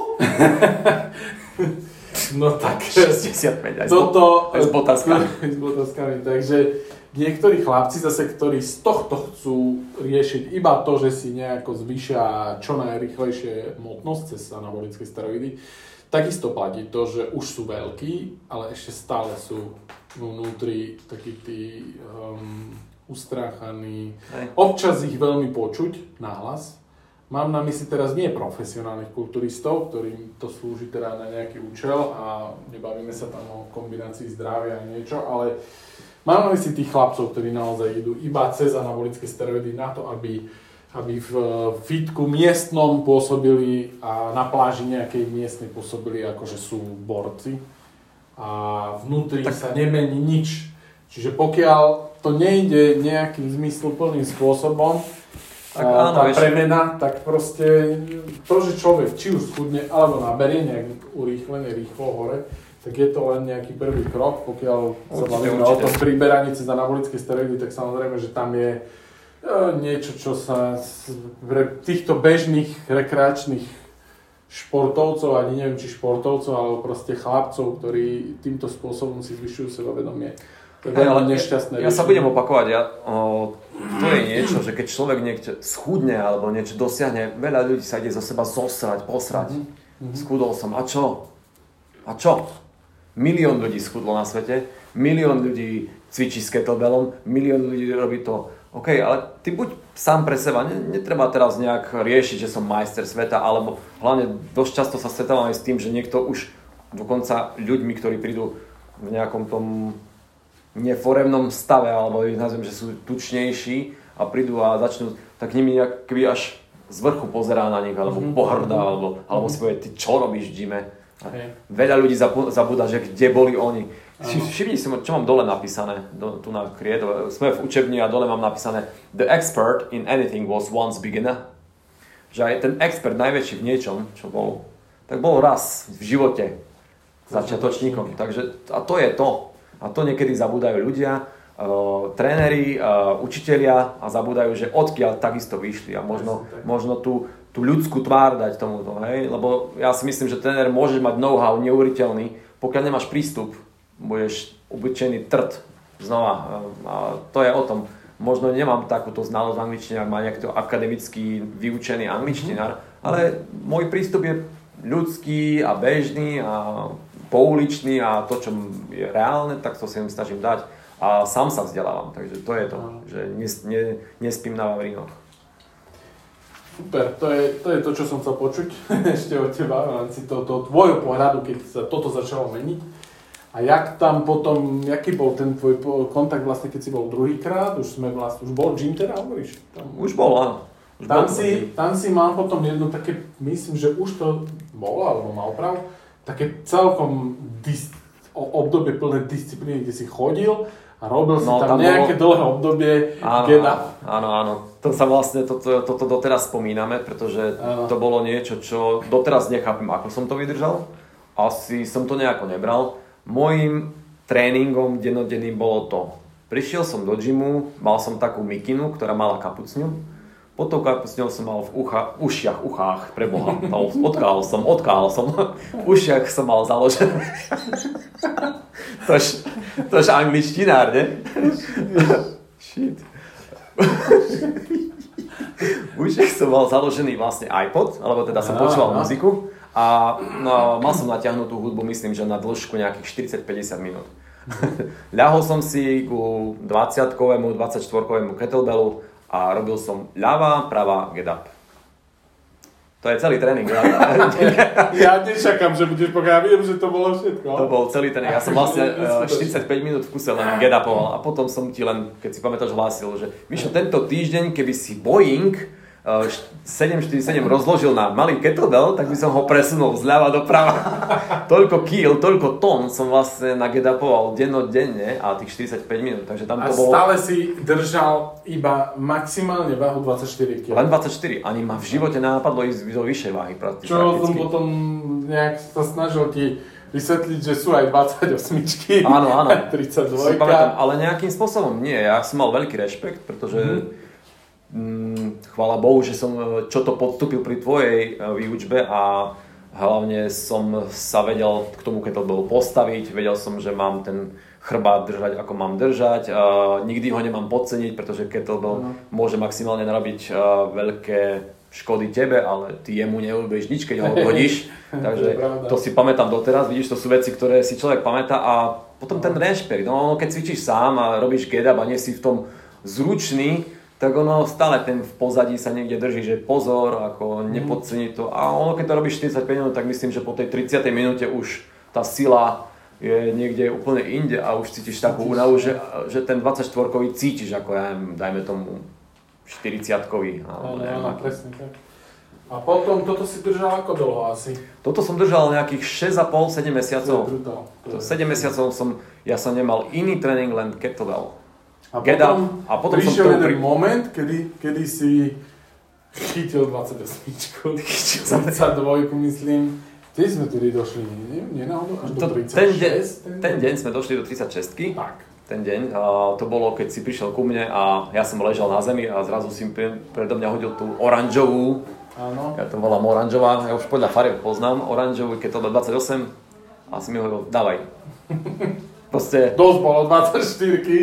No tak... šesťdesiatpäť, aj toto, s botaskami. S botaskami, takže niektorí chlapci zase, ktorí z tohto chcú riešiť iba to, že si nejako zvýšia čo najrýchlejšie motnosť cez anabolické steroidy, takisto platí to, že už sú veľkí, ale ešte stále sú vnútri takí tí um, ustráchaní. Hej. Občas ich veľmi počuť nahlas. Mám na mysli teraz nie profesionálnych kulturistov, ktorým to slúži teda na nejaký účel a nebavíme sa tam o kombinácii zdravia a niečo, ale mám na mysli tých chlapcov, ktorí naozaj idú iba cez anabolické steroidy na to, aby, aby v fitku miestnom pôsobili a na pláži nejakej miestnej pôsobili ako že sú borci a vnútri tak sa nemení nič. Čiže pokiaľ to nejde nejakým zmysluplným spôsobom, tak áno, tá vieš, premena, tak proste to, že človek či už schudne alebo naberie nejak urýchlene, rýchlo hore, tak je to len nejaký prvý krok. Pokiaľ určite, sa bavíme o tom priberaní cez anabolické steroidy, tak samozrejme, že tam je niečo, čo sa pre týchto bežných rekreačných športovcov, ani neviem či športovcov, alebo proste chlapcov, ktorí týmto spôsobom si zvyšujú sebavedomie. To je veľmi nešťastné. Ja, ja sa budem opakovať, ja, o, to je niečo, že keď človek niekde schudne alebo niečo dosiahne, veľa ľudí sa ide zo seba zosrať, posrať. Mm-hmm. Schudol som, a čo? A čo? Milión ľudí schudlo na svete, milión ľudí cvičí s kettlebellom, milión ľudí robí to. OK, ale ty buď sám pre seba, netreba teraz nejak riešiť, že som majster sveta, alebo hlavne dosť často sa stretávam aj s tým, že niekto už dokonca ľuďmi, ktorí prídu v nejakom tom neforemnom stave, alebo ich nazvem, že sú tučnejší a prídu a začnú, tak nimi akby až z vrchu pozerá na nich, alebo mm-hmm. pohrdá, alebo, alebo si povie, ty čo robíš v gyme? Okay. Veľa ľudí zabúda, že kde boli oni. Všimni si, čo mám dole napísané, do, tu na Creator. Sme v učebni a dole mám napísané The expert in anything was once beginner. Že aj ten expert najväčší v niečom, čo bol, tak bol raz v živote začiatočníkom. Takže, a to je to. A to niekedy zabúdajú ľudia, uh, tréneri, uh, učitelia a zabúdajú, že odkiaľ takisto vyšli a možno, možno tú, tú ľudskú tvár dať tomuto, hej? Lebo ja si myslím, že tréner môže mať know-how neuveriteľný, pokiaľ nemáš prístup, budeš obyčejný trt znova. A to je o tom. Možno nemám takúto znalosť angličtiny, ak má nejaký akademický vyučený angličtinár, ale môj prístup je ľudský a bežný a pouličný a to, čo je reálne, tak to si im snažím dať a sám sa vzdelávam, takže to je to, že nes, ne, nespím na vavrínoch. Super, to je, to je to, čo som chcel počuť ešte od teba, v rámci toho tvojho pohľadu, keď sa toto začalo meniť. A jak tam potom, jaký bol ten tvoj kontakt vlastne, keď si bol druhýkrát, už sme vlastne, už bol gym teda, hovoríš? Tam, už bol, áno. Už tam, bol, si, tam si mal potom jedno také, myslím, že už to bolo, alebo mal prav, také celkom dis- obdobie plné disciplíny, kde si chodil a robil si no, tam, tam nejaké bolo... dlhé obdobie get up. Áno, áno. To sa vlastne, toto, toto doteraz spomíname, pretože áno. To bolo niečo, čo doteraz nechápem, ako som to vydržal. Asi som to nejako nebral. Mojím tréningom dennodenným bolo to. Prišiel som do gymu, mal som takú mikinu, ktorá mala kapucňu. Pod tou kapucňou som mal v ucha, ušiach, uchách, preboha, odkáhal som, odkáhal som, v ušiach som mal založené. Tož, tož angličtinár, ne? Shit. V ušiach som mal založený vlastne iPod, alebo teda som počúval muziku a no, mal som natiahnutú hudbu, myslím, že na dĺžku nejakých štyridsať päťdesiat minút. Ľahol som si ku dvadsiatkovému, dvadsaťštvorkovému kettlebellu a robil som ľavá, pravá, get up. To je celý tréning. Ja nečakám, že budeš pokračovať, viem, že to bolo všetko. To bol celý tréning. Ja som vlastne štyridsaťpäť minút v kuse len get upoval a potom som ti len, keď si pamätáš, hlásil, že Mišo, tento týždeň, keby si Boeing sedem štyridsaťsedem rozložil na malý kettlebell, tak by som ho presunul zľava doprava. Toľko kíl, toľko tón som vlastne nagedapoval dennodenne a tých štyridsaťpäť minút. Takže tam to a bolo... stále si držal iba maximálne váhu dvadsaťštyri kilogramov. Len dvadsaťštyri. Ani ma v živote nenapadlo ísť do vyššej váhy prakticky. Čo som potom nejak sa snažil ti vysvetliť, že sú aj dvadsaťosmičky. Áno, áno. tridsaťdva. Pamätám, ale nejakým spôsobom nie. Ja som mal veľký rešpekt, pretože mm. Mm, chvála Bohu, že som čo to podstúpil pri tvojej výučbe a hlavne som sa vedel k tomu kettlebell postaviť. Vedel som, že mám ten chrbát držať, ako mám držať. A nikdy ho nemám podceniť, pretože kettlebell mm. môže maximálne narobiť veľké škody tebe, ale ty jemu neurobíš nič, keď ho odhodíš. Takže to si pamätám doteraz, vidíš, to sú veci, ktoré si človek pamätá a potom ten rešpekt. No, keď cvičíš sám a robíš get-up a nie si v tom zručný, tak ono stále ten v pozadí sa niekde drží, že pozor, ako nepodcení to. A ono, keď to robíš štyridsaťpäť minút, tak myslím, že po tej tridsiatej minúte už tá sila je niekde úplne inde a už cítiš takú únavu, že, že ten dvadsaťštvorkový cítiš, ako ja dajme tomu štyridsiatkový. Áno, áno, presne tak. A potom toto si držal ako dlho asi? Toto som držal nejakých šesť a pol sedem mesiacov. To je brutál. To je... sedem mesiacov som, ja som nemal iný tréning, len kettlebell. A potom, a potom prišiel jeden pri... moment, kedy, kedy si chytil dvadsaťosmičku, tridsaťdva myslím. Kde sme tedy došli? Nie, nie náhodou? Až do tridsaťšesť? Ten deň, ten deň sme došli do tridsaťšesť. Tak. Ten deň. A to bolo, keď si prišiel ku mne a ja som ležal na zemi a zrazu si predo mňa hodil tú oranžovú. Áno. Ja to volám oranžová, ja už podľa farieb poznám. Oranžovú, keď to bolo dvadsaťosem a si mi hovoril, dávaj. Proste... Dosť bolo dvadsaťštyri.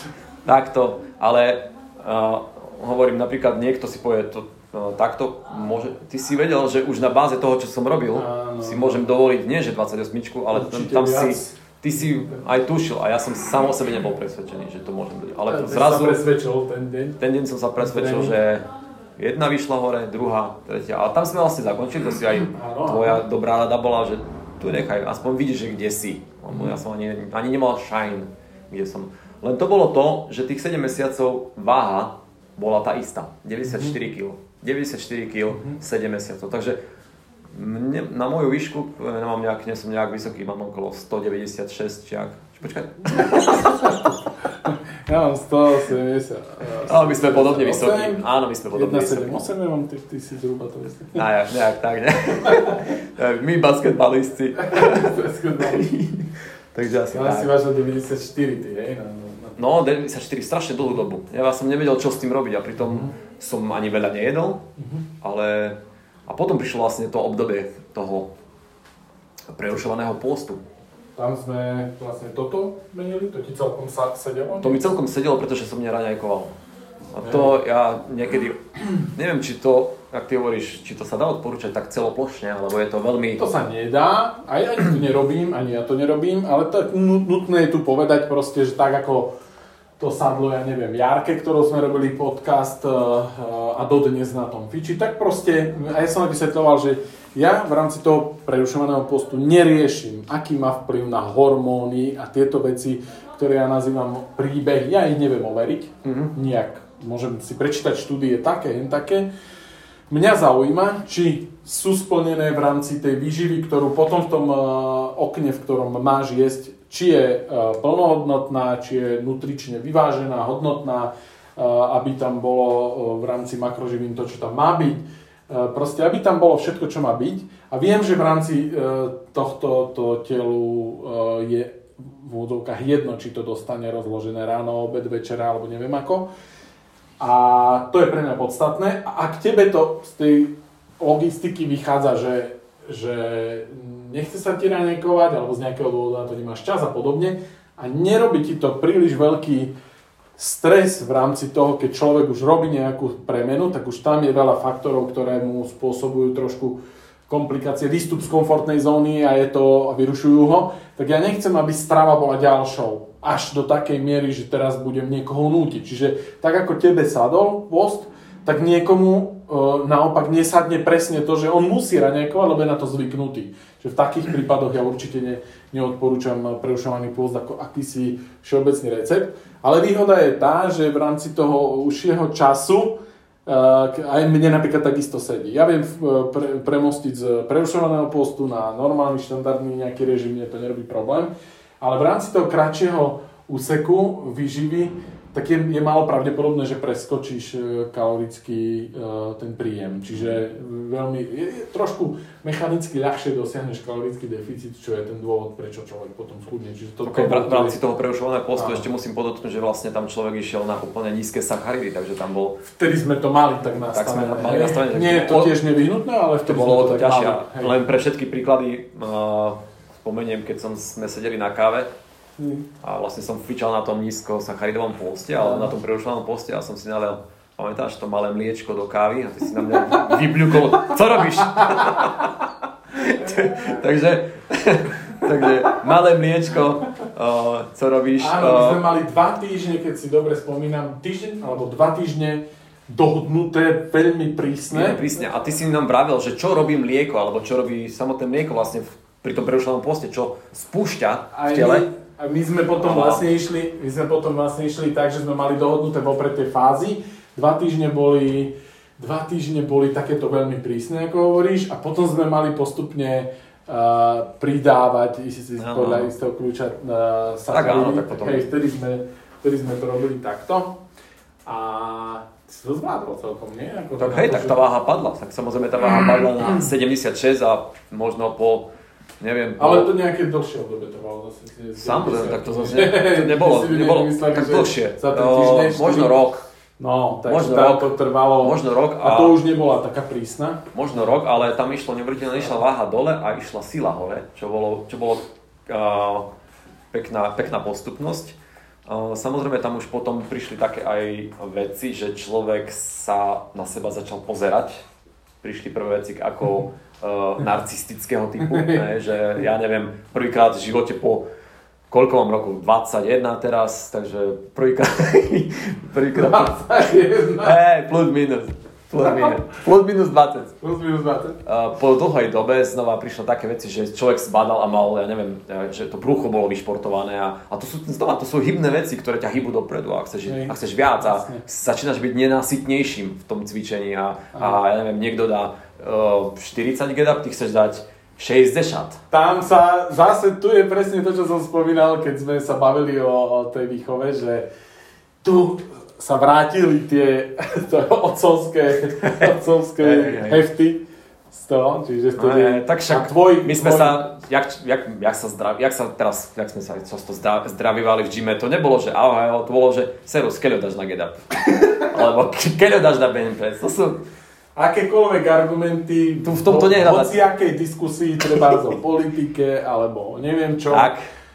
Takto, ale uh, hovorím napríklad, niekto si povie to uh, takto, môže, ty si vedel, že už na báze toho, čo som robil, áno, si môžem dovoliť, nie že dvadsaťosmičku, ale tam, tam si, ty si aj tušil a ja som sám o sebe nebol presvedčený, že to môžem dať. Ale ten zrazu, sa presvedčil ten deň. Ten deň som sa presvedčil, že jedna vyšla hore, druhá, tretia, ale tam sme vlastne zakončili, to si aj áno, tvoja áno. dobrá rada bola, že tu nechaj, aspoň vidíš, že kde si. Ja som ani, ani nemal shine, kde som. Len to bolo to, že tých sedem mesiacov váha bola tá istá. deväťdesiatštyri kilogramov. deväťdesiatštyri kilogramov, sedem mesiacov. Takže mne, na moju výšku, nemám nejak, nie som nejak vysoký, mám okolo stodeväťdesiatšesť, či ak. Počkaj. Ja mám stosedemdesiat. Ale my sme podobne vysokí. Áno, my sme podobne vysokí. jedna sedem osem, ja mám ty, ty si zhruba to isté. Nejak, nejak tak, ne? My basketbalisti. Basketbalisti. Takže asi ale tak. Si vážil deväťdesiatštyri, ty, hej? No, no, no. no, deväťdesiatštyri, strašne dlhú dobu. Ja som nevedel, čo s tým robiť a pritom uh-huh. som ani veľa nejedol, uh-huh. ale... A potom prišlo vlastne to obdobie toho prerušovaného pôstu. Tam sme vlastne toto menili? To ti celkom sa sedelo? To mi celkom sedelo, pretože som neraňajkoval. A to ja niekedy... Neviem, či to... Ak ty hovoríš, či to sa dá odporúčať tak celoplošne, alebo je to veľmi... To sa nedá, aj ani to nerobím, ani ja to nerobím, ale to nutné je tu povedať proste, že tak ako to sadlo, ja neviem, Jarke, ktorou sme robili podcast a dodnes na tom fiči, tak proste, a ja som aj vysvetľoval, že ja v rámci toho prerušovaného postu neriešim, aký má vplyv na hormóny a tieto veci, ktoré ja nazývam príbeh, ja ich neviem overiť, mm-hmm. nijak. Môžem si prečítať štúdie také, jen také. Mňa zaujíma, či sú splnené v rámci tej výživy, ktorú potom v tom okne, v ktorom máš jesť, či je plnohodnotná, či je nutrične vyvážená, hodnotná, aby tam bolo v rámci makroživín to, čo tam má byť. Proste, aby tam bolo všetko, čo má byť. A viem, že v rámci tohto to telu je v úvodzovkách jedno, či to dostane rozložené ráno, obed, večera, alebo neviem ako. A to je pre mňa podstatné. A ak tebe to z tej logistiky vychádza, že, že nechce sa ti raňajkovať, alebo z nejakého dôvodu na to nemáš čas a podobne, a nerobí ti to príliš veľký stres v rámci toho, keď človek už robí nejakú premenu, tak už tam je veľa faktorov, ktoré mu spôsobujú trošku komplikácie, výstup z komfortnej zóny a je to, a vyrušujú ho, tak ja nechcem, aby strava bola ďalšou až do takej miery, že teraz budem niekoho nútiť. Čiže tak ako tebe sadol post, tak niekomu e, naopak nesadne presne to, že on musí raňajkovať, lebo je na to zvyknutý. Že v takých prípadoch ja určite ne, neodporúčam prerušovaný pôst ako akýsi všeobecný recept. Ale výhoda je tá, že v rámci toho užšieho času aj mne napríklad takisto sedí. Ja viem pre, premostiť z prerušovaného postu na normálny, štandardný nejaký režim, mne to nerobí problém. Ale v rámci toho kratšieho úseku výživy tak je, je málo pravdepodobné, že preskočíš kalorický uh, ten príjem. Čiže veľmi, je, je trošku mechanicky ľahšie dosiahneš kalorický deficit, čo je ten dôvod, prečo človek potom schudne. Čiže to, okay, v rámci toho prerušovaného postu ešte musím podotknúť, že vlastne tam človek išiel na úplne nízke sacharidy, takže tam bol... Vtedy sme to mali tak nastavené. Tak sme mali nastavené. Nie je to tiež nevyhnutné, ale vtedy to bolo to tak ťažšie. Len pre všetky príklady uh, spomeniem, keď som, sme sedeli na káve, a vlastne som fičal na tom nízko sacharidovom poste, ale na tom prerušovanom poste a som si nalel, pamätáš, to malé mliečko do kávy a ty si na mňa vybliukol, co robíš? takže, takže malé mliečko, uh, co robíš? Áno, my sme mali dva týždne, keď si dobre spomínam, týždeň alebo dva týždne dohodnuté, veľmi prísne. Veľmi prísne. A ty si nám vravel, že čo robí mlieko, alebo čo robí samotné mlieko vlastne pri tom prerušovanom poste, čo spúšťa v tele. A my sme potom vlastne išli, my sme potom vlastne išli tak, že sme mali dohodnuté vopred tie fázy. Dva týždne boli, dva týždne boli takéto veľmi prísne, ako hovoríš, a potom sme mali postupne uh, pridávať no, podľa no. istého kľúča uh, sacharidy. Hej, vtedy sme, vtedy sme to robili takto. A si to zvládol celkom, nie? Ako tak hej, tak tá váha padla. Tak samozrejme tá váha padla na sedemdesiatšesť a možno po neviem. Ale to nejaké dlhšie obdobie trvalo zase. Samozrejme, tak to zase ne, nebolo, nebolo mysleli, tak dlhšie. Za ten týždeň, uh, možno rok. No, takže tam to trvalo. Možno rok. A, a to už nebola taká prísna. Možno rok, ale tam išlo neuveriteľne, išla váha dole a išla sila hore, čo bolo, čo bolo uh, pekná, pekná postupnosť. Uh, samozrejme, tam už potom prišli také aj veci, že človek sa na seba začal pozerať. Prišli prvé veci ako Uh, narcistického typu, ne, že ja neviem, prvýkrát v živote po koľko mám rokov? dvadsaťjeden teraz, takže prvýkrát prvýkrát dvadsaťjeden Hej, plus minus plus minus, plus minus dvadsať plus minus dvadsať Uh, po dlhej dobe znova prišlo také veci, že človek zbadal a mal, ja neviem, že to brucho bolo vyšportované a, a to sú znova, to sú hybné veci, ktoré ťa hýbu dopredu a chceš, a chceš viac a Jasne. Začínaš byť nenásytnejším v tom cvičení a, a ja neviem, niekto dá štyridsať get-up, ty chceš dať šesťdesiat. Tam sa zase, tu je presne to, čo som spomínal, keď sme sa bavili o, o tej výchove, že tu sa vrátili tie otcovské, otcovské hey, hey. hefty z toho, čiže vtedy... Hey, tak však tvoj, my sme tvoj... sa, jak, jak, jak sa zdrav, jak sa teraz, jak sme sa často zdravívali v gyme, to nebolo, že ahoj, to bolo, že serus, keľo dáš na get-up. Alebo keľo dáš na bench press, to sú... Akékoľvek argumenty tu v tomto nie je hociakej diskusii, treba o politike alebo neviem čo, tak.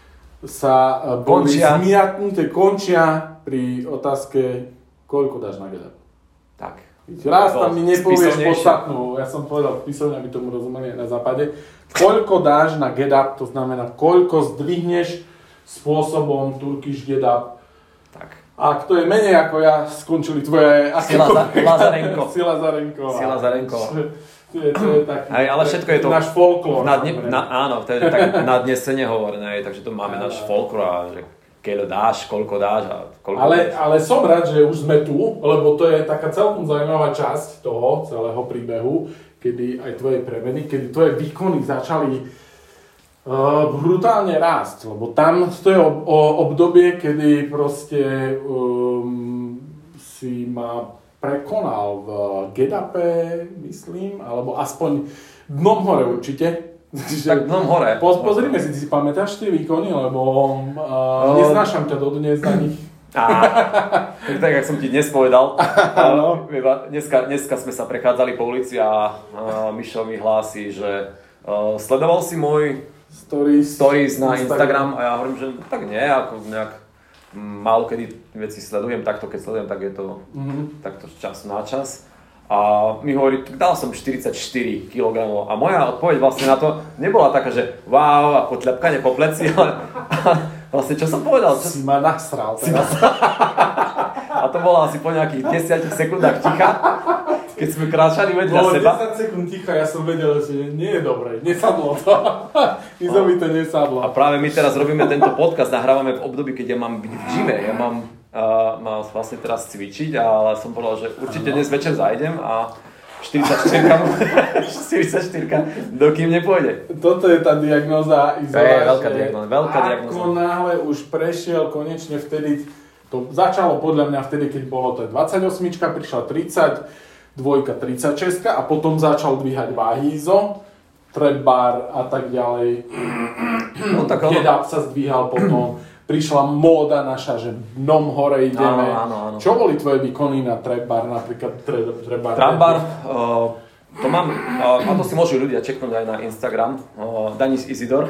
sa boli končia. zmiatnuté, končia pri otázke, koľko dáš na get-up. Tak. Raz tam mi nepovieš podstatnú, ja som povedal v pisovni, aby tomu rozumeli aj na západe, koľko dáš na get-up, to znamená, koľko zdvihneš spôsobom Turkish get-up. Tak. A kto je menej ako ja, skončili tvoje... Sila Lazarenko. Sila Lazarenko. Sila Lazarenko. To je, to je taký, aj, ale všetko je to... Náš folklór. Na dne, na, áno, to je tak nadnesene hovorené, takže to máme náš folklór a že keď dáš, koľko dáš a koľko ale, dáš. Ale som rád, že už sme tu, lebo to je taká celkom zaujímavá časť toho celého príbehu, kedy aj tvoje premeny, kedy tvoje výkony začali Uh, brutálne rásť, lebo tam to je ob, o, obdobie, kedy proste um, si ma prekonal v get-upe, myslím, alebo aspoň dnom hore určite. Tak dnom hore. Po, pozrime si, ty si pamätáš tie výkony, lebo uh, uh, neznášam ťa dodnes na nich. tak, tak, jak som ti dnes povedal, uh, dneska, dneska sme sa prechádzali po ulici a uh, Mišo mi hlási, že uh, sledoval si môj Stories, stories na Instagram. Instagram a ja hovorím, že tak nie, ako nejak málo kedy veci sledujem, takto keď sledujem, tak je to mm-hmm. takto z času na čas. A mi hovorí, tak dal som štyridsaťštyri kilogramov a moja odpoveď vlastne na to nebola taká, že wow, a potľapkanie po pleci, ale vlastne čo som povedal? Čo... Si ma nasral teraz. A to bolo asi po nejakých desiatich sekundách ticha. Keď sme kráčali vedľa Bolo seba. desať sekúnd ticha, ja som vedel, že nie je dobré, nesadlo to. Mi to by to nesadlo. A práve my teraz robíme tento podcast, nahrávame v období, keď ja mám byť v gyme. Ja mám, uh, mám vlastne teraz cvičiť, ale som povedal, že určite dnes večer zajdem a štyridsaťštyri dokým nepôjde. Toto je tá diagnóza Izola. To je veľká diagnóza, veľká diagnóza. Ako náhle už prešiel konečne vtedy To začalo podľa mňa vtedy, keď bolo to dvadsaťosem, prišla tridsať, dvojka tridsaťšesť a potom začal dvíhať váhy Izo, trap bar a tak ďalej. No, tak Get Up sa zdvíhal potom. Prišla móda naša, že dnom hore ideme. Áno, áno, áno. Čo boli tvoje výkony na trap bar, napríklad trap bar? Trap bar, uh, to mám, uh, a to si môžu ľudia čeknúť aj na Instagram. Uh, Danis Isidor.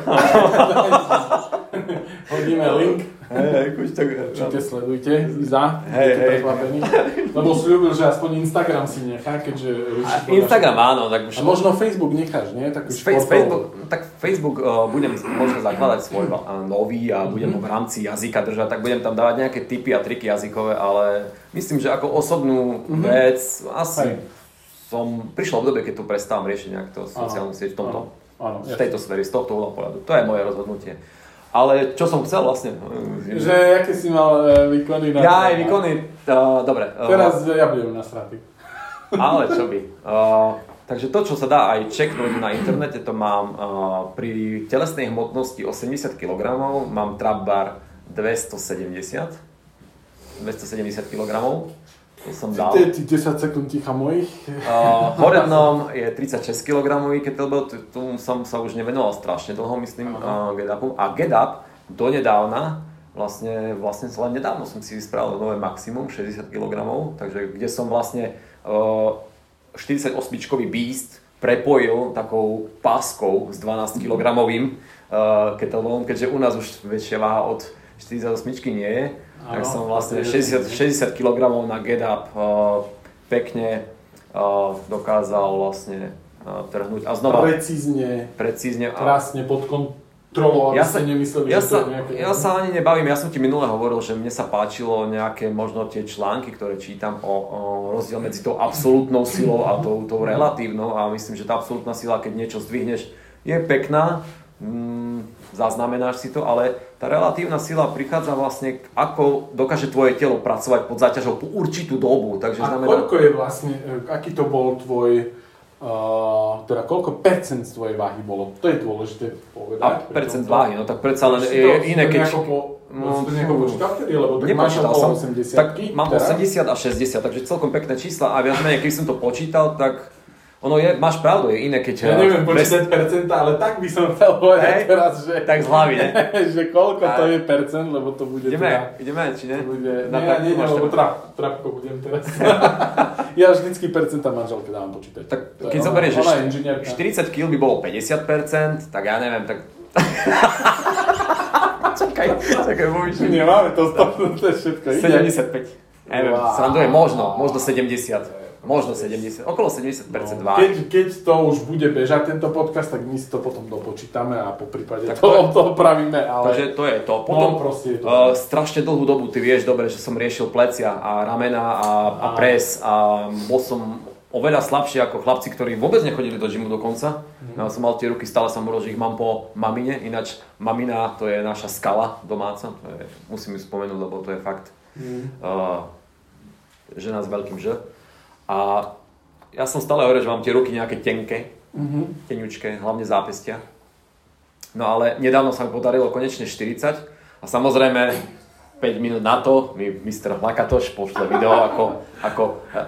Hodíme link. Hej, hej, kuď tak. Určite sledujte, Iza, hej, hej. Lebo slúbil, že aspoň Instagram si nechá, keďže... Instagram áno, tak už... A možno Facebook necháš, nie? Takú Face, Facebook, tak Facebook uh, budem možno zakladať svoj uh, nový a budem ho v rámci jazyka držať, tak budem tam dávať nejaké tipy a triky jazykové, ale myslím, že ako osobnú mm-hmm. vec asi hej. som prišiel v dobe, keď tu prestávam riešiť nejak to sociálnu sieť v tomto, áno, áno, v tejto sfére, z tohto uhla pohľadu. To je moje rozhodnutie. Ale čo som chcel vlastne? Že aké si mal výkony na... Ja aj výkony, uh, dobre. Uh, Teraz ja budem na straty. Ale čo by. Uh, takže to, čo sa dá aj čeknúť na internete, to mám uh, pri telesnej hmotnosti osemdesiat kilogramov, mám trap bar dvestosedemdesiat. dvestosedemdesiat kilogramov. To som dal. Ty, ty desať sekúnd ticha mojich. Uh, Horednom je tridsaťšesť kilogramový kettlebell, tu, tu som sa už nevenoval strašne dlho, myslím, uh, Get Upu. A Get Up donedávna, vlastne, vlastne len nedávno som si spravil nové maximum, šesťdesiat kilogramov, takže kde som vlastne uh, štyridsaťosmičkový Beast prepojil takou páskou s dvanásťkilogramovým uh, kettlebellom, keďže u nás už väčšia váha od štyridsaťosmičky nie je. Tak ano, som vlastne šesťdesiat, šesťdesiat kilogramov na Get Up uh, pekne uh, dokázal vlastne uh, trhnúť. A znova... Precízne, precízne krásne pod kontrolou, aby ja sa, ste nemysleli, ja že sa, to je nejaké... Ja sa ani nebavím, ja som ti minule hovoril, že mne sa páčilo nejaké možno tie články, ktoré čítam o, o rozdiel medzi tou absolútnou silou a tou, tou relatívnou a myslím, že tá absolútna sila, keď niečo zdvihneš, je pekná. Mm, zaznamenáš si to, ale tá relatívna sila prichádza vlastne, ako dokáže tvoje telo pracovať pod záťažou po určitú dobu. Takže a znamená... koľko je vlastne, aký to bol tvoj, uh, teda koľko percent z tvojej váhy bolo? To je dôležité povedať. A percent váhy, no tak predsa len je iné, keď... Po, no, si to nejako počítal vtedy, lebo tak máš okolo osemdesiat. Tak mám teraz? osemdesiat a šesťdesiat, takže celkom pekné čísla a viac menej, keď som to počítal, tak... Ono je, máš pravdu, je iné, keď... Ja neviem počítať bez... percenta, ale tak by som chcel povedať hey, teraz, že... Tak z hlavy, ne? že koľko a... to je percent, lebo to bude ideme, teda... Ideme, či ne? Bude... Nie, ja nie, lebo trap, trapko budem teraz. Ja vždycky percenta manželke dávam počítať. Tak keď zoberieš, že štyridsať kilogramov by bolo päťdesiat percent, tak ja neviem, tak... čakaj, čakaj, povíš. Nemáme to, to je všetko. sedemdesiatpäť. Neviem, wow. Sranduje, možno, možno sedemdesiat. Možno sedemdesiat, okolo sedemdesiat percent no, keď, keď to už bude bežať tento podcast, tak my si to potom dopočítame a po prípade tak to, to opravíme. Ale... Takže to je to. Potom no, je to uh, strašne dlhú dobu, ty vieš dobre, že som riešil plecia a ramena a, a pres a bol som oveľa slabší ako chlapci, ktorí vôbec nechodili do gymu dokonca. Mm. Ja som mal tie ruky, stále som hovoril, že ich mám po mamine, ináč mamina to je naša skala domáca, to je, musím ju spomenúť, lebo to je fakt mm. uh, žena s veľkým Ž. A ja som stále hovoril, že mám tie ruky nejaké tenké, mm-hmm. teňučké, hlavne zápestia. No ale nedávno sa mi podarilo konečne štyridsať a samozrejme päť minút na to mi mister Lakatoš pošle video, ako, ako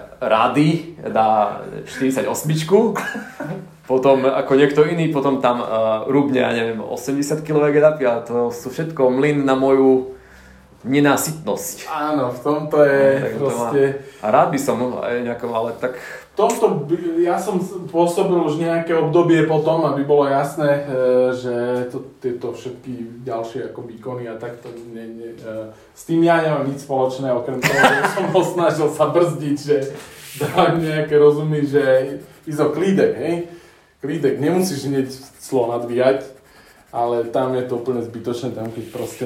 Rady dá štyridsaťosmičku. Potom ako niekto iný, potom tam uh, rúbne, ja neviem, osemdesiat kilogramov get-upy a to sú všetko mlyn na moju nenásytnosť. Áno, v tomto je no, proste... A rád by som aj nejakom, ale tak... V tomto by, ja som pôsobil už nejaké obdobie potom, aby bolo jasné, že to, tieto všetky ďalšie ako výkony a takto ne, ne, s tým ja nemám nič spoločné, okrem toho, že som ho snažil sa brzdiť, že dám nejaké rozumy, že Izo, klídek, hej? Klídek, nemusíš hneď clo nadvíjať, ale tam je to úplne zbytočné, tam keď proste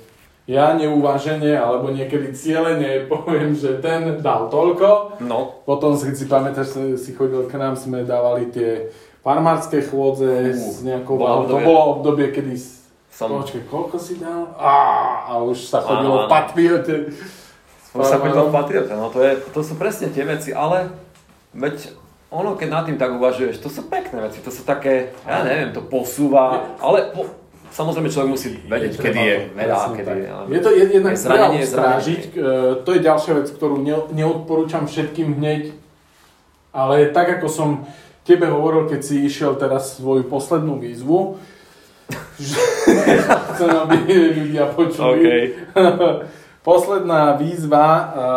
ja neuvážene, alebo niekedy cieľene poviem, že ten dal toľko. No. Potom, keď si pamätáš, si chodil k nám, sme dávali tie farmárske chôdze uh, s nejakou váhou. To bolo obdobie, kedy... Som... Počkej, koľko si dal? Á, a už sa chodilo v Patriote. Už sa chodilo v Patriote, no to, je, to sú presne tie veci, ale veď ono, keď nad tým tak uvažuješ, to sú pekné veci, to sú také, ja neviem, to posúva, ale... Po... samozrejme človek musí vedieť, je kedy je veľa, kedy je. Ale je to jednak zranenie, strážiť, to je ďalšia vec, ktorú neodporúčam všetkým hneď, ale tak ako som tebe hovoril, keď si išiel teraz svoju poslednú výzvu, že chcem, aby ľudia počuli. Okay. Posledná výzva,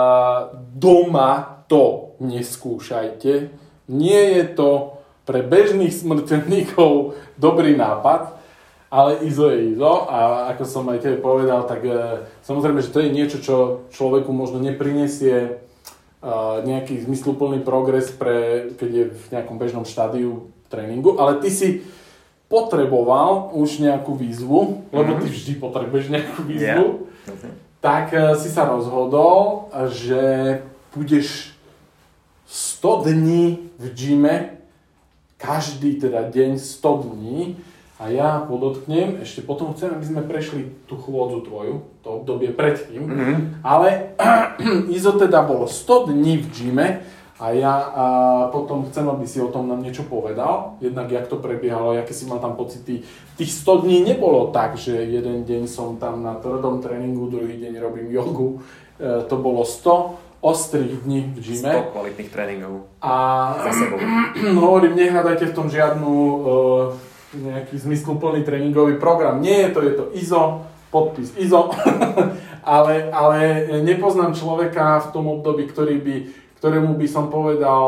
doma to neskúšajte. Nie je to pre bežných smrteľníkov dobrý nápad, ale izo je izo a ako som aj tebe povedal, tak samozrejme, že to je niečo, čo človeku možno neprinesie nejaký zmysluplný progres, pre, keď je v nejakom bežnom štádiu tréningu, ale ty si potreboval už nejakú výzvu, lebo ty vždy potrebuješ nejakú výzvu, yeah. Okay. Tak si sa rozhodol, že budeš sto dní v gyme, každý teda deň sto dní. A ja podotknem, ešte potom chcem, aby sme prešli tú chôdzu tvoju, to obdobie predtým, mm-hmm. ale Izo teda bolo sto dní v gyme a ja a potom chcem, aby si o tom nám niečo povedal, jednak jak to prebiehalo, aké si mal tam pocity. Tých sto dní nebolo tak, že jeden deň som tam na tvrdom tréningu, druhý deň robím jogu, e, to bolo sto ostrých dní v gyme. sto kvalitných tréningov. A za sebou. Hovorím, nehľadajte v tom žiadnu e, nejaký zmysluplný tréningový program. Nie je to, je to Izo, podpis Izo, ale, ale nepoznám človeka v tom období, ktorý by, ktorému by som povedal,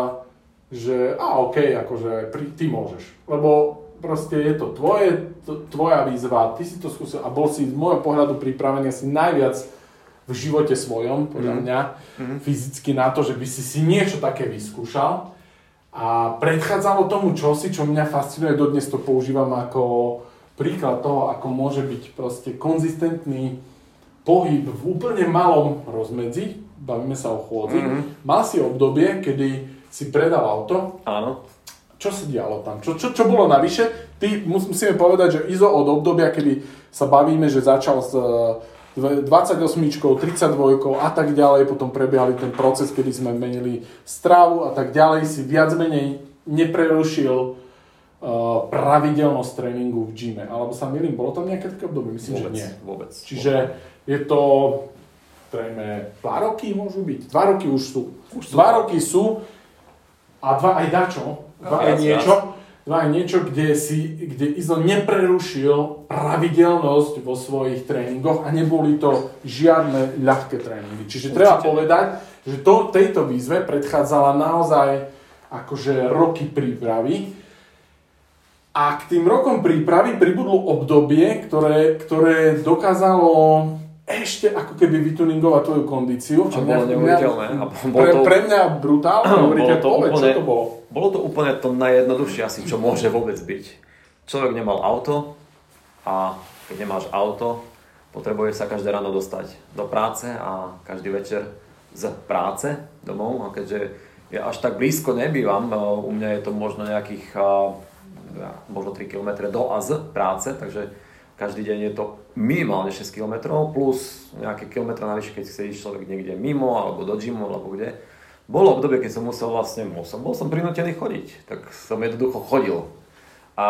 že a okej, okay, akože ty môžeš. Lebo proste je to tvoje, to, tvoja výzva, ty si to skúsil a bol si z môjho pohľadu pripravený asi najviac v živote svojom, podľa mňa, mm-hmm. fyzicky na to, že by si si niečo také vyskúšal. A predchádzalo tomu čosi, čo mňa fascinuje, dodnes to používam ako príklad toho, ako môže byť proste konzistentný pohyb v úplne malom rozmedzi, bavíme sa o chôdzi. Mm-hmm. Mal si obdobie, kedy si predal auto. Áno. Čo sa dialo tam? Čo, čo, čo bolo navyše? Ty musíme povedať, že Izo od obdobia, kedy sa bavíme, že začal s dvadsaťosmičkou, tridsaťdvojkou a tak ďalej, potom prebiehali ten proces, kedy sme menili stravu a tak ďalej, si viac menej neprerušil uh, pravidelnosť tréningu v gyme. Alebo sa milím, bolo tam nejaké také obdobie? Myslím, vôbec, že nie. Vôbec. Čiže je to, trejme, dva roky môžu byť? Dva roky už sú. Už sú dva roky sú a dva aj dačo, dva aj niečo. Dva aj niečo, kde, si, kde Izo neprerušil pravidelnosť vo svojich tréningoch a neboli to žiadne ľahké tréningy. Čiže určite treba povedať, že to, tejto výzve predchádzala naozaj akože roky prípravy. A k tým rokom prípravy pribudlo obdobie, ktoré, ktoré dokázalo ešte ako keby vytuningovať tvoju kondíciu. Čo bolo neuveriteľné. Pre, pre mňa brutálne, hovoríte, povedz, čo to bolo? Bolo to úplne to najjednoduchšie asi, čo môže vôbec byť. Človek nemal auto a keď nemáš auto, potrebuje sa každé ráno dostať do práce a každý večer z práce domov. A keďže ja až tak blízko nebývam, u mňa je to možno nejakých možno tri kilometre do a z práce, takže každý deň je to minimálne šesť kilometrov plus nejaké kilometre navyše, keď chce ísť človek niekde mimo alebo do gymu alebo kde. Bolo obdobie, keď som musel vlastne, musel, bol som prinútený chodiť, tak som jednoducho chodil. A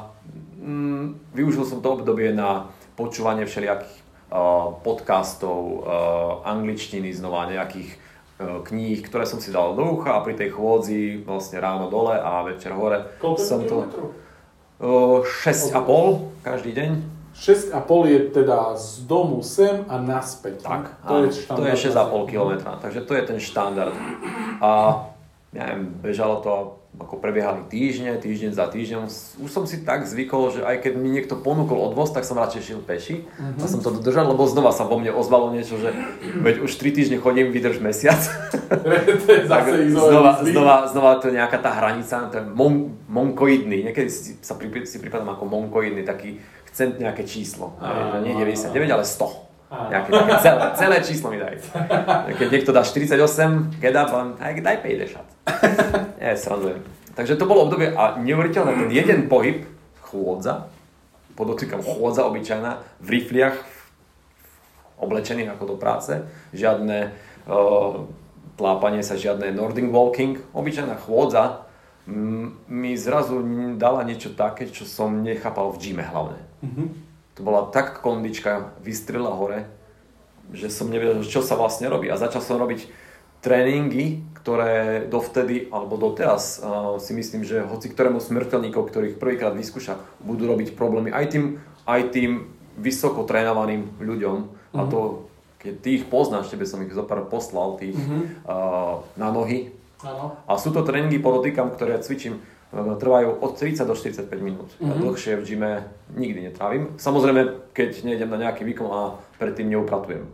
mm, využil som to obdobie na počúvanie všelijakých uh, podcastov, uh, angličtiny znova, nejakých uh, kníh, ktoré som si dal do ucha a pri tej chôdzi vlastne ráno dole a večer hore. Koľko som to uh, šesť a pol každý deň. šesť a pol je teda z domu sem a naspäť. Tak, to, je, to je šesť a pol kilometra, takže to je ten štandard. A ja neviem, bežalo to, ako prebiehali týždne, týždeň za týždňom. Už som si tak zvykol, že aj keď mi niekto ponúkol odvoz, tak som radšej šiel peši. Mm-hmm. A som to dodržal, lebo znova sa vo mne ozvalo niečo, že veď už tri týždne chodím, vydrž mesiac. Tak znova, znova, znova to je nejaká tá hranica, to je mon, monkoidný. Niekedy si, sa pri, si pripadám ako monkoidný, taký chcem nejaké číslo. Á, nie deväťdesiatdeväť, ale sto. Nejaké, také celé, celé číslo mi daj. Keď niekto dá štyridsaťosem, get up, aj daj päťdesiat. Nie, srandujem. Takže to bolo obdobie a neuveriteľné, ten jeden pohyb, chôdza, podotýkam chôdza obyčajná, v rifliach, oblečených ako do práce, žiadne uh, tlápanie sa, žiadne Nordic walking, obyčajná chôdza, mi zrazu dala niečo také, čo som nechápal v gyme hlavne. Mm-hmm. To bola tak kondička, vystrela hore, že som nevedel, čo sa vlastne robí. A začal som robiť tréningy, ktoré dovtedy, alebo doteraz uh, si myslím, že hoci ktorému smrteľníkov, ktorých prvýkrát vyskúša, budú robiť problémy aj tým, aj tým vysoko trénovaným ľuďom. Mm-hmm. A to, keď ty ich poznáš, tebe som ich zopár poslal, tých mm-hmm. uh, na nohy. Ano. A sú to tréningy, podotýkam, ktoré ja cvičím, trvajú od tridsať do štyridsaťpäť minút. Mm-hmm. Ja dlhšie v gyme nikdy netrávim. Samozrejme, keď nejdem na nejaký výkon a predtým neupratujem.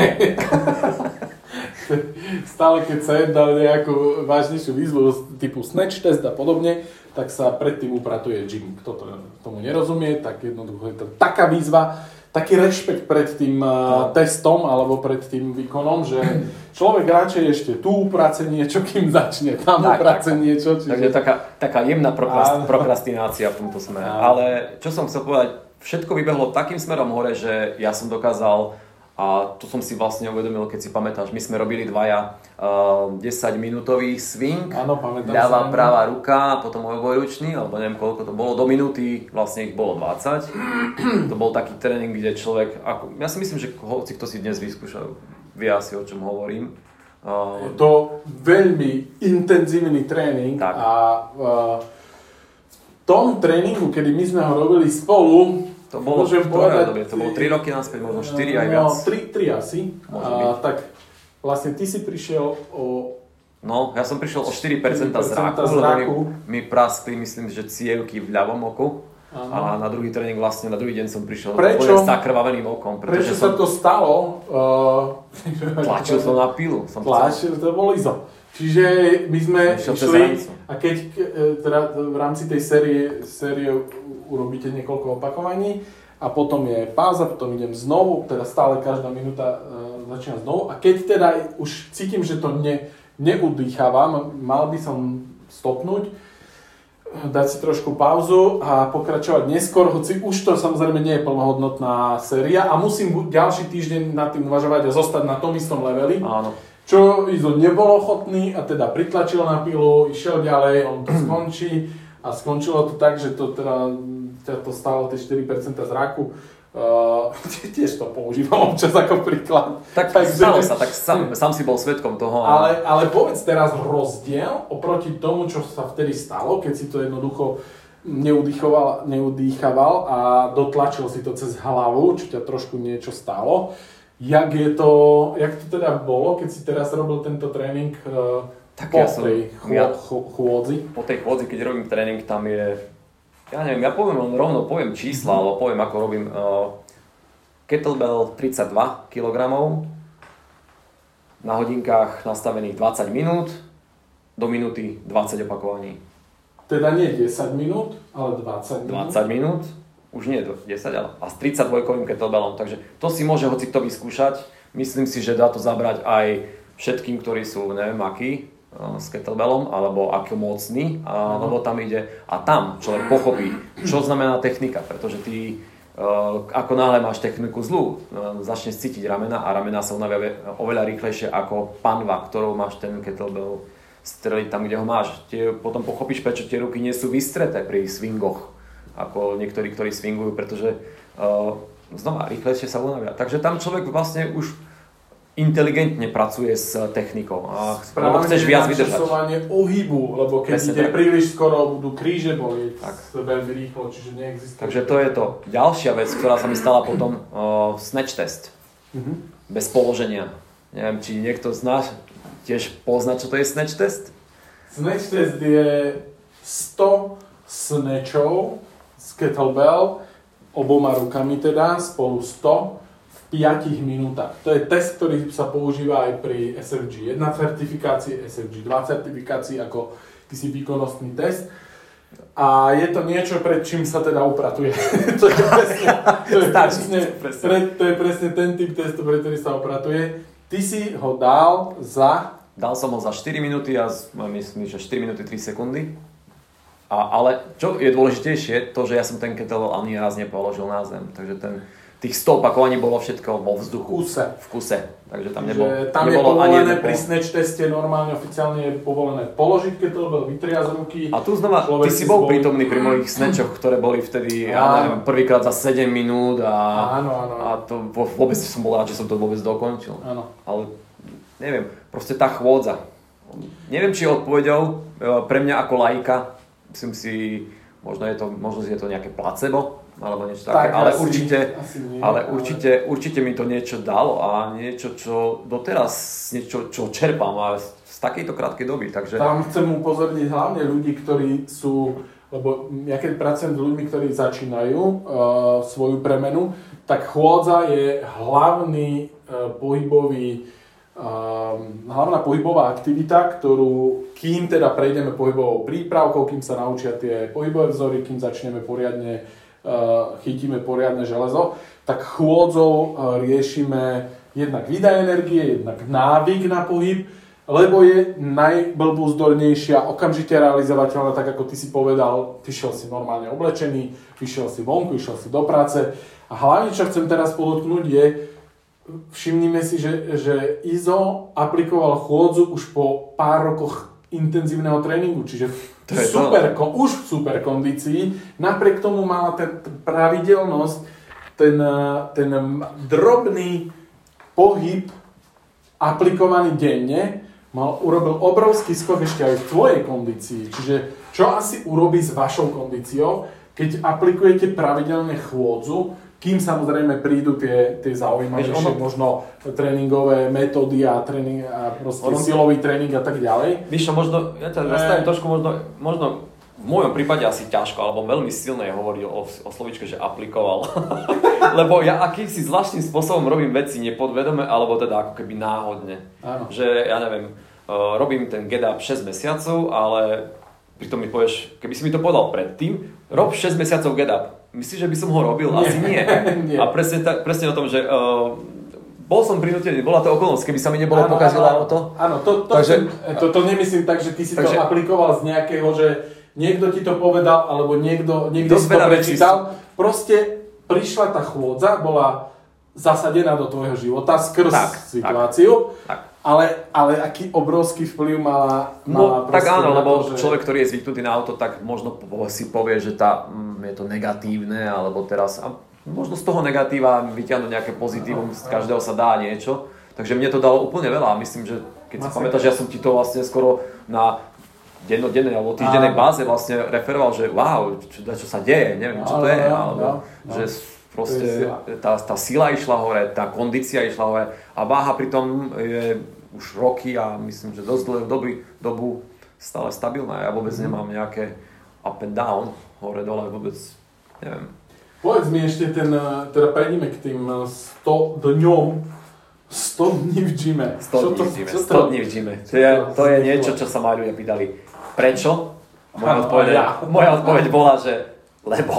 Stále keď sa jedná nejakú vážnejšiu výzvu typu snatch test a podobne, tak sa predtým upratuje gym. Kto to tomu nerozumie, tak jednoducho je to taká výzva, taký rešpekt pred tým no. testom alebo pred tým výkonom, že človek radšej ešte tu uprace niečo, kým začne tam tak, uprace tak, niečo. Čiže... Takže taká, taká jemná prokrast, prokrastinácia v tomto smere. Áno. Ale čo som chcel povedať, všetko vybehlo takým smerom hore, že ja som dokázal, a to som si vlastne uvedomil, keď si pamätáš, my sme robili dvaja uh, desaťminútový swing, áno, pamätám ľavá, sa, pravá ruka, potom obojručný, alebo neviem koľko to bolo, do minúty, vlastne ich bolo dvadsať. To bol taký tréning, kde človek, ako, ja si myslím, že hoci kto si dnes vyskúšal, vie asi o čom hovorím. Uh, Je to veľmi intenzívny tréning tak. A uh, v tom tréningu, kedy my sme ho robili spolu, to bolo v ktorej dobie? To bolo tri roky naspäť, možno štyri aj viac? No, tri asi. A, tak vlastne ty si prišiel o... No, ja som prišiel o štyri percentá zraku, lebo mi, mi praskli, myslím, že cievky v ľavom oku. Aha. A na druhý tréning vlastne, na druhý deň som prišiel s zakrvaveným okom. Prečo sa to stalo? Uh, tlačil som na pilu. Som tlačil, to bolo izo. Čiže my sme išli a keď teda v rámci tej série, série urobíte niekoľko opakovaní a potom je pauza, potom idem znovu, teda stále každá minúta uh, začína znovu a keď teda už cítim, že to ne, neudýchávam, mal by som stopnúť, dať si trošku pauzu a pokračovať neskôr, hoci už to samozrejme nie je plnohodnotná séria a musím ďalší týždeň nad tým uvažovať a zostať na tom istom leveli. Áno. Čo Izo nebol ochotný a teda pritlačil na pilu, išiel ďalej, on to skončí a skončilo to tak, že to teda to stalo tie štyri percentá zraku. Uh, tiež to používam občas ako príklad. Tak, tak stalo sa, tak sám, sám si bol svedkom toho. Ale, ale povedz teraz rozdiel oproti tomu, čo sa vtedy stalo, keď si to jednoducho neudýchoval, neudýchaval a dotlačil si to cez hlavu, čo ťa trošku niečo stalo. Jak je to, jak to teda bolo, keď si teraz robil tento tréning uh, tak po ja som, tej chô, ja, chôdzi? Po tej chôdzi, keď robím tréning, tam je, ja neviem, ja poviem len rovno, poviem čísla, mm-hmm. alebo poviem, ako robím uh, kettlebell tridsaťdva kilogramov, na hodinkách nastavených dvadsať minút, do minúty dvadsať opakovaní. Teda nie desať minút, ale dvadsať minút? dvadsať minút. Už nie do desať, ale a s tridsaťdvojkovým kettlebellom, takže to si môže hoci kto vyskúšať. Myslím si, že dá to zabrať aj všetkým, ktorí sú, neviem akí, s kettlebellom, alebo ako mocný, a, lebo tam ide a tam človek pochopí, čo znamená technika, pretože ty ako náhle máš techniku zlú, začneš cítiť ramena a ramena sa unavia oveľa rýchlejšie ako panva, ktorou máš ten kettlebell streliť tam, kde ho máš. Tie, potom pochopíš, prečo tie ruky nie sú vystreté pri swingoch, ako niektorí, ktorí swingujú, pretože uh, znova rýchlejšie sa unavia. Takže tam človek vlastne už inteligentne pracuje s technikou a lebo chceš viac vydržať. Správanie ohybu, lebo keď presne ide tak. Príliš skoro, budú kríže bolieť veľmi rýchlo, čiže neexistuje. Takže to je to. Ďalšia vec, ktorá sa mi stala potom, uh, snatch test. Uh-huh. Bez položenia. Neviem, či niekto z nás tiež pozná, čo to je snatch test? Snatch test je sto snatchov z kettlebell, oboma rukami teda, spolu sto v piatich minútach. To je test, ktorý sa používa aj pri es ef gé jedna certifikácii, es ef gé dva certifikácii ako akýsi výkonnostný test. A je to niečo, pred čím sa teda upratuje. to, je presne, to, je presne, pre, to je presne ten typ testu, pre ktorý sa upratuje. Ty si ho dal za... Dal som ho za štyri minúty a myslím, že štyri minúty tri sekundy. A, ale čo je dôležitejšie, to, že ja som ten kettlebell ani raz nepoložil na zem. Takže ten tých sto opakovaní bolo všetko vo vzduchu. V kuse. V kuse. Takže tam, nebol, tam je povolené pri snatch teste normálne oficiálne je povolené položiť kettlebell, vytriať z ruky. A tu znova, ty si bol prítomný pri mojich snatchoch, ktoré boli vtedy, ja neviem, prvýkrát za sedem minút a, áno, áno. a to vôbec som bol rád, že som to vôbec dokončil. Áno. Ale neviem, proste tá chôdza. Neviem, či je odpovedou pre mňa ako laika, myslím si, možno je to, možno je to nejaké placebo, alebo niečo také, tak, ale, asi, určite, asi nie, ale, ale určite, určite mi to niečo dalo a niečo, čo doteraz, niečo, čo čerpám a z takejto krátkej doby, takže... Tam chcem upozorniť hlavne ľudí, ktorí sú, lebo ja keď pracujem s ľuďmi, ktorí začínajú uh, svoju premenu, tak chôdza je hlavný uh, pohybový, uh, hlavná pohybová aktivita, ktorú, kým teda prejdeme pohybovou prípravkou, kým sa naučia tie pohybové vzory, kým začneme poriadne chytíme poriadne železo, tak chôdzou riešime jednak výdaj energie, jednak návyk na pohyb, lebo je najblbúzdornejšia, okamžite realizovateľná, tak ako ty si povedal, ty šiel si normálne oblečený, vyšiel si vonku, išiel si do práce a hlavne, čo chcem teraz podotknúť je, všimnime si, že, že Izo aplikoval chôdzu už po pár rokoch intenzívneho tréningu, čiže v super, už v super kondícii, napriek tomu mala ten pravidelnosť, ten, ten drobný pohyb aplikovaný denne, mal, urobil obrovský skok ešte aj v tvojej kondícii. Čiže čo asi urobí s vašou kondíciou, keď aplikujete pravidelne chôdzu, kým samozrejme prídu tie, tie zaujímavejšie ono... možno tréningové metódy a, tréning, a proste ono... silový tréning a tak ďalej. Mišo, možno, ja ťa zastavím trošku, možno, možno v mojom prípade asi ťažko, alebo veľmi silné hovoriť o, o slovíčke, že aplikoval. Lebo ja akýmsi zvláštnym spôsobom robím veci nepodvedome, alebo teda ako keby náhodne. Áno. Že, ja neviem, uh, robím ten get up šesť mesiacov, ale pritom mi povieš, keby si mi to povedal predtým, rob šesť mesiacov get up. Myslíš, že by som ho robil? Nie. Asi nie. nie. A presne, ta, presne o tom, že uh, bol som prinútený, bola to okolnosť, keby sa mi nebolo pokazilo auto. Áno, to, to, takže, to, to nemyslím tak, že ty si takže, to aplikoval z nejakého, že niekto ti to povedal, alebo niekto, niekto si to prečítal. Proste prišla tá chôdza, bola zasadená do tvojho života skrz tak, situáciu. Tak, tak. Ale, ale aký obrovský vplyv mala, mala no, tak áno, lebo to, že... človek, ktorý je zvyknutý na auto, tak možno si povie, že tá, je to negatívne, alebo teraz a možno z toho negatíva vyťahnuť nejaké pozitívum, z každého sa dá niečo. Takže mne to dalo úplne veľa. Myslím, že keď si pamätáš, ja som ti to vlastne skoro na dennodennej alebo týždennej báze vlastne referoval, že wow, čo, čo sa deje, neviem, čo to je, alebo že proste tá, tá sila išla hore, tá kondícia išla hore a váha pritom je už roky a myslím, že dosť dlhú doby, dobu stále stabilná. Ja vôbec mm. nemám nejaké up and down, hore dole, vôbec neviem. Povedz mi ešte ten, teda prejdeme k tým sto dňom, sto dní v gyme. sto dní v gyme, sto dní v gyme. To je, to je niečo, čo sa ma ľudia pýtali. Prečo? Moja odpoveď, ja. moja odpoveď bola, že lebo.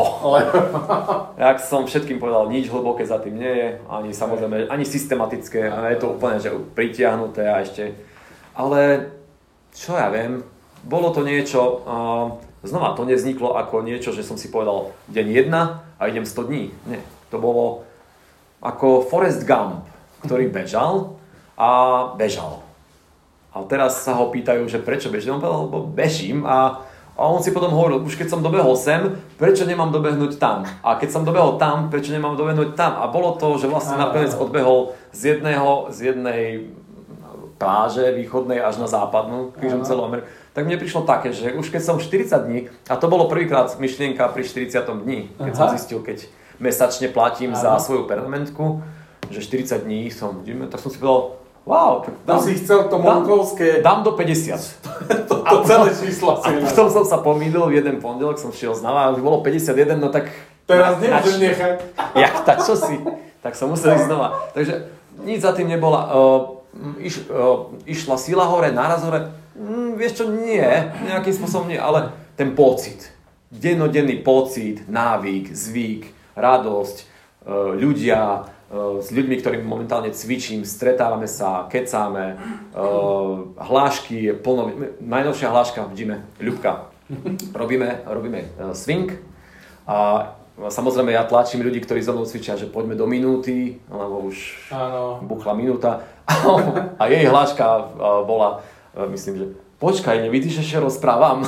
Jak som všetkým povedal, nič hlboké za tým nie je, ani samozrejme, ani systematické, je to úplne že pritiahnuté a ešte. Ale čo ja viem, bolo to niečo, uh, znova to nevzniklo ako niečo, že som si povedal deň jedna a idem sto dní. Nie, to bolo ako Forrest Gump, ktorý bežal a bežal. A teraz sa ho pýtajú, že prečo bežím, on povedal, lebo bežím a A on si potom hovoril, už keď som dobehol sem, prečo nemám dobehnúť tam? A keď som dobehol tam, prečo nemám dobehnúť tam? A bolo to, že vlastne nakoniec odbehol z jedného, z jednej pláže východnej až na západnú, krížom celú Ameriku. Tak mne prišlo také, že už keď som štyridsať dní, a to bolo prvýkrát myšlienka pri štyridsiatom dni, keď Aha. som zistil, keď mesačne platím Aha. za svoju permanentku, že štyridsať dní som, tak som si povedal, wow, dám, si chcel to monkovské... Dám do päťdesiat. to, to celé číslo si. A potom som sa pomýlil, v jeden pondelok som šiel znova, už bolo päťdesiatjeden, no tak... Teraz nemôžeš nechať. Jak, tak čo si? Tak som musel ísť znova. Takže nič za tým nebola. Uh, iš, uh, išla sila hore, náraz hore. Mm, vieš čo, nie. Nejakým spôsobom nie, ale ten pocit. Dennodenný pocit, návyk, zvyk, radosť, uh, ľudia, s ľuďmi, ktorými momentálne cvičím, stretávame sa, kecáme, uh, hlášky, plno, najnovšia hláška v gyme, Ľubka. Robíme, robíme uh, swing a samozrejme ja tlačím ľudí, ktorí so mnou cvičia, že poďme do minúty, lebo už Áno. buchla minúta. A jej hláška bola, myslím, že počkaj, nevidíš, že rozprávam?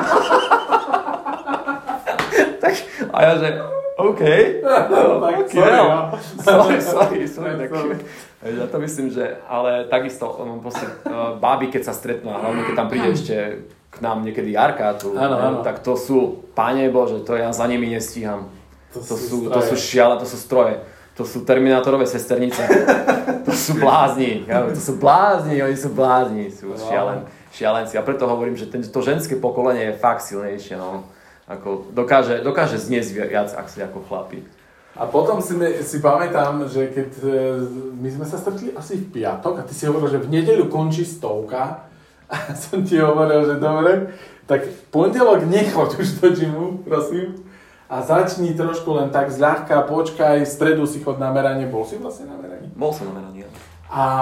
Tak, a ja, že OK. No, tak sorry, no. sorry, sorry, sorry, tak, ja to myslím, že, ale takisto, proste, báby, keď sa stretnú, a hlavne keď tam príde ešte k nám niekedy Jarka, tu, áno, áno. tak to sú, Pane Bože, to ja za nimi nestíham. To, to, sú, to sú šiale, to sú stroje, to sú terminátorové sesternice, to sú blázni, to sú blázni, oni sú blázni, sú šialen, šialenci. A preto hovorím, že ten, to ženské pokolenie je fakt silnejšie, no. Ako dokáže, dokáže zniesť viac akcií ako chlapi. A potom si, si pamätám, že keď my sme sa stretli asi v piatok a ty si hovoril, že v nedeľu končí stovka a som ti hovoril, že dobre, tak pondelok nechoď už do gymu, prosím, a začni trošku len tak zľahka, počkaj, v stredu si chod na meranie. Bol si vlastne na meraní? Bol som na meraní, ja. A, a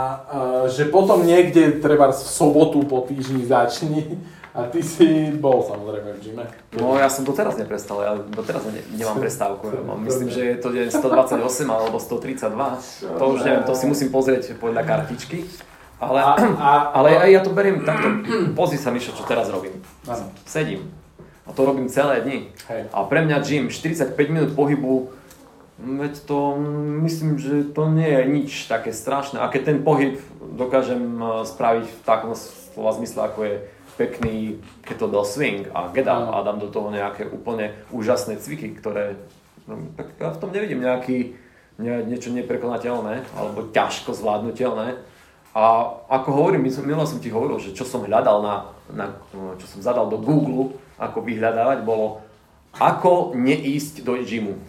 že potom niekde treba v sobotu po týždni začni. A ty si bol samozrejme v gyme. No ja som doteraz neprestal, ja doteraz ne, nemám prestávku. Ja mám, myslím, že je to deň stodvadsaťosem alebo stotridsaťdva. To už neviem, to si musím pozrieť podľa kartičky. Ale, a, a, ale aj ja to beriem takto. Pozri sa, Mišo, čo teraz robím. Ano. Sedím. A to robím celé dni. Hej. A pre mňa gym štyridsaťpäť minút pohybu, veď to myslím, že to nie je nič také strašné. A keď ten pohyb dokážem spraviť v takom slova zmysle, ako je pekný kettlebell swing a get up a dám do toho nejaké úplne úžasné cviky, ktoré, no, tak ja v tom nevidím nejaký, ne, niečo neprekonateľné alebo ťažko zvládnutelné. A ako hovorím, minule som ti hovoril, že čo som hľadal na, na čo som zadal do Google, ako vyhľadávať, bolo ako neísť do gymu.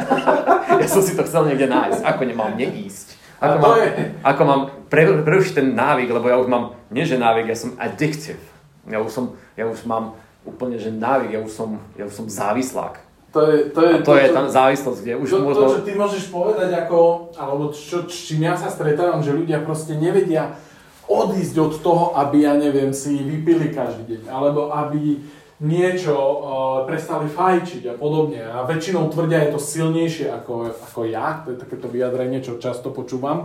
Ja som si to chcel niekde nájsť, ako nemám neísť. Ako mám, ako mám pre, prerušiť ten návyk, lebo ja už mám, nie že návyk, ja som addictive. Ja už, som, ja už mám úplne, že návyk, ja už som, ja už som závislák. To je, to je, a to, to je čo, tá závislosť, kde už to, možno... To, čo ty môžeš povedať ako, alebo čo, s čím ja sa stretávam, že ľudia proste nevedia odísť od toho, aby, ja neviem, si vypili každý deň, alebo aby niečo uh, prestali fajčiť a podobne. A väčšinou tvrdia, je to silnejšie ako, ako ja, to je takéto vyjadrenie, čo často počúvam.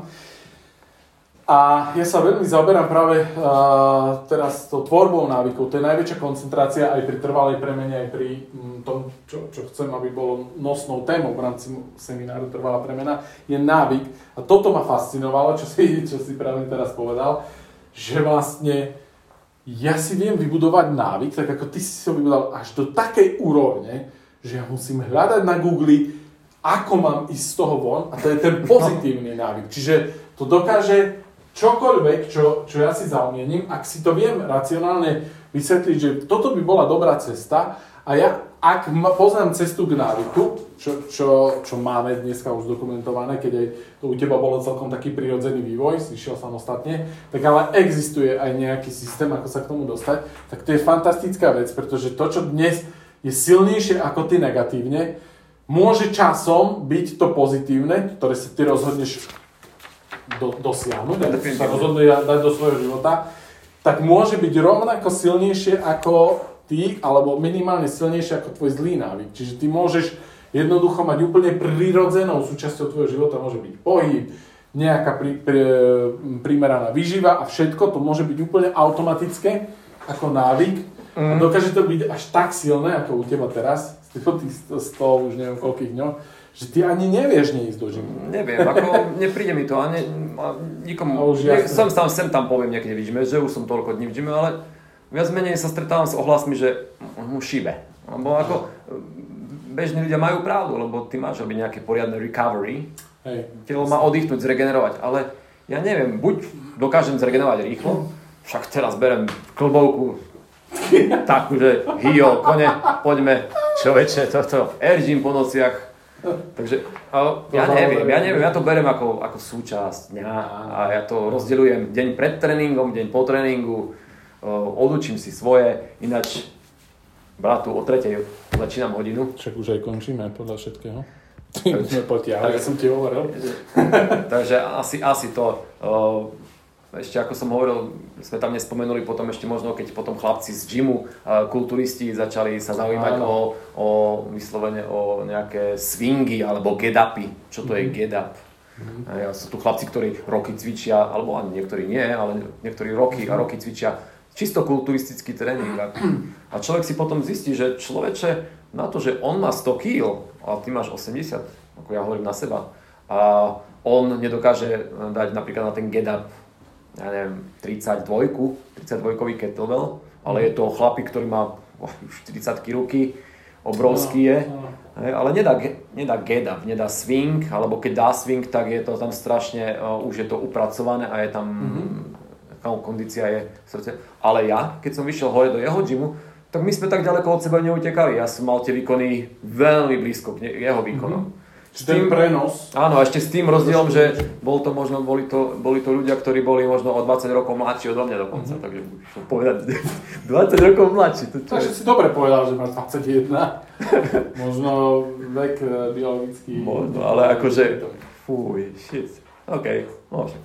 A ja sa veľmi zaoberám práve uh, teraz to tvorbou návykov. To je najväčšia koncentrácia aj pri trvalej premene, aj pri m, tom, čo, čo chcem, aby bolo nosnou témou v rámci semináru Trvalá premena, je návyk. A toto ma fascinovalo, čo si, čo si práve teraz povedal, že vlastne ja si viem vybudovať návyk, tak ako ty si ho vybudoval až do takej úrovne, že ja musím hľadať na Google, ako mám ísť z toho von, a to je ten pozitívny návyk. Čiže to dokáže čokoľvek, čo, čo ja si zaumiením, ak si to viem racionálne vysvetliť, že toto by bola dobrá cesta a ja, ak ma, poznám cestu k návyku, čo, čo, čo máme dneska už dokumentované, keď aj to u teba bolo celkom taký prirodzený vývoj, si šiel samostatne, tak ale existuje aj nejaký systém, ako sa k tomu dostať, tak to je fantastická vec, pretože to, čo dnes je silnejšie ako ty negatívne, môže časom byť to pozitívne, ktoré sa ty rozhodneš Do, dosiahnuť, ak sa rozhodne dať do svojho života, tak môže byť rovnako silnejšie ako ty, alebo minimálne silnejšie ako tvoj zlý návyk. Čiže ty môžeš jednoducho mať úplne prirodzenou súčasťou tvojho života, môže byť pohyb, nejaká pri, pri, primeraná výživa a všetko, to môže byť úplne automatické ako návyk. Mm. A dokáže to byť až tak silné, ako u teba teraz, z toho už neviem koľkých dňov, že ty ani nevieš neísť do gymu. Neviem, ako nepríde mi to a, ne, a nikomu, ne, som tam, sem tam poviem niekde v gyme, že už som toľko dní v gyme, ale viac menej sa stretávam s ohlasmi, že mu šíbe. Lebo ako bežní ľudia majú pravdu, lebo ty máš robiť nejaké poriadne recovery, hej, telo má oddychnúť, zregenerovať, ale ja neviem, buď dokážem zregenerovať rýchlo, však teraz berem klbovku, takú, že hijo, kone, poďme, človeče, toto, air gym po nociach. Takže ja neviem, ja neviem, ja to berem ako, ako súčasť dňa a ja to rozdeľujem deň pred tréningom, deň po tréningu, odučím si svoje, ináč bratu o tretej začínam hodinu. Však už aj končíme podľa všetkého. Sme potiahli, ja som ti hovoril. Takže asi, asi to, ešte ako som hovoril, sme tam nespomenuli potom ešte možno, keď potom chlapci z gymu, kulturisti začali sa zaujímať o, o vyslovene o nejaké swingy alebo get-upy. Čo to mm-hmm. je get-up? Mm-hmm. Sú tu chlapci, ktorí roky cvičia, alebo ani niektorí nie, ale niektorí roky a roky cvičia čisto kulturistický tréning. A človek si potom zistí, že človeče na to, že on má sto kíl, a ty máš osemdesiat, ako ja hovorím na seba, a on nedokáže dať napríklad na ten get-up ja neviem, tridsaťdva, tridsaťdvojkový kettlebell, ale je to chlapík, ktorý má oh, štyridsaťky ruky, obrovský je, hej, ale nedá, nedá get up, nedá swing, alebo keď dá swing, tak je to tam strašne, uh, už je to upracované a je tam, mm-hmm. kondícia je v srdce. Ale ja, keď som vyšiel hore do jeho gymu, tak my sme tak ďaleko od seba neutekali, ja som mal tie výkony veľmi blízko k jeho výkonom. Mm-hmm. S tým prenos. Áno, ešte s tým rozdielom, že bol to možno, boli, to, boli to ľudia, ktorí boli možno o dvadsať rokov mladší odo mňa dokonca, mm-hmm. takže môžem povedať dvadsať rokov mladší. To takže si dobre povedal, že máš dvadsaťjeden. Možno vek biologický. Možno, ale akože, fúj, shit, okej, okay, môžem.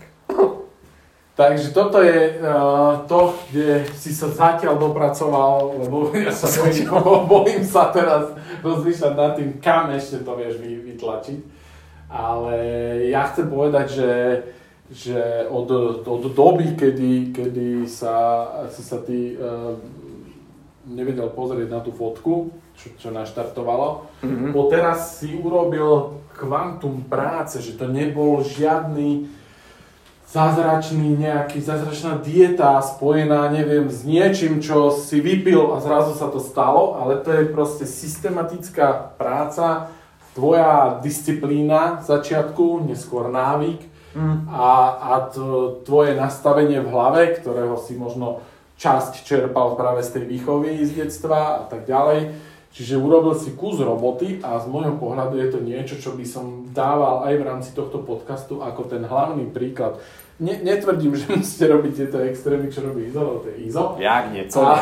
Takže toto je uh, to, kde si sa zatiaľ dopracoval, lebo ja sa bojím, bojím sa teraz rozmýšľať nad tým, kam ešte to vieš vytlačiť. Ale ja chcem povedať, že, že od, od doby, kedy, kedy sa, si sa ty uh, nevedel pozrieť na tú fotku, čo, čo naštartovalo, mm-hmm. po teraz si urobil kvantum práce, že to nebol žiadny zázračný nejaký, zázračná dieta spojená, neviem, s niečím, čo si vypil a zrazu sa to stalo, ale to je proste systematická práca, tvoja disciplína v začiatku, neskôr návyk mm. a, a to, tvoje nastavenie v hlave, ktorého si možno časť čerpal práve z tej výchovy z detstva a tak ďalej. Čiže urobil si kus roboty a z môjho pohľadu je to niečo, čo by som dával aj v rámci tohto podcastu ako ten hlavný príklad. Ne, netvrdím, že musíte robiť tieto extrémy, čo robí Izo, lebo to je Izo. Jak nie, co?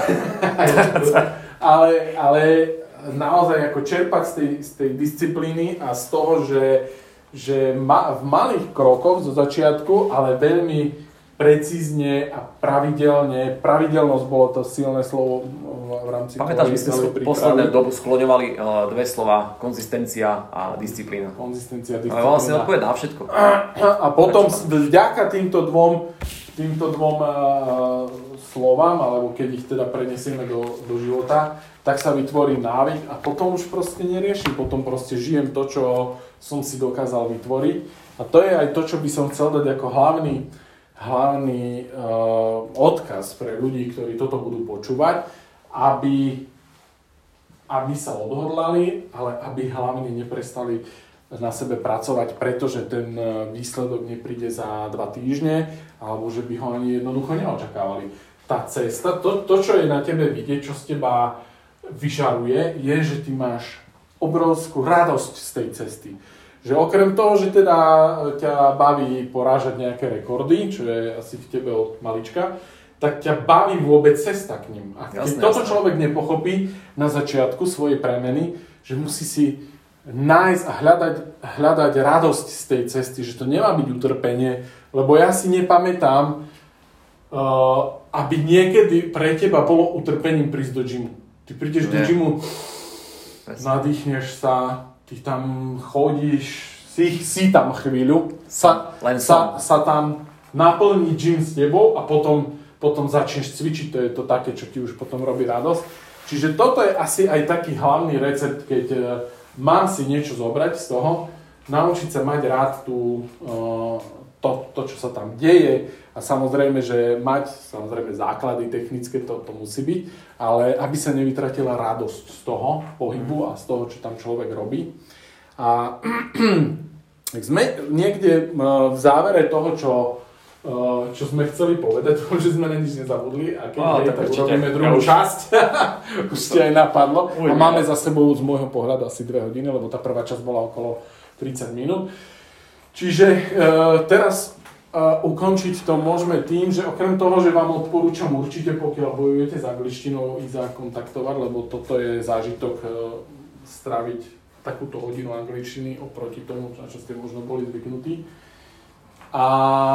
ale, ale naozaj ako čerpať z tej, z tej disciplíny a z toho, že, že ma, v malých krokoch zo začiatku, ale veľmi precízne a pravidelne, pravidelnosť bolo to silné slovo v rámci... Pamätáš, my sme v poslednej dobu skloňovali uh, dve slova, konzistencia a disciplína. Konzistencia a disciplína. Ale vlastne odpoveď na všetko. A potom vďaka týmto dvom, týmto dvom uh, slovám, alebo keď ich teda prenesieme do, do života, tak sa vytvorí návyk a potom už proste neriešim, potom proste žijem to, čo som si dokázal vytvoriť. A to je aj to, čo by som chcel dať ako hlavný hlavný uh, odkaz pre ľudí, ktorí toto budú počúvať, aby, aby sa odhodlali, ale aby hlavne neprestali na sebe pracovať, pretože ten výsledok nepríde za dva týždne, alebo že by ho ani jednoducho neočakávali. Tá cesta, to, to čo je na tebe vidieť, čo z teba vyžaruje, je, že ty máš obrovskú radosť z tej cesty. Že okrem toho, že teda ťa baví porážať nejaké rekordy, čo je asi v tebe od malička, tak ťa baví vôbec cesta k nim. A keď jasne, toto jasne. Človek nepochopí na začiatku svojej premeny, že musí si nájsť a hľadať, hľadať radosť z tej cesty, že to nemá byť utrpenie, lebo ja si nepamätám, uh, aby niekedy pre teba bolo utrpením prísť do gymu. Ty prídeš Nie. do gymu, nadýchneš sa, ty tam chodíš, si, si tam chvíľu, sa, sa, sa tam naplní gym s tebou a potom, potom začneš cvičiť, to je to také, čo ti už potom robí radosť. Čiže toto je asi aj taký hlavný recept, keď uh, mám si niečo zobrať z toho, naučiť sa mať rád tú, uh, to, to, čo sa tam deje a samozrejme, že mať samozrejme základy technické, to, to musí byť, ale aby sa nevytratila radosť z toho pohybu a z toho, čo tam človek robí. A sme niekde v závere toho, čo, čo sme chceli povedať, že sme na nič nezabudli a keď oh, je, tak urobíme druhú časť. Už ti aj napadlo. Uj, a máme za sebou z môjho pohľadu asi dve hodiny, lebo tá prvá časť bola okolo tridsať minút. Čiže teraz ukončiť to môžeme tým, že okrem toho, že vám odporúčam určite, pokiaľ bojujete s angličtinou, ísť zakontaktovať, lebo toto je zážitok straviť takúto hodinu angličtiny oproti tomu, na čo ste možno boli zvyknutí. A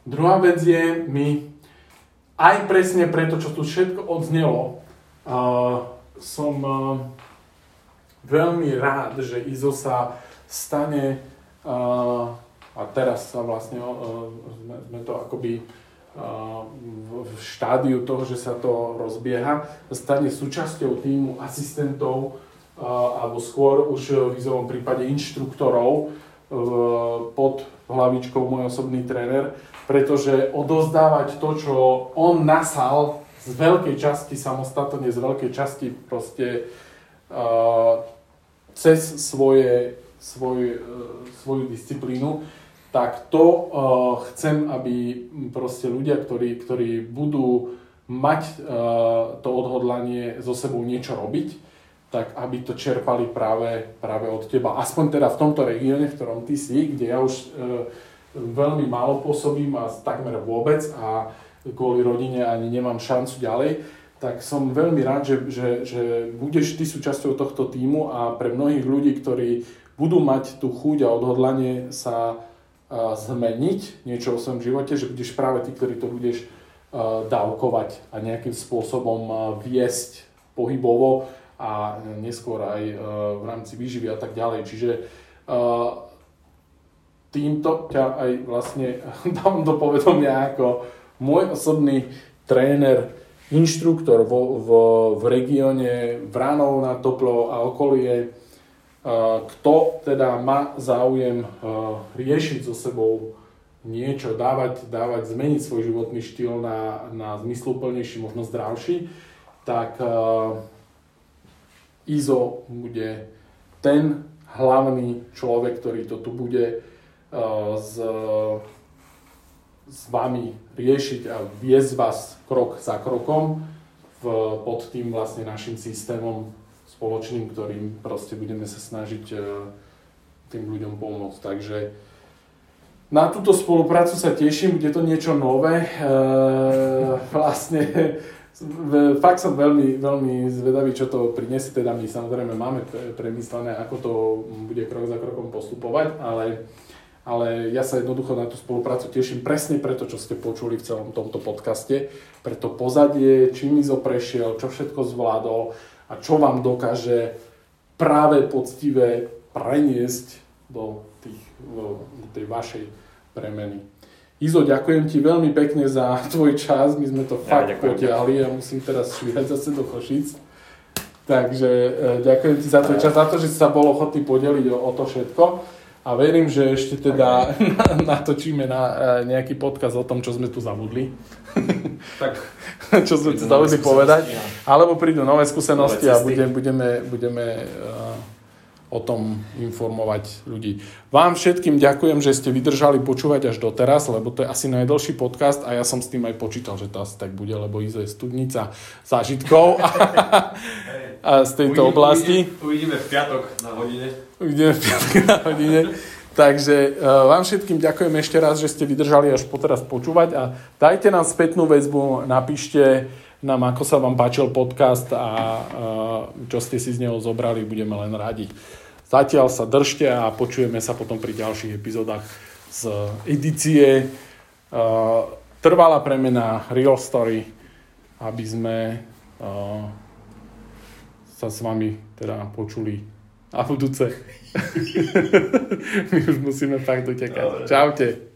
druhá vec je, my aj presne preto, čo tu všetko odznelo, uh, som uh, veľmi rád, že í es o sa stane, uh, a teraz sa vlastne uh, sme, sme to akoby uh, v štádiu toho, že sa to rozbieha, stane súčasťou týmu asistentov uh, alebo skôr už v í es ovom prípade inštruktorov uh, pod hlavičkou môj osobný tréner, pretože odozdávať to, čo on nasal z veľkej časti samostatne, z veľkej časti proste uh, cez svoje, svoj, uh, svoju disciplínu, tak to uh, chcem, aby proste ľudia, ktorí, ktorí budú mať uh, to odhodlanie so sebou niečo robiť, tak aby to čerpali práve, práve od teba. Aspoň teda v tomto regióne, v ktorom ty si, kde ja už uh, veľmi málo pôsobím a takmer vôbec a kvôli rodine ani nemám šancu ďalej, tak som veľmi rád, že, že, že budeš ty súčasťou tohto tímu a pre mnohých ľudí, ktorí budú mať tú chuť a odhodlanie sa uh, zmeniť niečo o svojom živote, že budeš práve ty, ktorý to budeš uh, dávkovať a nejakým spôsobom uh, viesť pohybovo a neskôr aj uh, v rámci výživy a tak ďalej. Čiže uh, týmto ťa aj vlastne dám do povedomia ako môj osobný tréner, inštruktor vo, vo, v regióne Vranov nad Toplou a okolie, kto teda má záujem riešiť so sebou niečo, dávať, dávať zmeniť svoj životný štýl na, na zmysluplnejší, možno zdravší, tak í es o bude ten hlavný človek, ktorý to tu bude s, s vami riešiť a viesť vás krok za krokom v, pod tým vlastne našim systémom spoločným, ktorým proste budeme sa snažiť tým ľuďom pomôcť. Takže na túto spoluprácu sa teším, bude to niečo nové. E, vlastne fakt som veľmi, veľmi zvedavý, čo to prinesie. Teda my samozrejme máme premyslené, ako to bude krok za krokom postupovať, ale Ale ja sa jednoducho na tú spoluprácu teším presne preto, čo ste počuli v celom tomto podcaste. Preto pozadie, čím í es o prešiel, čo všetko zvládol a čo vám dokáže práve poctivé preniesť do, tých, do tej vašej premeny. Izo, ďakujem ti veľmi pekne za tvoj čas. My sme to ja, fakt potiahli a ja musím teraz švíhať zase do Košíc. Takže ďakujem ti za tvoj čas, za to, že si sa bol ochotný podeliť o, o to všetko. A verím, že ešte teda natočíme na nejaký podcast o tom, čo sme tu zabudli. Tak, čo sme tu zabudli povedať. Alebo prídu nové skúsenosti nové a budeme, budeme, budeme uh, o tom informovať ľudí. Vám všetkým ďakujem, že ste vydržali počúvať až doteraz, lebo to je asi najdlhší podcast a ja som s tým aj počítal, že to asi tak bude, lebo Izo je studnica zážitkov a, a z tejto uvidíme, oblasti. Uvidíme v piatok na hodine. Uvidíme v piatok na hodine. Takže uh, vám všetkým ďakujem ešte raz, že ste vydržali až poteraz počúvať a dajte nám spätnú väzbu, napíšte nám, ako sa vám páčil podcast a uh, čo ste si z neho zobrali, budeme len radi. Zatiaľ sa držte a počujeme sa potom pri ďalších epizódach z edície uh, Trvalá premena Real Story, aby sme uh, sa s vami teda počuli a budúce. My už musíme fakt utekať. Čaute.